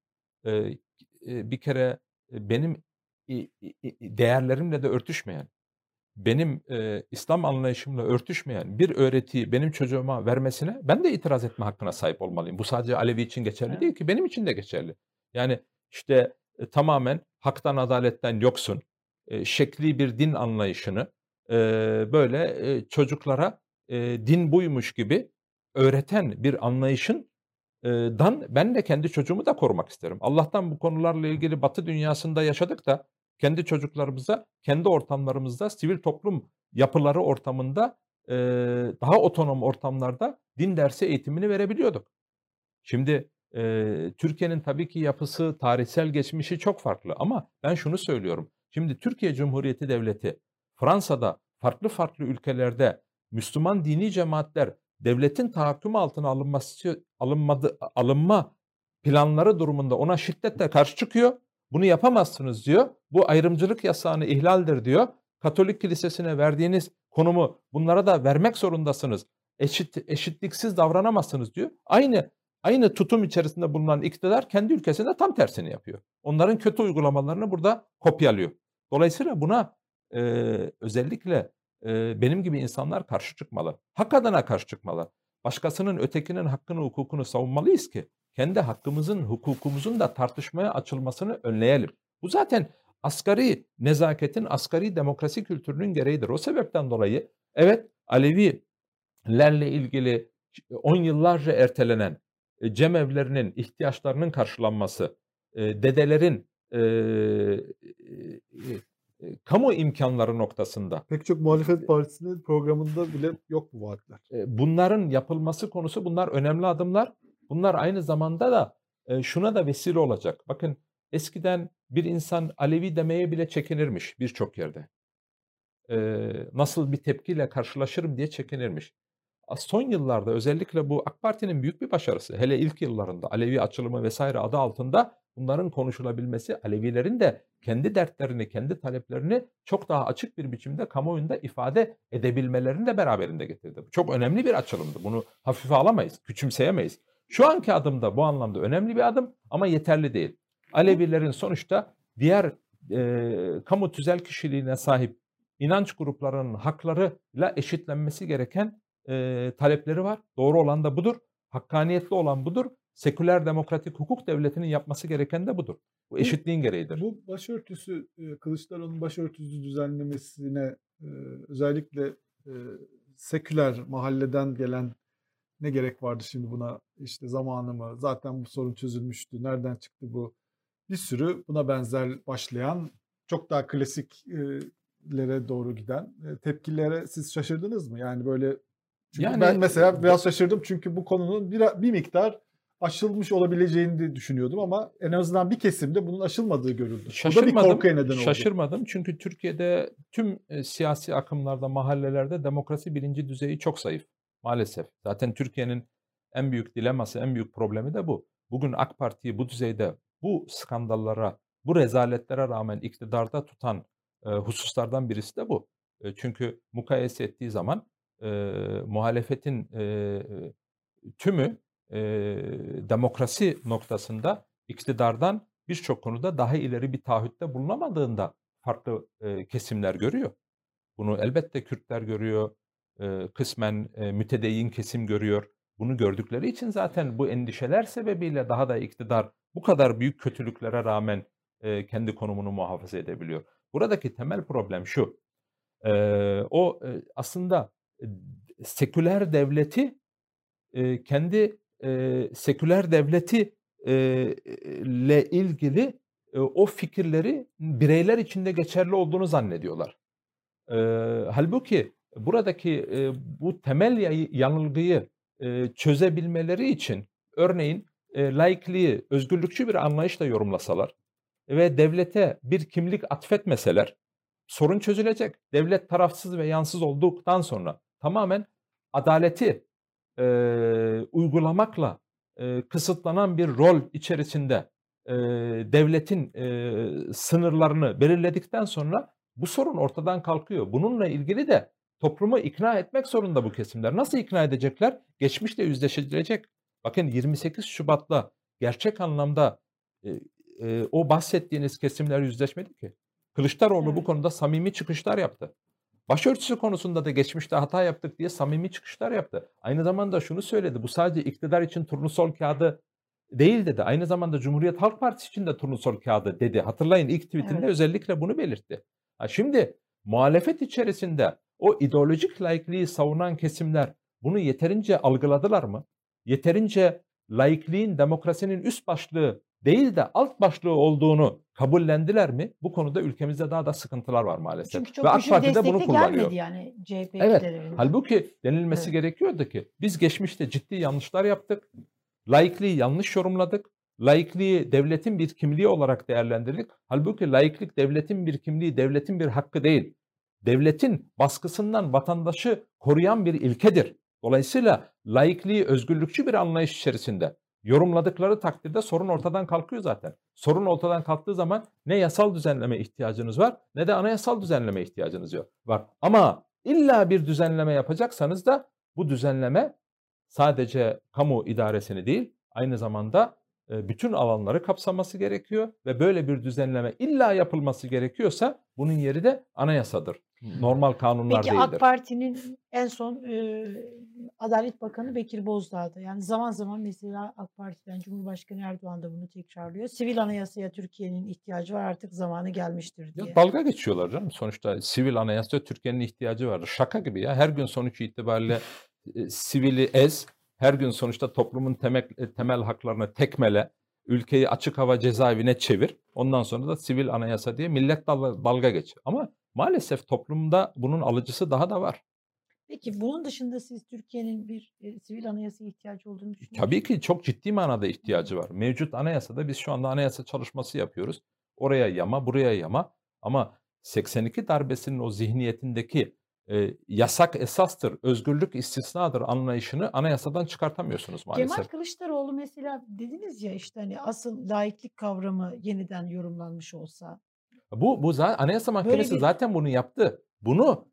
[SPEAKER 4] bir kere benim değerlerimle de örtüşmeyen, benim İslam anlayışımla örtüşmeyen bir öğretiyi benim çocuğuma vermesine ben de itiraz etme hakkına sahip olmalıyım. Bu sadece Alevi için geçerli
[SPEAKER 1] Evet.
[SPEAKER 4] değil ki, benim için de geçerli. Yani işte tamamen haktan adaletten yoksun, şekli bir din anlayışını böyle çocuklara din buymuş gibi öğreten bir anlayışın ben de kendi çocuğumu da korumak isterim. Allah'tan bu konularla ilgili Batı dünyasında yaşadık da kendi çocuklarımıza, kendi ortamlarımızda, sivil toplum yapıları ortamında, daha otonom ortamlarda din dersi eğitimini verebiliyorduk. Şimdi Türkiye'nin tabii ki yapısı, tarihsel geçmişi çok farklı ama ben şunu söylüyorum. Şimdi Türkiye Cumhuriyeti Devleti, Fransa'da, farklı ülkelerde Müslüman dini cemaatler devletin tahakkümü altına alınma planları durumunda ona şiddetle karşı çıkıyor. Bunu yapamazsınız diyor. Bu ayrımcılık yasağını ihlaldir diyor. Katolik kilisesine verdiğiniz konumu bunlara da vermek zorundasınız. Eşitliksiz davranamazsınız diyor. Aynı tutum içerisinde bulunan iktidar kendi ülkesinde tam tersini yapıyor. Onların kötü uygulamalarını burada kopyalıyor. Dolayısıyla buna özellikle benim gibi insanlar karşı çıkmalı. Hak adına karşı çıkmalı. Başkasının, ötekinin hakkını, hukukunu savunmalıyız ki kendi hakkımızın, hukukumuzun da tartışmaya açılmasını önleyelim. Bu zaten asgari nezaketin, asgari demokrasi kültürünün gereğidir. O sebepten dolayı evet Alevilerle ilgili 10 yıllarca ertelenen cemevlerinin ihtiyaçlarının karşılanması, dedelerin kamu imkanları noktasında
[SPEAKER 3] Pek çok muhalefet partisinin programında bile yok bu vaatler.
[SPEAKER 4] bunların yapılması konusu, bunlar önemli adımlar. Bunlar aynı zamanda da şuna da vesile olacak. Bakın eskiden bir insan Alevi demeye bile çekinirmiş birçok yerde. Nasıl bir tepkiyle karşılaşırım diye çekinirmiş. Son yıllarda özellikle bu AK Parti'nin büyük bir başarısı. Hele ilk yıllarında Alevi açılımı vesaire adı altında bunların konuşulabilmesi, Alevilerin de kendi dertlerini, kendi taleplerini çok daha açık bir biçimde kamuoyunda ifade edebilmelerini de beraberinde getirdi. Bu çok önemli bir açılımdı. Bunu hafife alamayız, küçümseyemeyiz. Şu anki adım da bu anlamda önemli bir adım ama yeterli değil. Alevilerin sonuçta diğer kamu tüzel kişiliğine sahip inanç gruplarının haklarıyla eşitlenmesi gereken talepleri var. Doğru olan da budur. Hakkaniyetli olan budur. seküler demokratik hukuk devletinin yapması gereken de budur. Bu eşitliğin gereğidir.
[SPEAKER 3] Bu başörtüsü, Kılıçdaroğlu'nun başörtüsü düzenlemesine özellikle seküler mahalleden gelen ne gerek vardı şimdi buna, işte zamanı mı, zaten bu sorun çözülmüştü, nereden çıktı bu? Bir sürü buna benzer başlayan, çok daha klasiklere doğru giden tepkilere siz şaşırdınız mı? Yani böyle, çünkü ben mesela biraz şaşırdım çünkü bu konunun bir miktar aşılmış olabileceğini düşünüyordum ama en azından bir kesimde bunun aşılmadığı görüldü. Bu da bir korkuya neden oldu.
[SPEAKER 4] Şaşırmadım çünkü Türkiye'de tüm siyasi akımlarda, mahallelerde demokrasi bilinci düzeyi çok zayıf maalesef. Zaten Türkiye'nin en büyük dileması, en büyük problemi de bu. Bugün AK Parti'yi bu düzeyde, bu skandallara, bu rezaletlere rağmen iktidarda tutan hususlardan birisi de bu. Çünkü mukayese ettiği zaman muhalefetin tümü demokrasi noktasında iktidardan birçok konuda daha ileri bir taahhütte bulunamadığında farklı kesimler görüyor. Bunu elbette Kürtler görüyor, kısmen mütedeyyin kesim görüyor. Bunu gördükleri için zaten bu endişeler sebebiyle daha da iktidar bu kadar büyük kötülüklere rağmen kendi konumunu muhafaza edebiliyor. Buradaki temel problem şu, aslında seküler devleti kendi seküler devleti ile ilgili o fikirleri bireyler içinde geçerli olduğunu zannediyorlar. Halbuki buradaki bu temel yanılgıyı çözebilmeleri için örneğin laikliği özgürlükçü bir anlayışla yorumlasalar ve devlete bir kimlik atfetmeseler sorun çözülecek. Devlet tarafsız ve yansız olduktan sonra tamamen adaleti uygulamakla kısıtlanan bir rol içerisinde devletin sınırlarını belirledikten sonra bu sorun ortadan kalkıyor. Bununla ilgili de toplumu ikna etmek zorunda bu kesimler. Nasıl ikna edecekler? Geçmişle yüzleşilecek. Bakın 28 Şubat'la gerçek anlamda o bahsettiğiniz kesimler yüzleşmedi ki. Kılıçdaroğlu bu konuda samimi çıkışlar yaptı. Başörtüsü konusunda da geçmişte hata yaptık diye samimi çıkışlar yaptı. Aynı zamanda şunu söyledi. Bu sadece iktidar için turnusol kağıdı değil dedi. Aynı zamanda Cumhuriyet Halk Partisi için de turnusol kağıdı dedi. Hatırlayın ilk tweetinde özellikle bunu belirtti. Şimdi muhalefet içerisinde o ideolojik laikliği savunan kesimler bunu yeterince algıladılar mı? Yeterince laikliğin demokrasinin üst başlığı değil de alt başlığı olduğunu kabullendiler mi? Bu konuda ülkemizde daha da sıkıntılar var maalesef.
[SPEAKER 1] Çünkü çok
[SPEAKER 4] ve AK Parti de bunu kullanıyor.
[SPEAKER 1] Yani CHP
[SPEAKER 4] evet. Halbuki denilmesi gerekiyordu ki biz geçmişte ciddi yanlışlar yaptık. Laikliği yanlış yorumladık. Laikliği devletin bir kimliği olarak değerlendirdik. Halbuki laiklik devletin bir kimliği, devletin bir hakkı değil. Devletin baskısından vatandaşı koruyan bir ilkedir. Dolayısıyla laikliği özgürlükçü bir anlayış içerisinde yorumladıkları takdirde sorun ortadan kalkıyor zaten. Sorun ortadan kalktığı zaman ne yasal düzenleme ihtiyacınız var ne de anayasal düzenleme ihtiyacınız var. Ama illa bir düzenleme yapacaksanız da bu düzenleme sadece kamu idaresini değil aynı zamanda bütün alanları kapsaması gerekiyor ve böyle bir düzenleme illa yapılması gerekiyorsa bunun yeri de anayasadır. Normal kanunlar değildir.
[SPEAKER 1] Peki AK Parti'nin en son Adalet Bakanı Bekir Bozdağ'dı. Yani zaman zaman mesela AK Parti'den Cumhurbaşkanı Erdoğan da bunu tekrarlıyor. Sivil anayasaya Türkiye'nin ihtiyacı var, artık zamanı gelmiştir diye.
[SPEAKER 4] Ya dalga geçiyorlar canım. Sonuçta sivil anayasaya Türkiye'nin ihtiyacı var. Şaka gibi ya. Her gün sonuç itibariyle sivili ez, her gün sonuçta toplumun temel haklarını tekmele, ülkeyi açık hava cezaevine çevir. Ondan sonra da sivil anayasa diye millet dalga geç. Ama maalesef toplumda bunun alıcısı daha da var.
[SPEAKER 1] Peki bunun dışında siz Türkiye'nin bir sivil anayasaya ihtiyacı olduğunu düşünüyor musunuz?
[SPEAKER 4] Tabii ki çok ciddi manada ihtiyacı var. Mevcut anayasada biz şu anda anayasa çalışması yapıyoruz. Oraya yama, buraya yama. Ama 82 darbesinin o zihniyetindeki yasak esastır, özgürlük istisnadır anlayışını anayasadan çıkartamıyorsunuz maalesef.
[SPEAKER 1] Kemal Kılıçdaroğlu mesela dediniz ya işte hani asıl laiklik kavramı yeniden yorumlanmış olsa.
[SPEAKER 4] Bu zaten Anayasa Mahkemesi zaten bunu yaptı. Bunu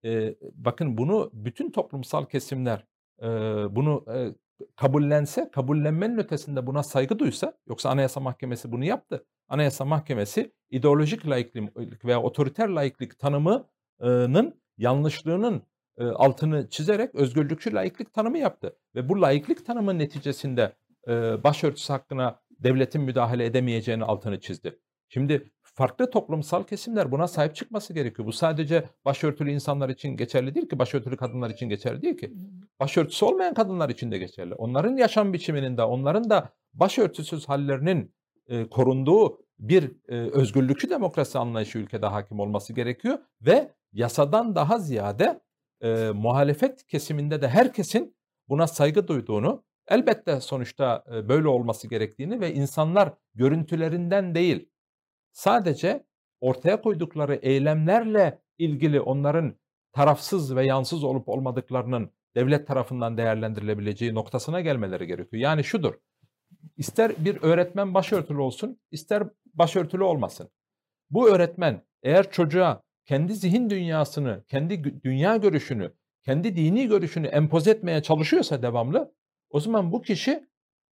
[SPEAKER 4] bakın bunu bütün toplumsal kesimler bunu kabullense, kabullenmenin ötesinde buna saygı duysa, yoksa Anayasa Mahkemesi bunu yaptı. Anayasa Mahkemesi ideolojik laiklik veya otoriter laiklik tanımının yanlışlığının altını çizerek özgürlükçü laiklik tanımı yaptı. Ve bu laiklik tanımı neticesinde başörtüsü hakkına devletin müdahale edemeyeceğini altını çizdi. Şimdi farklı toplumsal kesimler buna sahip çıkması gerekiyor. Bu sadece başörtülü insanlar için geçerli değil ki, başörtülü kadınlar için geçerli değil ki. Başörtüsü olmayan kadınlar için de geçerli. Onların yaşam biçiminin de, onların da başörtüsüz hallerinin korunduğu bir özgürlükçü demokrasi anlayışı ülkede hakim olması gerekiyor ve yasadan daha ziyade muhalefet kesiminde de herkesin buna saygı duyduğunu, elbette sonuçta böyle olması gerektiğini ve insanlar görüntülerinden değil, sadece ortaya koydukları eylemlerle ilgili onların tarafsız ve yansız olup olmadıklarının devlet tarafından değerlendirilebileceği noktasına gelmeleri gerekiyor. Yani şudur, ister bir öğretmen başörtülü olsun, ister başörtülü olmasın. Bu öğretmen eğer çocuğa kendi zihin dünyasını, kendi dünya görüşünü, kendi dini görüşünü empoze etmeye çalışıyorsa devamlı, o zaman bu kişi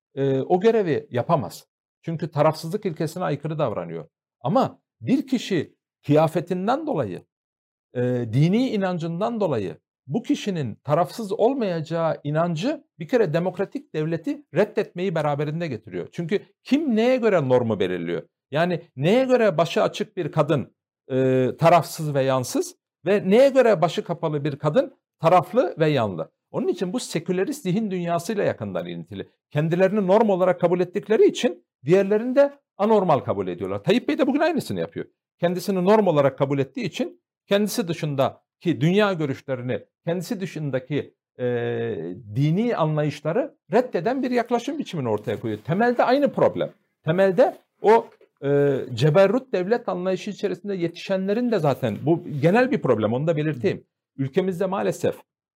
[SPEAKER 4] o görevi yapamaz. Çünkü tarafsızlık ilkesine aykırı davranıyor. Ama bir kişi kıyafetinden dolayı, dini inancından dolayı bu kişinin tarafsız olmayacağı inancı bir kere demokratik devleti reddetmeyi beraberinde getiriyor. Çünkü kim neye göre normu belirliyor? Yani neye göre başı açık bir kadın tarafsız ve yansız ve neye göre başı kapalı bir kadın taraflı ve yanlı? Onun için bu sekülerist zihin dünyasıyla yakından ilintili. Kendilerini norm olarak kabul ettikleri için diğerlerini de anormal kabul ediyorlar. Tayyip Bey de bugün aynısını yapıyor. Kendisini norm olarak kabul ettiği için kendisi dışındaki dünya görüşlerini, kendisi dışındaki dini anlayışları reddeden bir yaklaşım biçimini ortaya koyuyor. Temelde aynı problem. Temelde o ceberrut devlet anlayışı içerisinde yetişenlerin de zaten bu genel bir problem, onu da belirteyim. Ülkemizde maalesef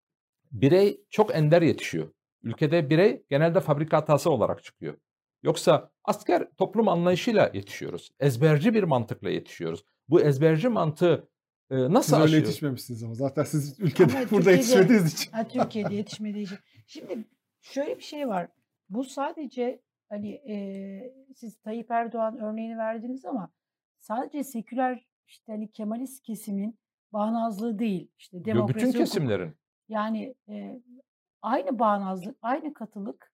[SPEAKER 4] birey çok ender yetişiyor. Ülkede birey genelde fabrika hatası olarak çıkıyor. Yoksa asker toplum anlayışıyla yetişiyoruz. Ezberci bir mantıkla yetişiyoruz. Bu ezberci mantığı nasıl
[SPEAKER 3] Siz öyle
[SPEAKER 4] aşıyoruz?
[SPEAKER 3] yetişmemişsiniz ama zaten siz ülkede
[SPEAKER 1] Ama
[SPEAKER 3] burada yetişmediğiniz için.
[SPEAKER 1] Türkiye'de yetişmediği için. Şimdi şöyle bir şey var. Bu sadece hani siz Tayyip Erdoğan örneğini verdiniz ama sadece seküler işte hani Kemalist kesimin bağnazlığı değil. İşte demokrasi,
[SPEAKER 4] Bütün
[SPEAKER 1] hukuk.
[SPEAKER 4] kesimlerin.
[SPEAKER 1] Yani aynı bağnazlık, aynı katılık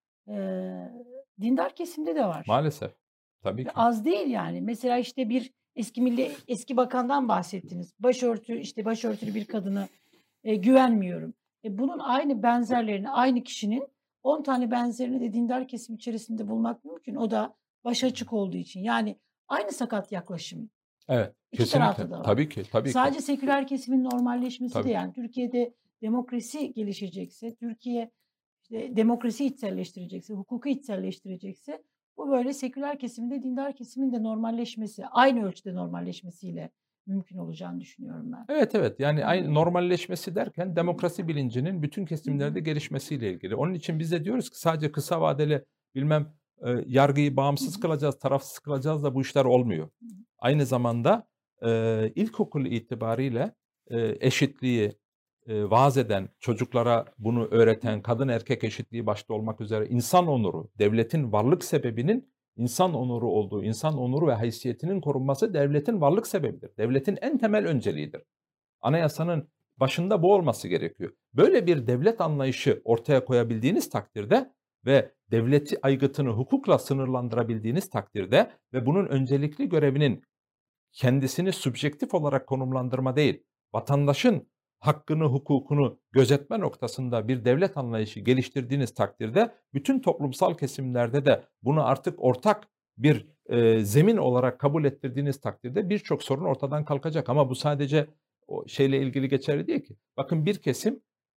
[SPEAKER 1] dindar kesimde de var.
[SPEAKER 4] Maalesef. Tabii
[SPEAKER 1] Ve
[SPEAKER 4] ki.
[SPEAKER 1] az değil yani. Mesela işte bir eski bakandan bahsettiniz. Başörtülü bir kadına güvenmiyorum. Bunun aynı benzerlerini, aynı kişinin 10 tane benzerini de dindar kesim içerisinde bulmak mümkün. O da baş açık olduğu için. Yani aynı sakat yaklaşım.
[SPEAKER 4] Evet.
[SPEAKER 1] İki
[SPEAKER 4] Kesinlikle.
[SPEAKER 1] tarafta da var.
[SPEAKER 4] Tabii ki. Tabii ki.
[SPEAKER 1] Sadece seküler kesimin normalleşmesi
[SPEAKER 4] Tabii.
[SPEAKER 1] de yani Türkiye'de demokrasi gelişecekse, Türkiye işte demokrasi içselleştirecekse, hukuku içselleştirecekse bu böyle seküler kesimin de dindar kesimin de normalleşmesi, aynı ölçüde normalleşmesiyle mümkün olacağını düşünüyorum ben.
[SPEAKER 4] Evet evet, yani aynı normalleşmesi derken demokrasi bilincinin bütün kesimlerde gelişmesiyle ilgili. Onun için biz de diyoruz ki sadece kısa vadeli bilmem yargıyı bağımsız kılacağız, tarafsız kılacağız da bu işler olmuyor. Aynı zamanda ilkokul itibariyle eşitliği vaaz eden, çocuklara bunu öğreten, kadın erkek eşitliği başta olmak üzere insan onuru, devletin varlık sebebinin İnsan onuru olduğu, insan onuru ve haysiyetinin korunması devletin varlık sebebidir. Devletin en temel önceliğidir. Anayasanın başında bu olması gerekiyor. Böyle bir devlet anlayışı ortaya koyabildiğiniz takdirde ve devleti aygıtını hukukla sınırlandırabildiğiniz takdirde ve bunun öncelikli görevinin kendisini subjektif olarak konumlandırma değil, vatandaşın hakkını, hukukunu gözetme noktasında bir devlet anlayışı geliştirdiğiniz takdirde bütün toplumsal kesimlerde de bunu artık ortak bir zemin olarak kabul ettirdiğiniz takdirde birçok sorun ortadan kalkacak. Ama bu sadece o şeyle ilgili geçerli değil ki. Bakın bir kesim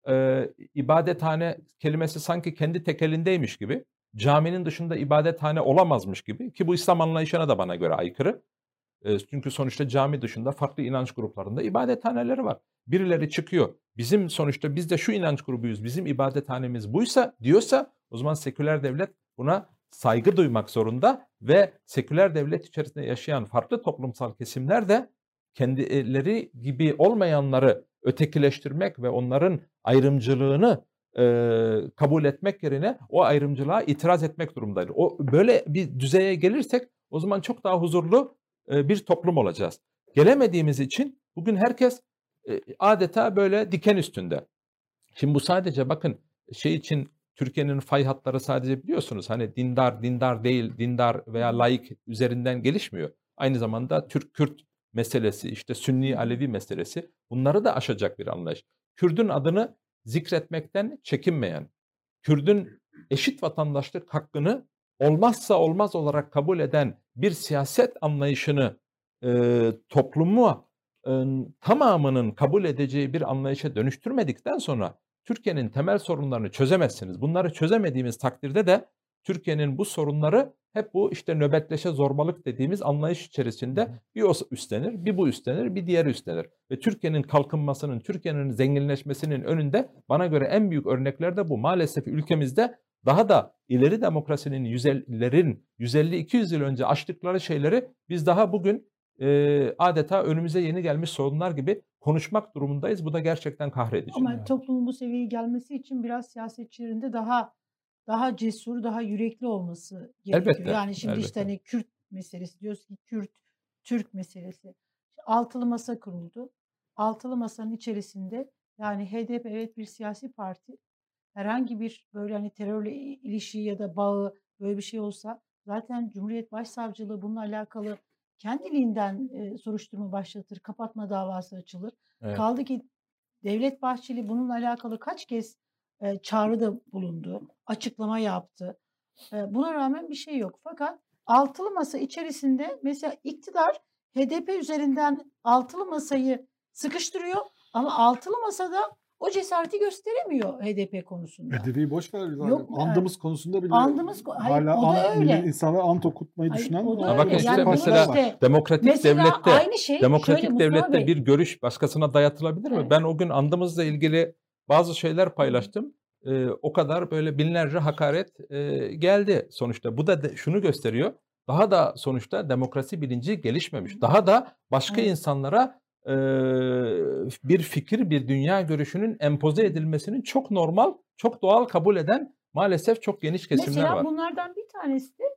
[SPEAKER 4] ibadethane kelimesi sanki kendi tekelindeymiş gibi, caminin dışında ibadethane olamazmış gibi ki bu İslam anlayışına da bana göre aykırı. Çünkü sonuçta cami dışında farklı inanç gruplarında ibadethaneleri var. Birileri çıkıyor. Sonuçta biz de şu inanç grubuyuz. Bizim ibadethanemiz buysa diyorsa o zaman seküler devlet buna saygı duymak zorunda ve seküler devlet içerisinde yaşayan farklı toplumsal kesimler de kendileri gibi olmayanları ötekileştirmek ve onların ayrımcılığını kabul etmek yerine o ayrımcılığa itiraz etmek durumundaydı. Böyle bir düzeye gelirsek o zaman çok daha huzurlu bir toplum olacağız. Gelemediğimiz için bugün herkes adeta böyle diken üstünde. Şimdi bu sadece bakın şey için Türkiye'nin fay hatları sadece biliyorsunuz hani dindar değil, dindar veya laik üzerinden gelişmiyor. Aynı zamanda Türk-Kürt meselesi, işte Sünni-Alevi meselesi, bunları da aşacak bir anlayış. Kürdün adını zikretmekten çekinmeyen, Kürdün eşit vatandaşlık hakkını olmazsa olmaz olarak kabul eden bir siyaset anlayışını toplumu tamamının kabul edeceği bir anlayışa dönüştürmedikten sonra Türkiye'nin temel sorunlarını çözemezsiniz. Bunları çözemediğimiz takdirde de Türkiye'nin bu sorunları hep bu işte nöbetleşe zorbalık dediğimiz anlayış içerisinde bir o üstlenir, bir bu üstlenir, bir diğeri üstlenir. Ve Türkiye'nin kalkınmasının, Türkiye'nin zenginleşmesinin önünde bana göre en büyük örnekler de bu. Maalesef ülkemizde daha da ileri demokrasinin 150-200 yıl önce açtıkları şeyleri biz daha bugün adeta önümüze yeni gelmiş sorunlar gibi konuşmak durumundayız. Bu da gerçekten kahredici.
[SPEAKER 1] Ama toplumun bu seviyeye gelmesi için biraz siyasetçilerin de daha cesur, daha yürekli olması gerekiyor.
[SPEAKER 4] Elbette,
[SPEAKER 1] Yani şimdi işte
[SPEAKER 4] elbette.
[SPEAKER 1] hani Kürt meselesi diyoruz ki Türk meselesi. Altılı masa kuruldu. Altılı masanın içerisinde yani HDP evet bir siyasi parti. Herhangi bir böyle hani terörle ilişiği ya da bağı böyle bir şey olsa zaten Cumhuriyet Başsavcılığı bununla alakalı kendiliğinden soruşturma başlatır, kapatma davası açılır.
[SPEAKER 4] Evet.
[SPEAKER 1] Kaldı ki Devlet Bahçeli bununla alakalı kaç kez çağrıda bulundu, açıklama yaptı. Buna rağmen bir şey yok. Fakat altılı masa içerisinde mesela iktidar HDP üzerinden altılı masayı sıkıştırıyor ama altılı masada o cesareti gösteremiyor HDP konusunda.
[SPEAKER 3] HDP'yi boş ver.
[SPEAKER 1] Yok,
[SPEAKER 3] Andımız konusunda bile
[SPEAKER 1] hayır,
[SPEAKER 3] hala
[SPEAKER 1] o da öyle.
[SPEAKER 3] insanlar ant okutmayı
[SPEAKER 1] Hayır,
[SPEAKER 3] düşünen
[SPEAKER 1] o da
[SPEAKER 4] Ha, bakın
[SPEAKER 1] öyle.
[SPEAKER 4] işte
[SPEAKER 1] Yani
[SPEAKER 4] mesela
[SPEAKER 1] işte-
[SPEAKER 4] demokratik
[SPEAKER 1] Mesela
[SPEAKER 4] devlette
[SPEAKER 1] aynı şey şöyle
[SPEAKER 4] demokratik
[SPEAKER 1] Mustafa
[SPEAKER 4] devlette
[SPEAKER 1] Bey,
[SPEAKER 4] bir görüş başkasına dayatılabilir mi?
[SPEAKER 1] Evet.
[SPEAKER 4] Ben o gün andımızla ilgili bazı şeyler paylaştım. O kadar böyle binlerce hakaret geldi sonuçta. Bu da şunu gösteriyor. Daha da sonuçta demokrasi bilinci gelişmemiş. Daha da başka
[SPEAKER 1] Evet.
[SPEAKER 4] insanlara bir fikir, bir dünya görüşünün empoze edilmesinin çok normal, çok doğal kabul eden maalesef çok geniş kesimler
[SPEAKER 1] Mesela
[SPEAKER 4] var.
[SPEAKER 1] bunlardan bir tanesi de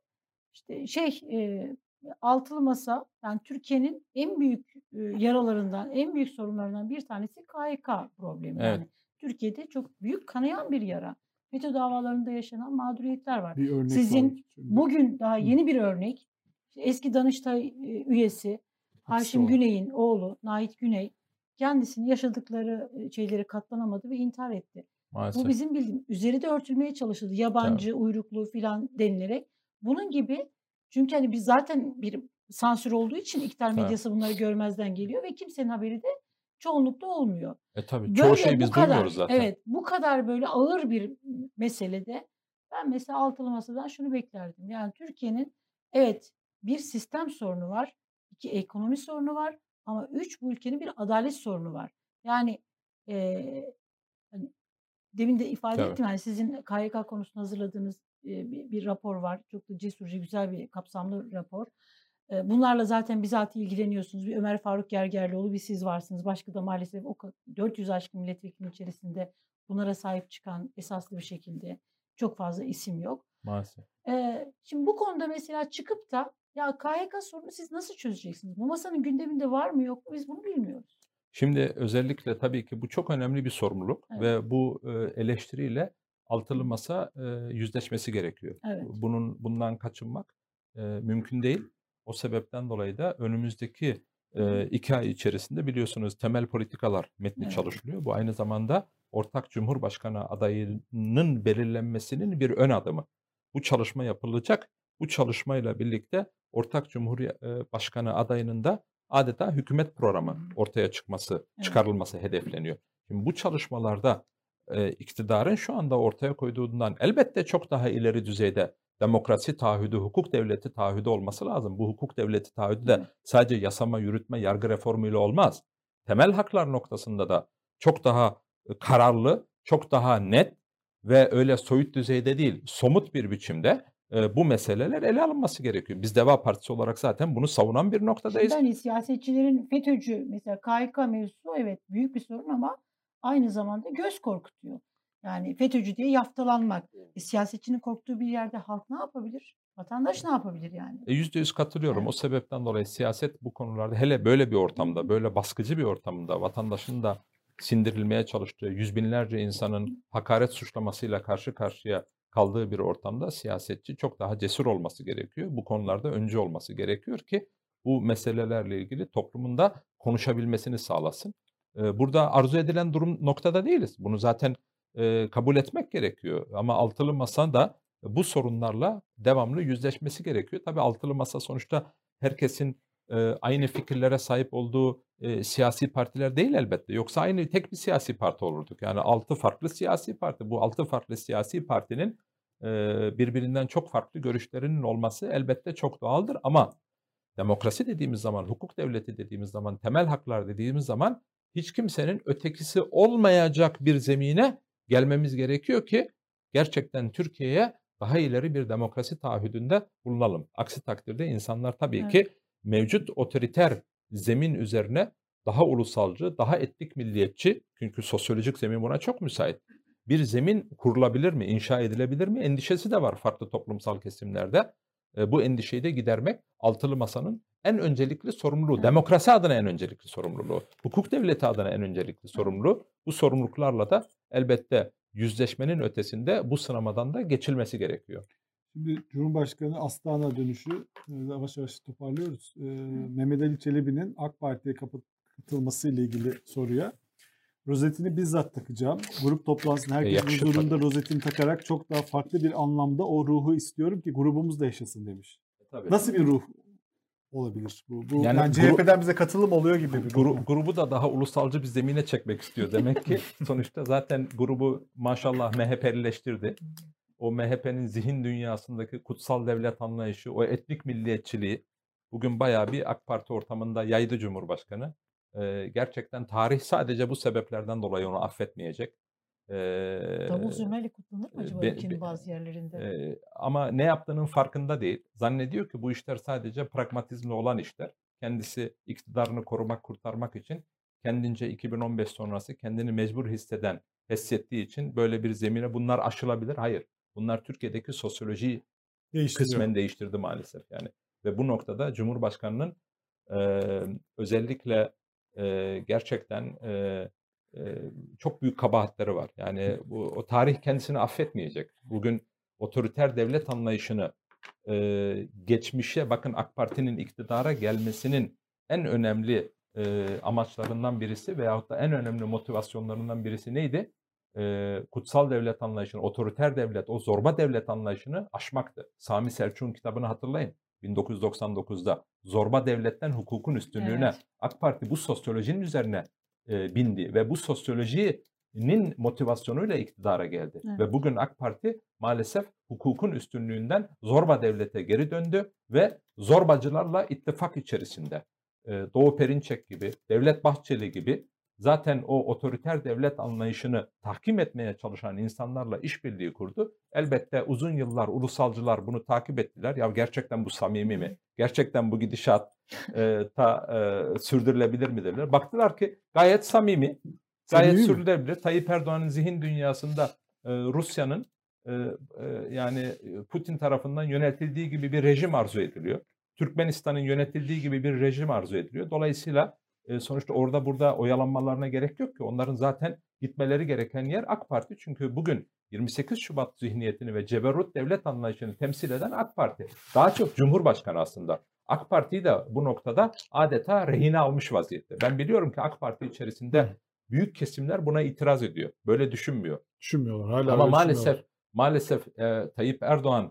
[SPEAKER 1] işte altılı masa, yani Türkiye'nin en büyük yaralarından, en büyük sorunlarından bir tanesi KHK problemi.
[SPEAKER 4] Evet.
[SPEAKER 1] Yani Türkiye'de çok büyük kanayan bir yara. FETÖ davalarında yaşanan mağduriyetler var.
[SPEAKER 3] bir örnek
[SPEAKER 1] Sizin
[SPEAKER 3] var.
[SPEAKER 1] bugün daha yeni bir örnek, eski Danıştay üyesi
[SPEAKER 3] Hapiste
[SPEAKER 1] Haşim
[SPEAKER 3] olan.
[SPEAKER 1] Güney'in oğlu Nait Güney kendisinin yaşadıkları şeyleri katlanamadı ve intihar etti.
[SPEAKER 4] Maalesef.
[SPEAKER 1] Bu bizim bildiğimiz. Üzeri de örtülmeye çalışıldı. Yabancı, uyruklu filan denilerek. Bunun gibi, çünkü hani biz zaten bir sansür olduğu için iktidar
[SPEAKER 4] Tabii.
[SPEAKER 1] medyası bunları görmezden geliyor ve kimsenin haberi de çoğunlukla olmuyor.
[SPEAKER 4] Tabii.
[SPEAKER 1] Böyle
[SPEAKER 4] Çoğu şeyi
[SPEAKER 1] bu
[SPEAKER 4] biz
[SPEAKER 1] kadar,
[SPEAKER 4] duymuyoruz zaten.
[SPEAKER 1] evet, bu kadar böyle ağır bir meselede ben mesela altılı masadan şunu beklerdim. Yani Türkiye'nin evet bir sistem sorunu var, 2 ekonomi sorunu var ama 3 bu ülkenin bir adalet sorunu var. Yani hani demin de ifade
[SPEAKER 4] Tabii.
[SPEAKER 1] ettim, yani sizin KYK konusunda hazırladığınız bir rapor var. Çok da cesurca, güzel bir kapsamlı rapor. Bunlarla zaten bizatihi ilgileniyorsunuz. Bir Ömer Faruk Gergerlioğlu, bir siz varsınız. Başka da maalesef 400 aşkın milletvekili içerisinde bunlara sahip çıkan esaslı bir şekilde çok fazla isim yok.
[SPEAKER 4] Maalesef.
[SPEAKER 1] Şimdi bu konuda mesela çıkıp da ya KYK sorunu siz nasıl çözeceksiniz? Bu masanın gündeminde var mı yok mu biz bunu bilmiyoruz.
[SPEAKER 4] Şimdi özellikle tabii ki bu çok önemli bir sorumluluk
[SPEAKER 1] Evet.
[SPEAKER 4] ve bu eleştiriyle altılı masa yüzleşmesi gerekiyor.
[SPEAKER 1] Evet.
[SPEAKER 4] Bundan kaçınmak mümkün değil. O sebepten dolayı da önümüzdeki 2 ay içerisinde biliyorsunuz temel politikalar metni
[SPEAKER 1] Evet.
[SPEAKER 4] çalışılıyor. Bu aynı zamanda ortak Cumhurbaşkanı adayının belirlenmesinin bir ön adımı. Bu çalışma yapılacak. Bu çalışmayla birlikte ortak Cumhurbaşkanı adayının da adeta hükümet programı ortaya çıkarılması hedefleniyor. Şimdi bu çalışmalarda iktidarın şu anda ortaya koyduğundan elbette çok daha ileri düzeyde demokrasi taahhüdü, hukuk devleti taahhüdü olması lazım. Bu hukuk devleti taahhüdü de sadece yasama, yürütme, yargı reformuyla olmaz. Temel haklar noktasında da çok daha kararlı, çok daha net ve öyle soyut düzeyde değil, somut bir biçimde bu meseleler ele alınması gerekiyor. Biz Deva Partisi olarak zaten bunu savunan bir noktadayız.
[SPEAKER 1] Şimdi hani siyasetçilerin FETÖ'cü, mesela KHK mevzusu evet büyük bir sorun ama aynı zamanda göz korkutuyor. Yani FETÖ'cü diye yaftalanmak. Siyasetçinin korktuğu bir yerde halk ne yapabilir? Vatandaş ne yapabilir yani?
[SPEAKER 4] %100 katılıyorum.
[SPEAKER 1] Evet.
[SPEAKER 4] O sebepten dolayı siyaset bu konularda hele böyle bir ortamda, böyle baskıcı bir ortamda vatandaşın da sindirilmeye çalıştığı, yüz binlerce insanın hakaret suçlamasıyla karşı karşıya kaldığı bir ortamda siyasetçi çok daha cesur olması gerekiyor. Bu konularda öncü olması gerekiyor ki bu meselelerle ilgili toplumunda konuşabilmesini sağlasın. Burada arzu edilen noktada değiliz. Bunu zaten kabul etmek gerekiyor. Ama altılı masa da bu sorunlarla devamlı yüzleşmesi gerekiyor. Tabii altılı masa sonuçta herkesin aynı fikirlere sahip olduğu siyasi partiler değil elbette. Yoksa aynı tek bir siyasi parti olurduk. Yani 6 farklı siyasi parti. Bu 6 farklı siyasi partinin birbirinden çok farklı görüşlerinin olması elbette çok doğaldır. Ama demokrasi dediğimiz zaman, hukuk devleti dediğimiz zaman, temel haklar dediğimiz zaman hiç kimsenin ötekisi olmayacak bir zemine gelmemiz gerekiyor ki gerçekten Türkiye'ye daha ileri bir demokrasi taahhüdünde bulunalım. Aksi takdirde insanlar tabii ki mevcut otoriter zemin üzerine daha ulusalcı, daha etnik milliyetçi, çünkü sosyolojik zemin buna çok müsait, bir zemin kurulabilir mi, inşa edilebilir mi endişesi de var farklı toplumsal kesimlerde. Bu endişeyi de gidermek altılı masanın en öncelikli sorumluluğu. Demokrasi adına en öncelikli sorumluluğu. Hukuk devleti adına en öncelikli sorumluluğu. Bu sorumluluklarla da elbette yüzleşmenin ötesinde bu sınamadan da geçilmesi gerekiyor.
[SPEAKER 3] Şimdi Cumhurbaşkanı Astana dönüşü yavaş yavaş toparlıyoruz. Mehmet Ali Çelebi'nin AK Parti'ye katılması ile ilgili soruya. Rozetini bizzat takacağım. Grup toplantısında herkesin huzurunda rozetini takarak çok daha farklı bir anlamda o ruhu istiyorum ki grubumuz da yaşasın demiş.
[SPEAKER 4] Tabii.
[SPEAKER 3] Nasıl bir ruh olabilir bu? Yani CHP'den bize katılım oluyor gibi bir
[SPEAKER 4] grubu da daha ulusalcı bir zemine çekmek istiyor. Demek ki sonuçta zaten grubu maşallah MHP'lileştirdi. O MHP'nin zihin dünyasındaki kutsal devlet anlayışı, o etnik milliyetçiliği bugün bayağı bir AK Parti ortamında yaydı Cumhurbaşkanı. Gerçekten tarih sadece bu sebeplerden dolayı onu affetmeyecek.
[SPEAKER 1] Davul zurnayla kutlanır mı acaba ülkenin bazı yerlerinde?
[SPEAKER 4] Ama ne yaptığının farkında değil. Zannediyor ki bu işler sadece pragmatizmle olan işler. Kendisi iktidarını korumak, kurtarmak için kendince 2015 sonrası kendini mecbur hissettiği için böyle bir zemine bunlar aşılabilir. Hayır. Bunlar Türkiye'deki sosyolojiyi kısmen değiştirdi maalesef yani. Ve bu noktada Cumhurbaşkanı'nın özellikle gerçekten çok büyük kabahatleri var. Yani o tarih kendisini affetmeyecek. Bugün otoriter devlet anlayışını geçmişe bakın AK Parti'nin iktidara gelmesinin en önemli amaçlarından birisi veyahut da en önemli motivasyonlarından birisi neydi? Kutsal devlet anlayışını, otoriter devlet, o zorba devlet anlayışını aşmaktı. Sami Selçuk'un kitabını hatırlayın. 1999'da zorba devletten hukukun üstünlüğüne AK Parti bu sosyolojinin üzerine bindi ve bu sosyolojinin motivasyonuyla iktidara geldi. Ve bugün AK Parti maalesef hukukun üstünlüğünden zorba devlete geri döndü ve zorbacılarla ittifak içerisinde Doğu Perinçek gibi, Devlet Bahçeli gibi zaten o otoriter devlet anlayışını tahkim etmeye çalışan insanlarla işbirliği kurdu. Elbette uzun yıllar ulusalcılar bunu takip ettiler. Ya gerçekten bu samimi mi? Gerçekten bu gidişat sürdürülebilir mi dediler. Baktılar ki gayet samimi, gayet sürdürülebilir. Tayyip Erdoğan'ın zihin dünyasında Rusya'nın yani Putin tarafından yönetildiği gibi bir rejim arzu ediliyor. Türkmenistan'ın yönetildiği gibi bir rejim arzu ediliyor. Dolayısıyla sonuçta orada burada oyalanmalarına gerek yok ki. Onların zaten gitmeleri gereken yer AK Parti. Çünkü bugün 28 Şubat zihniyetini ve ceberrut devlet anlayışını temsil eden AK Parti. Daha çok Cumhurbaşkanı aslında. AK Parti'yi de bu noktada adeta rehine almış vaziyette. Ben biliyorum ki AK Parti içerisinde büyük kesimler buna itiraz ediyor. Böyle düşünmüyor.
[SPEAKER 3] Düşünmüyorlar. Hala
[SPEAKER 4] ama maalesef Tayyip Erdoğan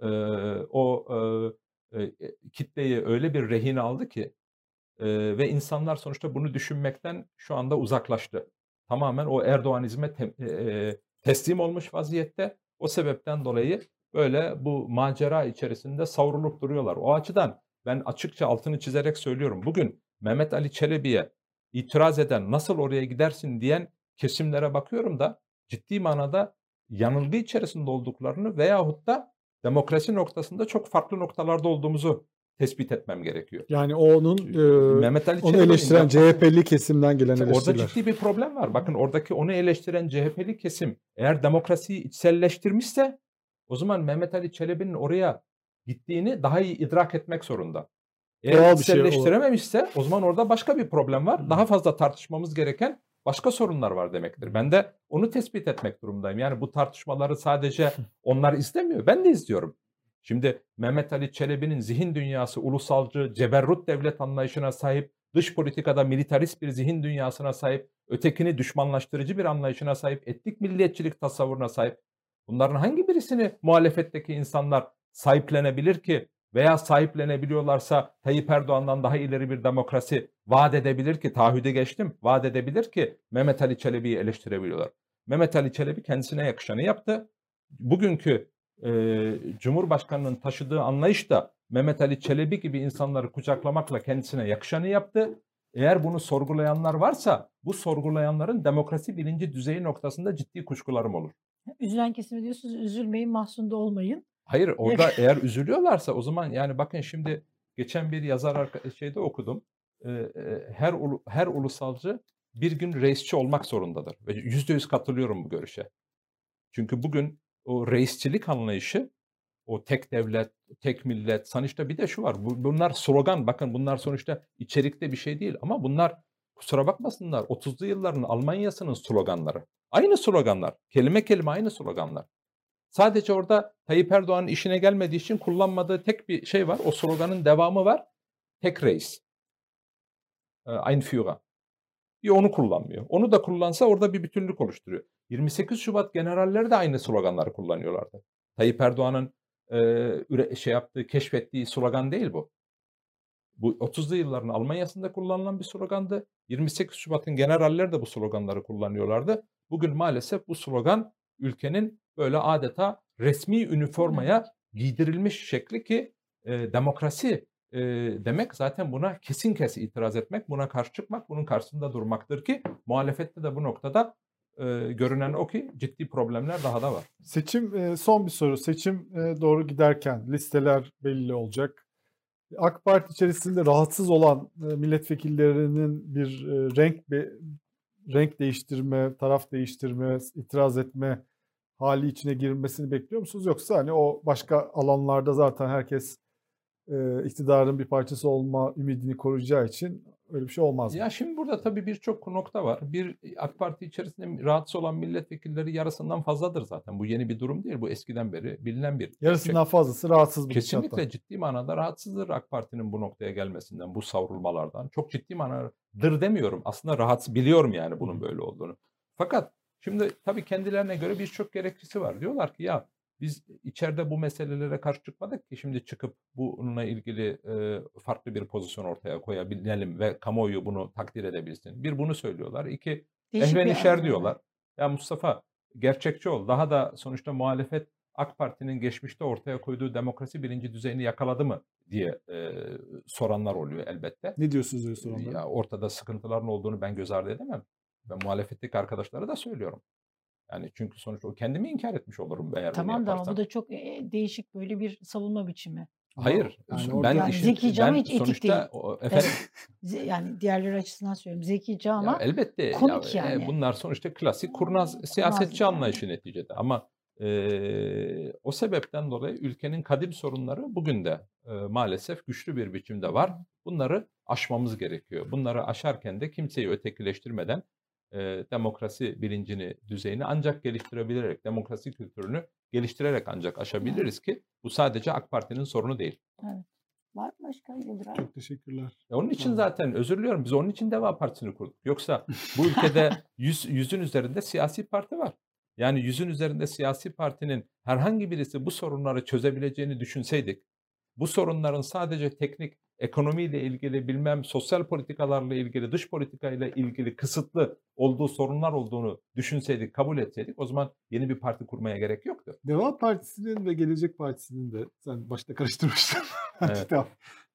[SPEAKER 4] kitleyi öyle bir rehin aldı ki ve insanlar sonuçta bunu düşünmekten şu anda uzaklaştı. Tamamen o Erdoğanizme teslim olmuş vaziyette. O sebepten dolayı böyle bu macera içerisinde savrulup duruyorlar. O açıdan ben açıkça altını çizerek söylüyorum. Bugün Mehmet Ali Çelebi'ye itiraz eden, nasıl oraya gidersin diyen kesimlere bakıyorum da ciddi manada yanılgı içerisinde olduklarını veyahut da demokrasi noktasında çok farklı noktalarda olduğumuzu tespit etmem gerekiyor.
[SPEAKER 3] Yani onun
[SPEAKER 4] Mehmet Ali
[SPEAKER 3] onu eleştiren CHP'li kesimden gelen eleştiriler.
[SPEAKER 4] Orada ciddi bir problem var. Bakın oradaki onu eleştiren CHP'li kesim eğer demokrasiyi içselleştirmişse o zaman Mehmet Ali Çelebi'nin oraya gittiğini daha iyi idrak etmek zorunda. Eğer içselleştirememişse o zaman orada başka bir problem var. Daha fazla tartışmamız gereken başka sorunlar var demektir. Ben de onu tespit etmek durumundayım. Yani bu tartışmaları sadece onlar izlemiyor. Ben de izliyorum. Şimdi Mehmet Ali Çelebi'nin zihin dünyası ulusalcı, ceberrut devlet anlayışına sahip, dış politikada militarist bir zihin dünyasına sahip, ötekini düşmanlaştırıcı bir anlayışına sahip, etnik milliyetçilik tasavvuruna sahip. Bunların hangi birisini muhalefetteki insanlar sahiplenebilir ki veya sahiplenebiliyorlarsa Tayyip Erdoğan'dan daha ileri bir demokrasi vaat edebilir ki, taahhüde geçtim, vaat edebilir ki Mehmet Ali Çelebi'yi eleştirebiliyorlar. Mehmet Ali Çelebi kendisine yakışanı yaptı. Bugünkü Cumhurbaşkanı'nın taşıdığı anlayış da Mehmet Ali Çelebi gibi insanları kucaklamakla kendisine yakışanı yaptı. Eğer bunu sorgulayanlar varsa bu sorgulayanların demokrasi bilinci düzeyi noktasında ciddi kuşkularım olur.
[SPEAKER 1] Üzülen kesime diyorsunuz, üzülmeyin, mahzunda olmayın.
[SPEAKER 4] Hayır, orada eğer üzülüyorlarsa o zaman yani bakın şimdi geçen bir yazar şeyde okudum. Her ulusalcı bir gün reisçi olmak zorundadır. Ve %100 katılıyorum bu görüşe. Çünkü bugün o reisçilik anlayışı, o tek devlet, tek millet, sonuçta bir de şu var. Bunlar slogan. Bakın bunlar sonuçta içerikte bir şey değil. Ama bunlar kusura bakmasınlar 30'lu yılların Almanya'sının sloganları. Aynı sloganlar. Kelime kelime aynı sloganlar. Sadece orada Tayyip Erdoğan'ın işine gelmediği için kullanmadığı tek bir şey var. O sloganın devamı var. Tek reis. Ein Führer. Bir onu kullanmıyor. Onu da kullansa orada bir bütünlük oluşturuyor. 28 Şubat generalleri de aynı sloganları kullanıyorlardı. Tayyip Erdoğan'ın keşfettiği slogan değil bu. Bu 30'lu yılların Almanya'sında kullanılan bir slogandı. 28 Şubat'ın generalleri de bu sloganları kullanıyorlardı. Bugün maalesef bu slogan ülkenin böyle adeta resmi üniformaya giydirilmiş şekli ki demokrasi demek zaten buna kesin itiraz etmek, buna karşı çıkmak, bunun karşısında durmaktır ki muhalefette de bu noktada görünen o ki ciddi problemler daha da var.
[SPEAKER 3] Seçim, son bir soru. Seçim doğru giderken listeler belli olacak. AK Parti içerisinde rahatsız olan milletvekillerinin bir renk değiştirme, taraf değiştirme, itiraz etme hali içine girmesini bekliyor musunuz? Yoksa hani o başka alanlarda zaten herkes iktidarın bir parçası olma ümidini koruyacağı için öyle bir şey olmaz mı?
[SPEAKER 4] Ya şimdi burada tabii birçok nokta var. Bir AK Parti içerisinde rahatsız olan milletvekilleri yarısından fazladır zaten. Bu yeni bir durum değil. Bu eskiden beri bilinen bir
[SPEAKER 3] Yarısından fazlası rahatsız bu
[SPEAKER 4] kesinlikle
[SPEAKER 3] gidişattan.
[SPEAKER 4] ciddi manada rahatsızdır AK Parti'nin bu noktaya gelmesinden, bu savrulmalardan. Çok ciddi manadadır demiyorum. Aslında rahatsız biliyorum yani bunun böyle olduğunu. Fakat şimdi tabii kendilerine göre birçok gerekçesi var. Diyorlar ki ya biz içeride bu meselelere karşı çıkmadık ki şimdi çıkıp bununla ilgili farklı bir pozisyon ortaya koyabilelim ve kamuoyu bunu takdir edebilsin. Bir bunu söylüyorlar. İki ehvenişer diyorlar. Ya Mustafa gerçekçi ol. Daha da sonuçta muhalefet AK Parti'nin geçmişte ortaya koyduğu demokrasi bilinci düzeyini yakaladı mı diye soranlar oluyor elbette.
[SPEAKER 3] Ne diyorsunuz öyle soranlara?
[SPEAKER 4] Ya ortada sıkıntıların olduğunu ben göz ardı edemem. Ben muhalefetteki arkadaşlara da söylüyorum. Yani çünkü sonuçta o kendimi inkar etmiş olurum eğer bunu
[SPEAKER 1] Tamam da ama
[SPEAKER 4] yaparsam.
[SPEAKER 1] bu da çok değişik böyle bir savunma biçimi.
[SPEAKER 4] Hayır.
[SPEAKER 3] Yani
[SPEAKER 4] Ben
[SPEAKER 1] Yani zekice ama hiç etik
[SPEAKER 4] sonuçta efendim
[SPEAKER 1] Yani diğerleri açısından söylüyorum. Zekice ama
[SPEAKER 4] ya elbette
[SPEAKER 1] komik yani.
[SPEAKER 4] bunlar sonuçta klasik kurnaz siyasetçi
[SPEAKER 1] yani.
[SPEAKER 4] anlayışı neticede ama o sebepten dolayı ülkenin kadim sorunları bugün de maalesef güçlü bir biçimde var. Bunları aşmamız gerekiyor. Bunları aşarken de kimseyi ötekileştirmeden demokrasi bilincini, düzeyini ancak geliştirebilerek, demokrasi kültürünü geliştirerek ancak aşabiliriz ki bu sadece AK Parti'nin sorunu değil.
[SPEAKER 1] Evet. Var mı başka Yıldıray?
[SPEAKER 3] Çok teşekkürler.
[SPEAKER 4] Onun için zaten özür diliyorum biz onun için Deva Partisi'ni kurduk. Yoksa bu ülkede 100'ün üzerinde siyasi parti var. Yani 100'ün üzerinde siyasi partinin herhangi birisi bu sorunları çözebileceğini düşünseydik, bu sorunların sadece teknik, ekonomiyle ilgili, bilmem sosyal politikalarla ilgili, dış politikayla ilgili kısıtlı olduğu sorunlar olduğunu düşünseydik, kabul etseydik o zaman yeni bir parti kurmaya gerek yoktu.
[SPEAKER 3] Deva Partisi'nin ve Gelecek Partisi'nin de sen başta karıştırmıştın.
[SPEAKER 4] Evet.
[SPEAKER 3] Tamam.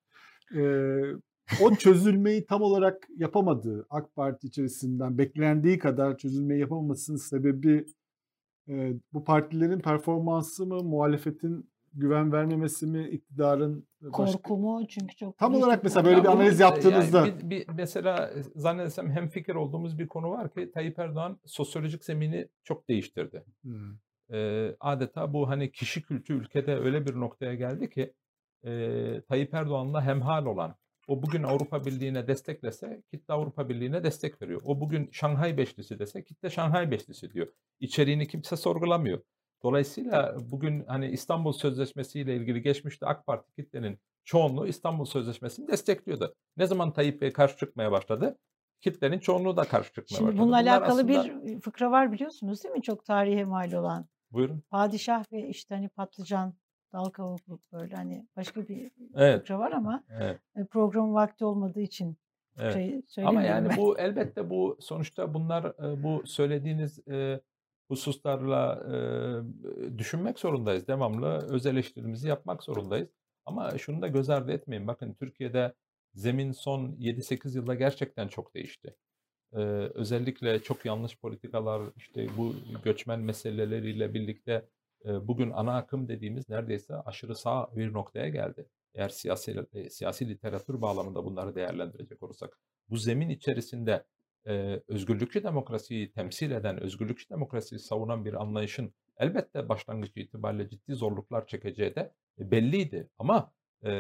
[SPEAKER 3] O çözülmeyi tam olarak yapamadığı AK Parti içerisinden beklendiği kadar çözülmeyi yapamamasının sebebi bu partilerin performansı mı, muhalefetin güven vermemesi mi, iktidarın
[SPEAKER 1] Korku mu? Çünkü çok
[SPEAKER 3] tam olarak mesela
[SPEAKER 1] politik
[SPEAKER 3] böyle bir analiz yaptığınızda
[SPEAKER 4] bir mesela zannedersem hemfikir olduğumuz bir konu var ki Tayyip Erdoğan sosyolojik zemini çok değiştirdi. Adeta bu hani kişi kültü ülkede öyle bir noktaya geldi ki Tayyip Erdoğan'la hemhal olan O bugün Avrupa Birliği'ne desteklese kitle Avrupa Birliği'ne destek veriyor. O bugün Şanghay Beşlisi dese kitle Şanghay Beşlisi diyor. İçeriğini kimse sorgulamıyor. Dolayısıyla bugün hani İstanbul Sözleşmesi ile ilgili geçmişte AK Parti kitlenin çoğunluğu İstanbul Sözleşmesi'ni destekliyordu. Ne zaman Tayyip Bey karşı çıkmaya başladı? Kitlenin çoğunluğu da karşı çıkmaya başladı.
[SPEAKER 1] Şimdi bununla
[SPEAKER 4] Bunlar
[SPEAKER 1] alakalı
[SPEAKER 4] aslında...
[SPEAKER 1] bir fıkra var biliyorsunuz değil mi? Çok tarihe mal olan.
[SPEAKER 4] Buyurun.
[SPEAKER 1] Padişah ve işte hani patlıcan, dal kavukluk böyle hani başka bir
[SPEAKER 4] Evet.
[SPEAKER 1] fıkra var ama
[SPEAKER 4] Evet.
[SPEAKER 1] Programın vakti olmadığı için
[SPEAKER 4] Evet.
[SPEAKER 1] söylemiyorum.
[SPEAKER 4] Ama yani
[SPEAKER 1] ben.
[SPEAKER 4] bu elbette bu sonuçta bunlar bu söylediğiniz hususlarla düşünmek zorundayız. Devamlı öz eleştirimizi yapmak zorundayız. Ama şunu da göz ardı etmeyin. Bakın Türkiye'de zemin son 7-8 yılda gerçekten çok değişti. Özellikle çok yanlış politikalar, işte bu göçmen meseleleriyle birlikte bugün ana akım dediğimiz neredeyse aşırı sağ bir noktaya geldi. Eğer siyasi literatür bağlamında bunları değerlendirecek olursak. Bu zemin içerisinde özgürlükçü demokrasiyi temsil eden, özgürlükçü demokrasiyi savunan bir anlayışın elbette başlangıç itibariyle ciddi zorluklar çekeceği de belliydi. Ama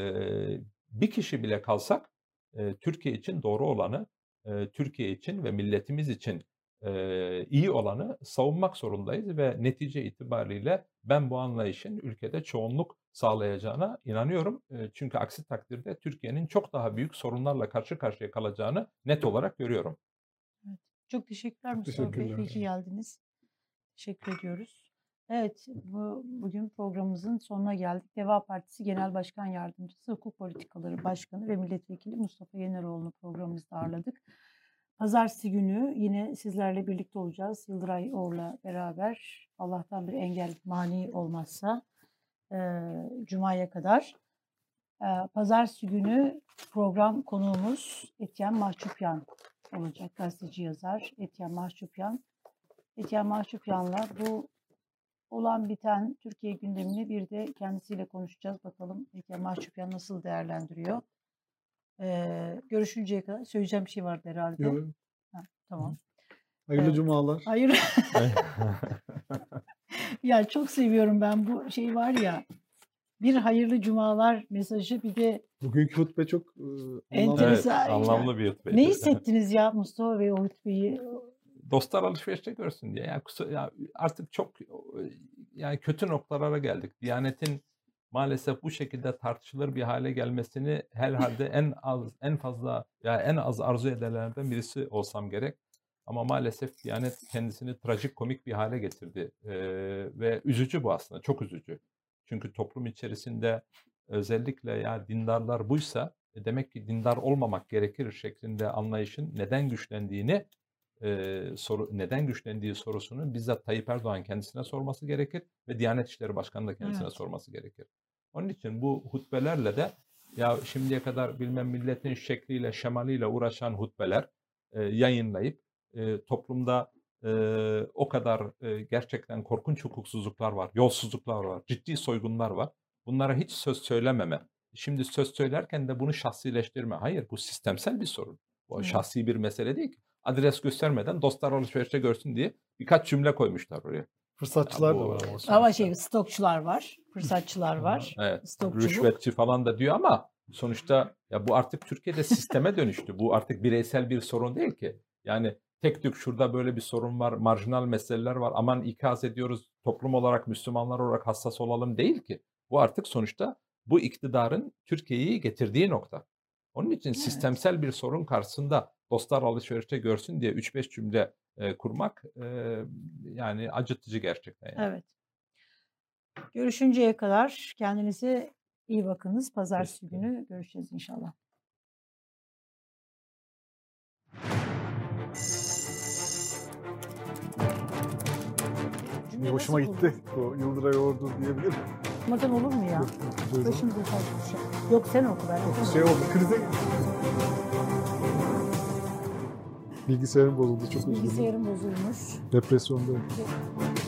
[SPEAKER 4] bir kişi bile kalsak Türkiye için doğru olanı, Türkiye için ve milletimiz için iyi olanı savunmak zorundayız ve netice itibariyle ben bu anlayışın ülkede çoğunluk sağlayacağına inanıyorum. Çünkü aksi takdirde Türkiye'nin çok daha büyük sorunlarla karşı karşıya kalacağını net olarak görüyorum.
[SPEAKER 1] Evet. Çok teşekkürler
[SPEAKER 3] Çok
[SPEAKER 1] Mustafa Bey.
[SPEAKER 3] teşekkürler.
[SPEAKER 1] İyi ki geldiniz. Teşekkür ediyoruz. Evet, bugün programımızın sonuna geldik. Deva Partisi Genel Başkan Yardımcısı, Hukuk Politikaları Başkanı ve Milletvekili Mustafa Yeneroğlu'nu programımızda ağırladık. Pazartesi günü yine sizlerle birlikte olacağız. Yıldıray Oğur'la beraber. Allah'tan bir engel mani olmazsa Cuma'ya kadar. Pazartesi günü program konuğumuz Etyen Mahçupyan olacak. Gazeteci yazar Etyen Mahçupyan. Etyen Mahçupyan'la bu olan biten Türkiye gündemini bir de kendisiyle konuşacağız. Bakalım Etyen Mahçupyan nasıl değerlendiriyor. Görüşünceye kadar söyleyeceğim bir şey vardı herhalde.
[SPEAKER 3] Yok.
[SPEAKER 1] Ha, tamam.
[SPEAKER 3] Hayırlı cumalar.
[SPEAKER 1] Hayır. Ya çok seviyorum ben bu şey var ya. Bir hayırlı cumalar mesajı, bir de
[SPEAKER 3] Bugünkü hutbe çok
[SPEAKER 1] enteresan.
[SPEAKER 4] Evet, anlamlı bir hutbeydi.
[SPEAKER 1] Ne hissettiniz ya Mustafa Bey o hutbeyi?
[SPEAKER 4] Dostlar alışverişte görsün diye. Yani artık çok yani kötü noktalara geldik. Diyanetin maalesef bu şekilde tartışılır bir hale gelmesini herhalde en az arzu edenlerden birisi olsam gerek. Ama maalesef Diyanet kendisini trajikomik bir hale getirdi. Ve üzücü bu aslında, çok üzücü. Çünkü toplum içerisinde özellikle ya dindarlar buysa demek ki dindar olmamak gerekir şeklinde anlayışın neden güçlendiğini neden güçlendiği sorusunu bizzat Tayyip Erdoğan kendisine sorması gerekir ve Diyanet İşleri Başkanı da kendisine sorması gerekir. Onun için bu hutbelerle de ya şimdiye kadar bilmem milletin şekliyle şemaliyle uğraşan hutbeler yayınlayıp toplumda o kadar gerçekten korkunç hukuksuzluklar var, yolsuzluklar var, ciddi soygunlar var. Bunlara hiç söz söylememe. Şimdi söz söylerken de bunu şahsileştirme. Hayır, bu sistemsel bir sorun. Bu şahsi bir mesele değil ki. Adres göstermeden dostlar alışverişte görsün diye birkaç cümle koymuşlar oraya.
[SPEAKER 3] fırsatçılar da var.
[SPEAKER 1] Ama stokçular var, fırsatçılar var.
[SPEAKER 4] Evet,
[SPEAKER 1] Stokçuluk.
[SPEAKER 4] rüşvetçi falan da diyor ama sonuçta ya bu artık Türkiye'de sisteme dönüştü. Bu artık bireysel bir sorun değil ki. Yani tek tük şurada böyle bir sorun var, marjinal meseleler var. Aman ikaz ediyoruz, toplum olarak, Müslümanlar olarak hassas olalım değil ki. Bu artık sonuçta bu iktidarın Türkiye'yi getirdiği nokta. Onun için sistemsel bir sorun karşısında dostlar alışverişte görsün diye 3-5 cümle kurmak yani acıtıcı gerçekten. Yani.
[SPEAKER 1] Evet. Görüşünceye kadar kendinize iyi bakınız. Pazartesi günü görüşeceğiz inşallah.
[SPEAKER 3] Hoşuma gitti. O Yıldıray Oğur'dur diyebilirim.
[SPEAKER 1] Okumadan olur mu ya? Başımıza bir şey. Yok sen oku ben.
[SPEAKER 3] Şey oldu, krize bilgisayarım bozuldu, çok üzüldüm.
[SPEAKER 1] Bilgisayarım bozulmuş.
[SPEAKER 3] Depresyondayım.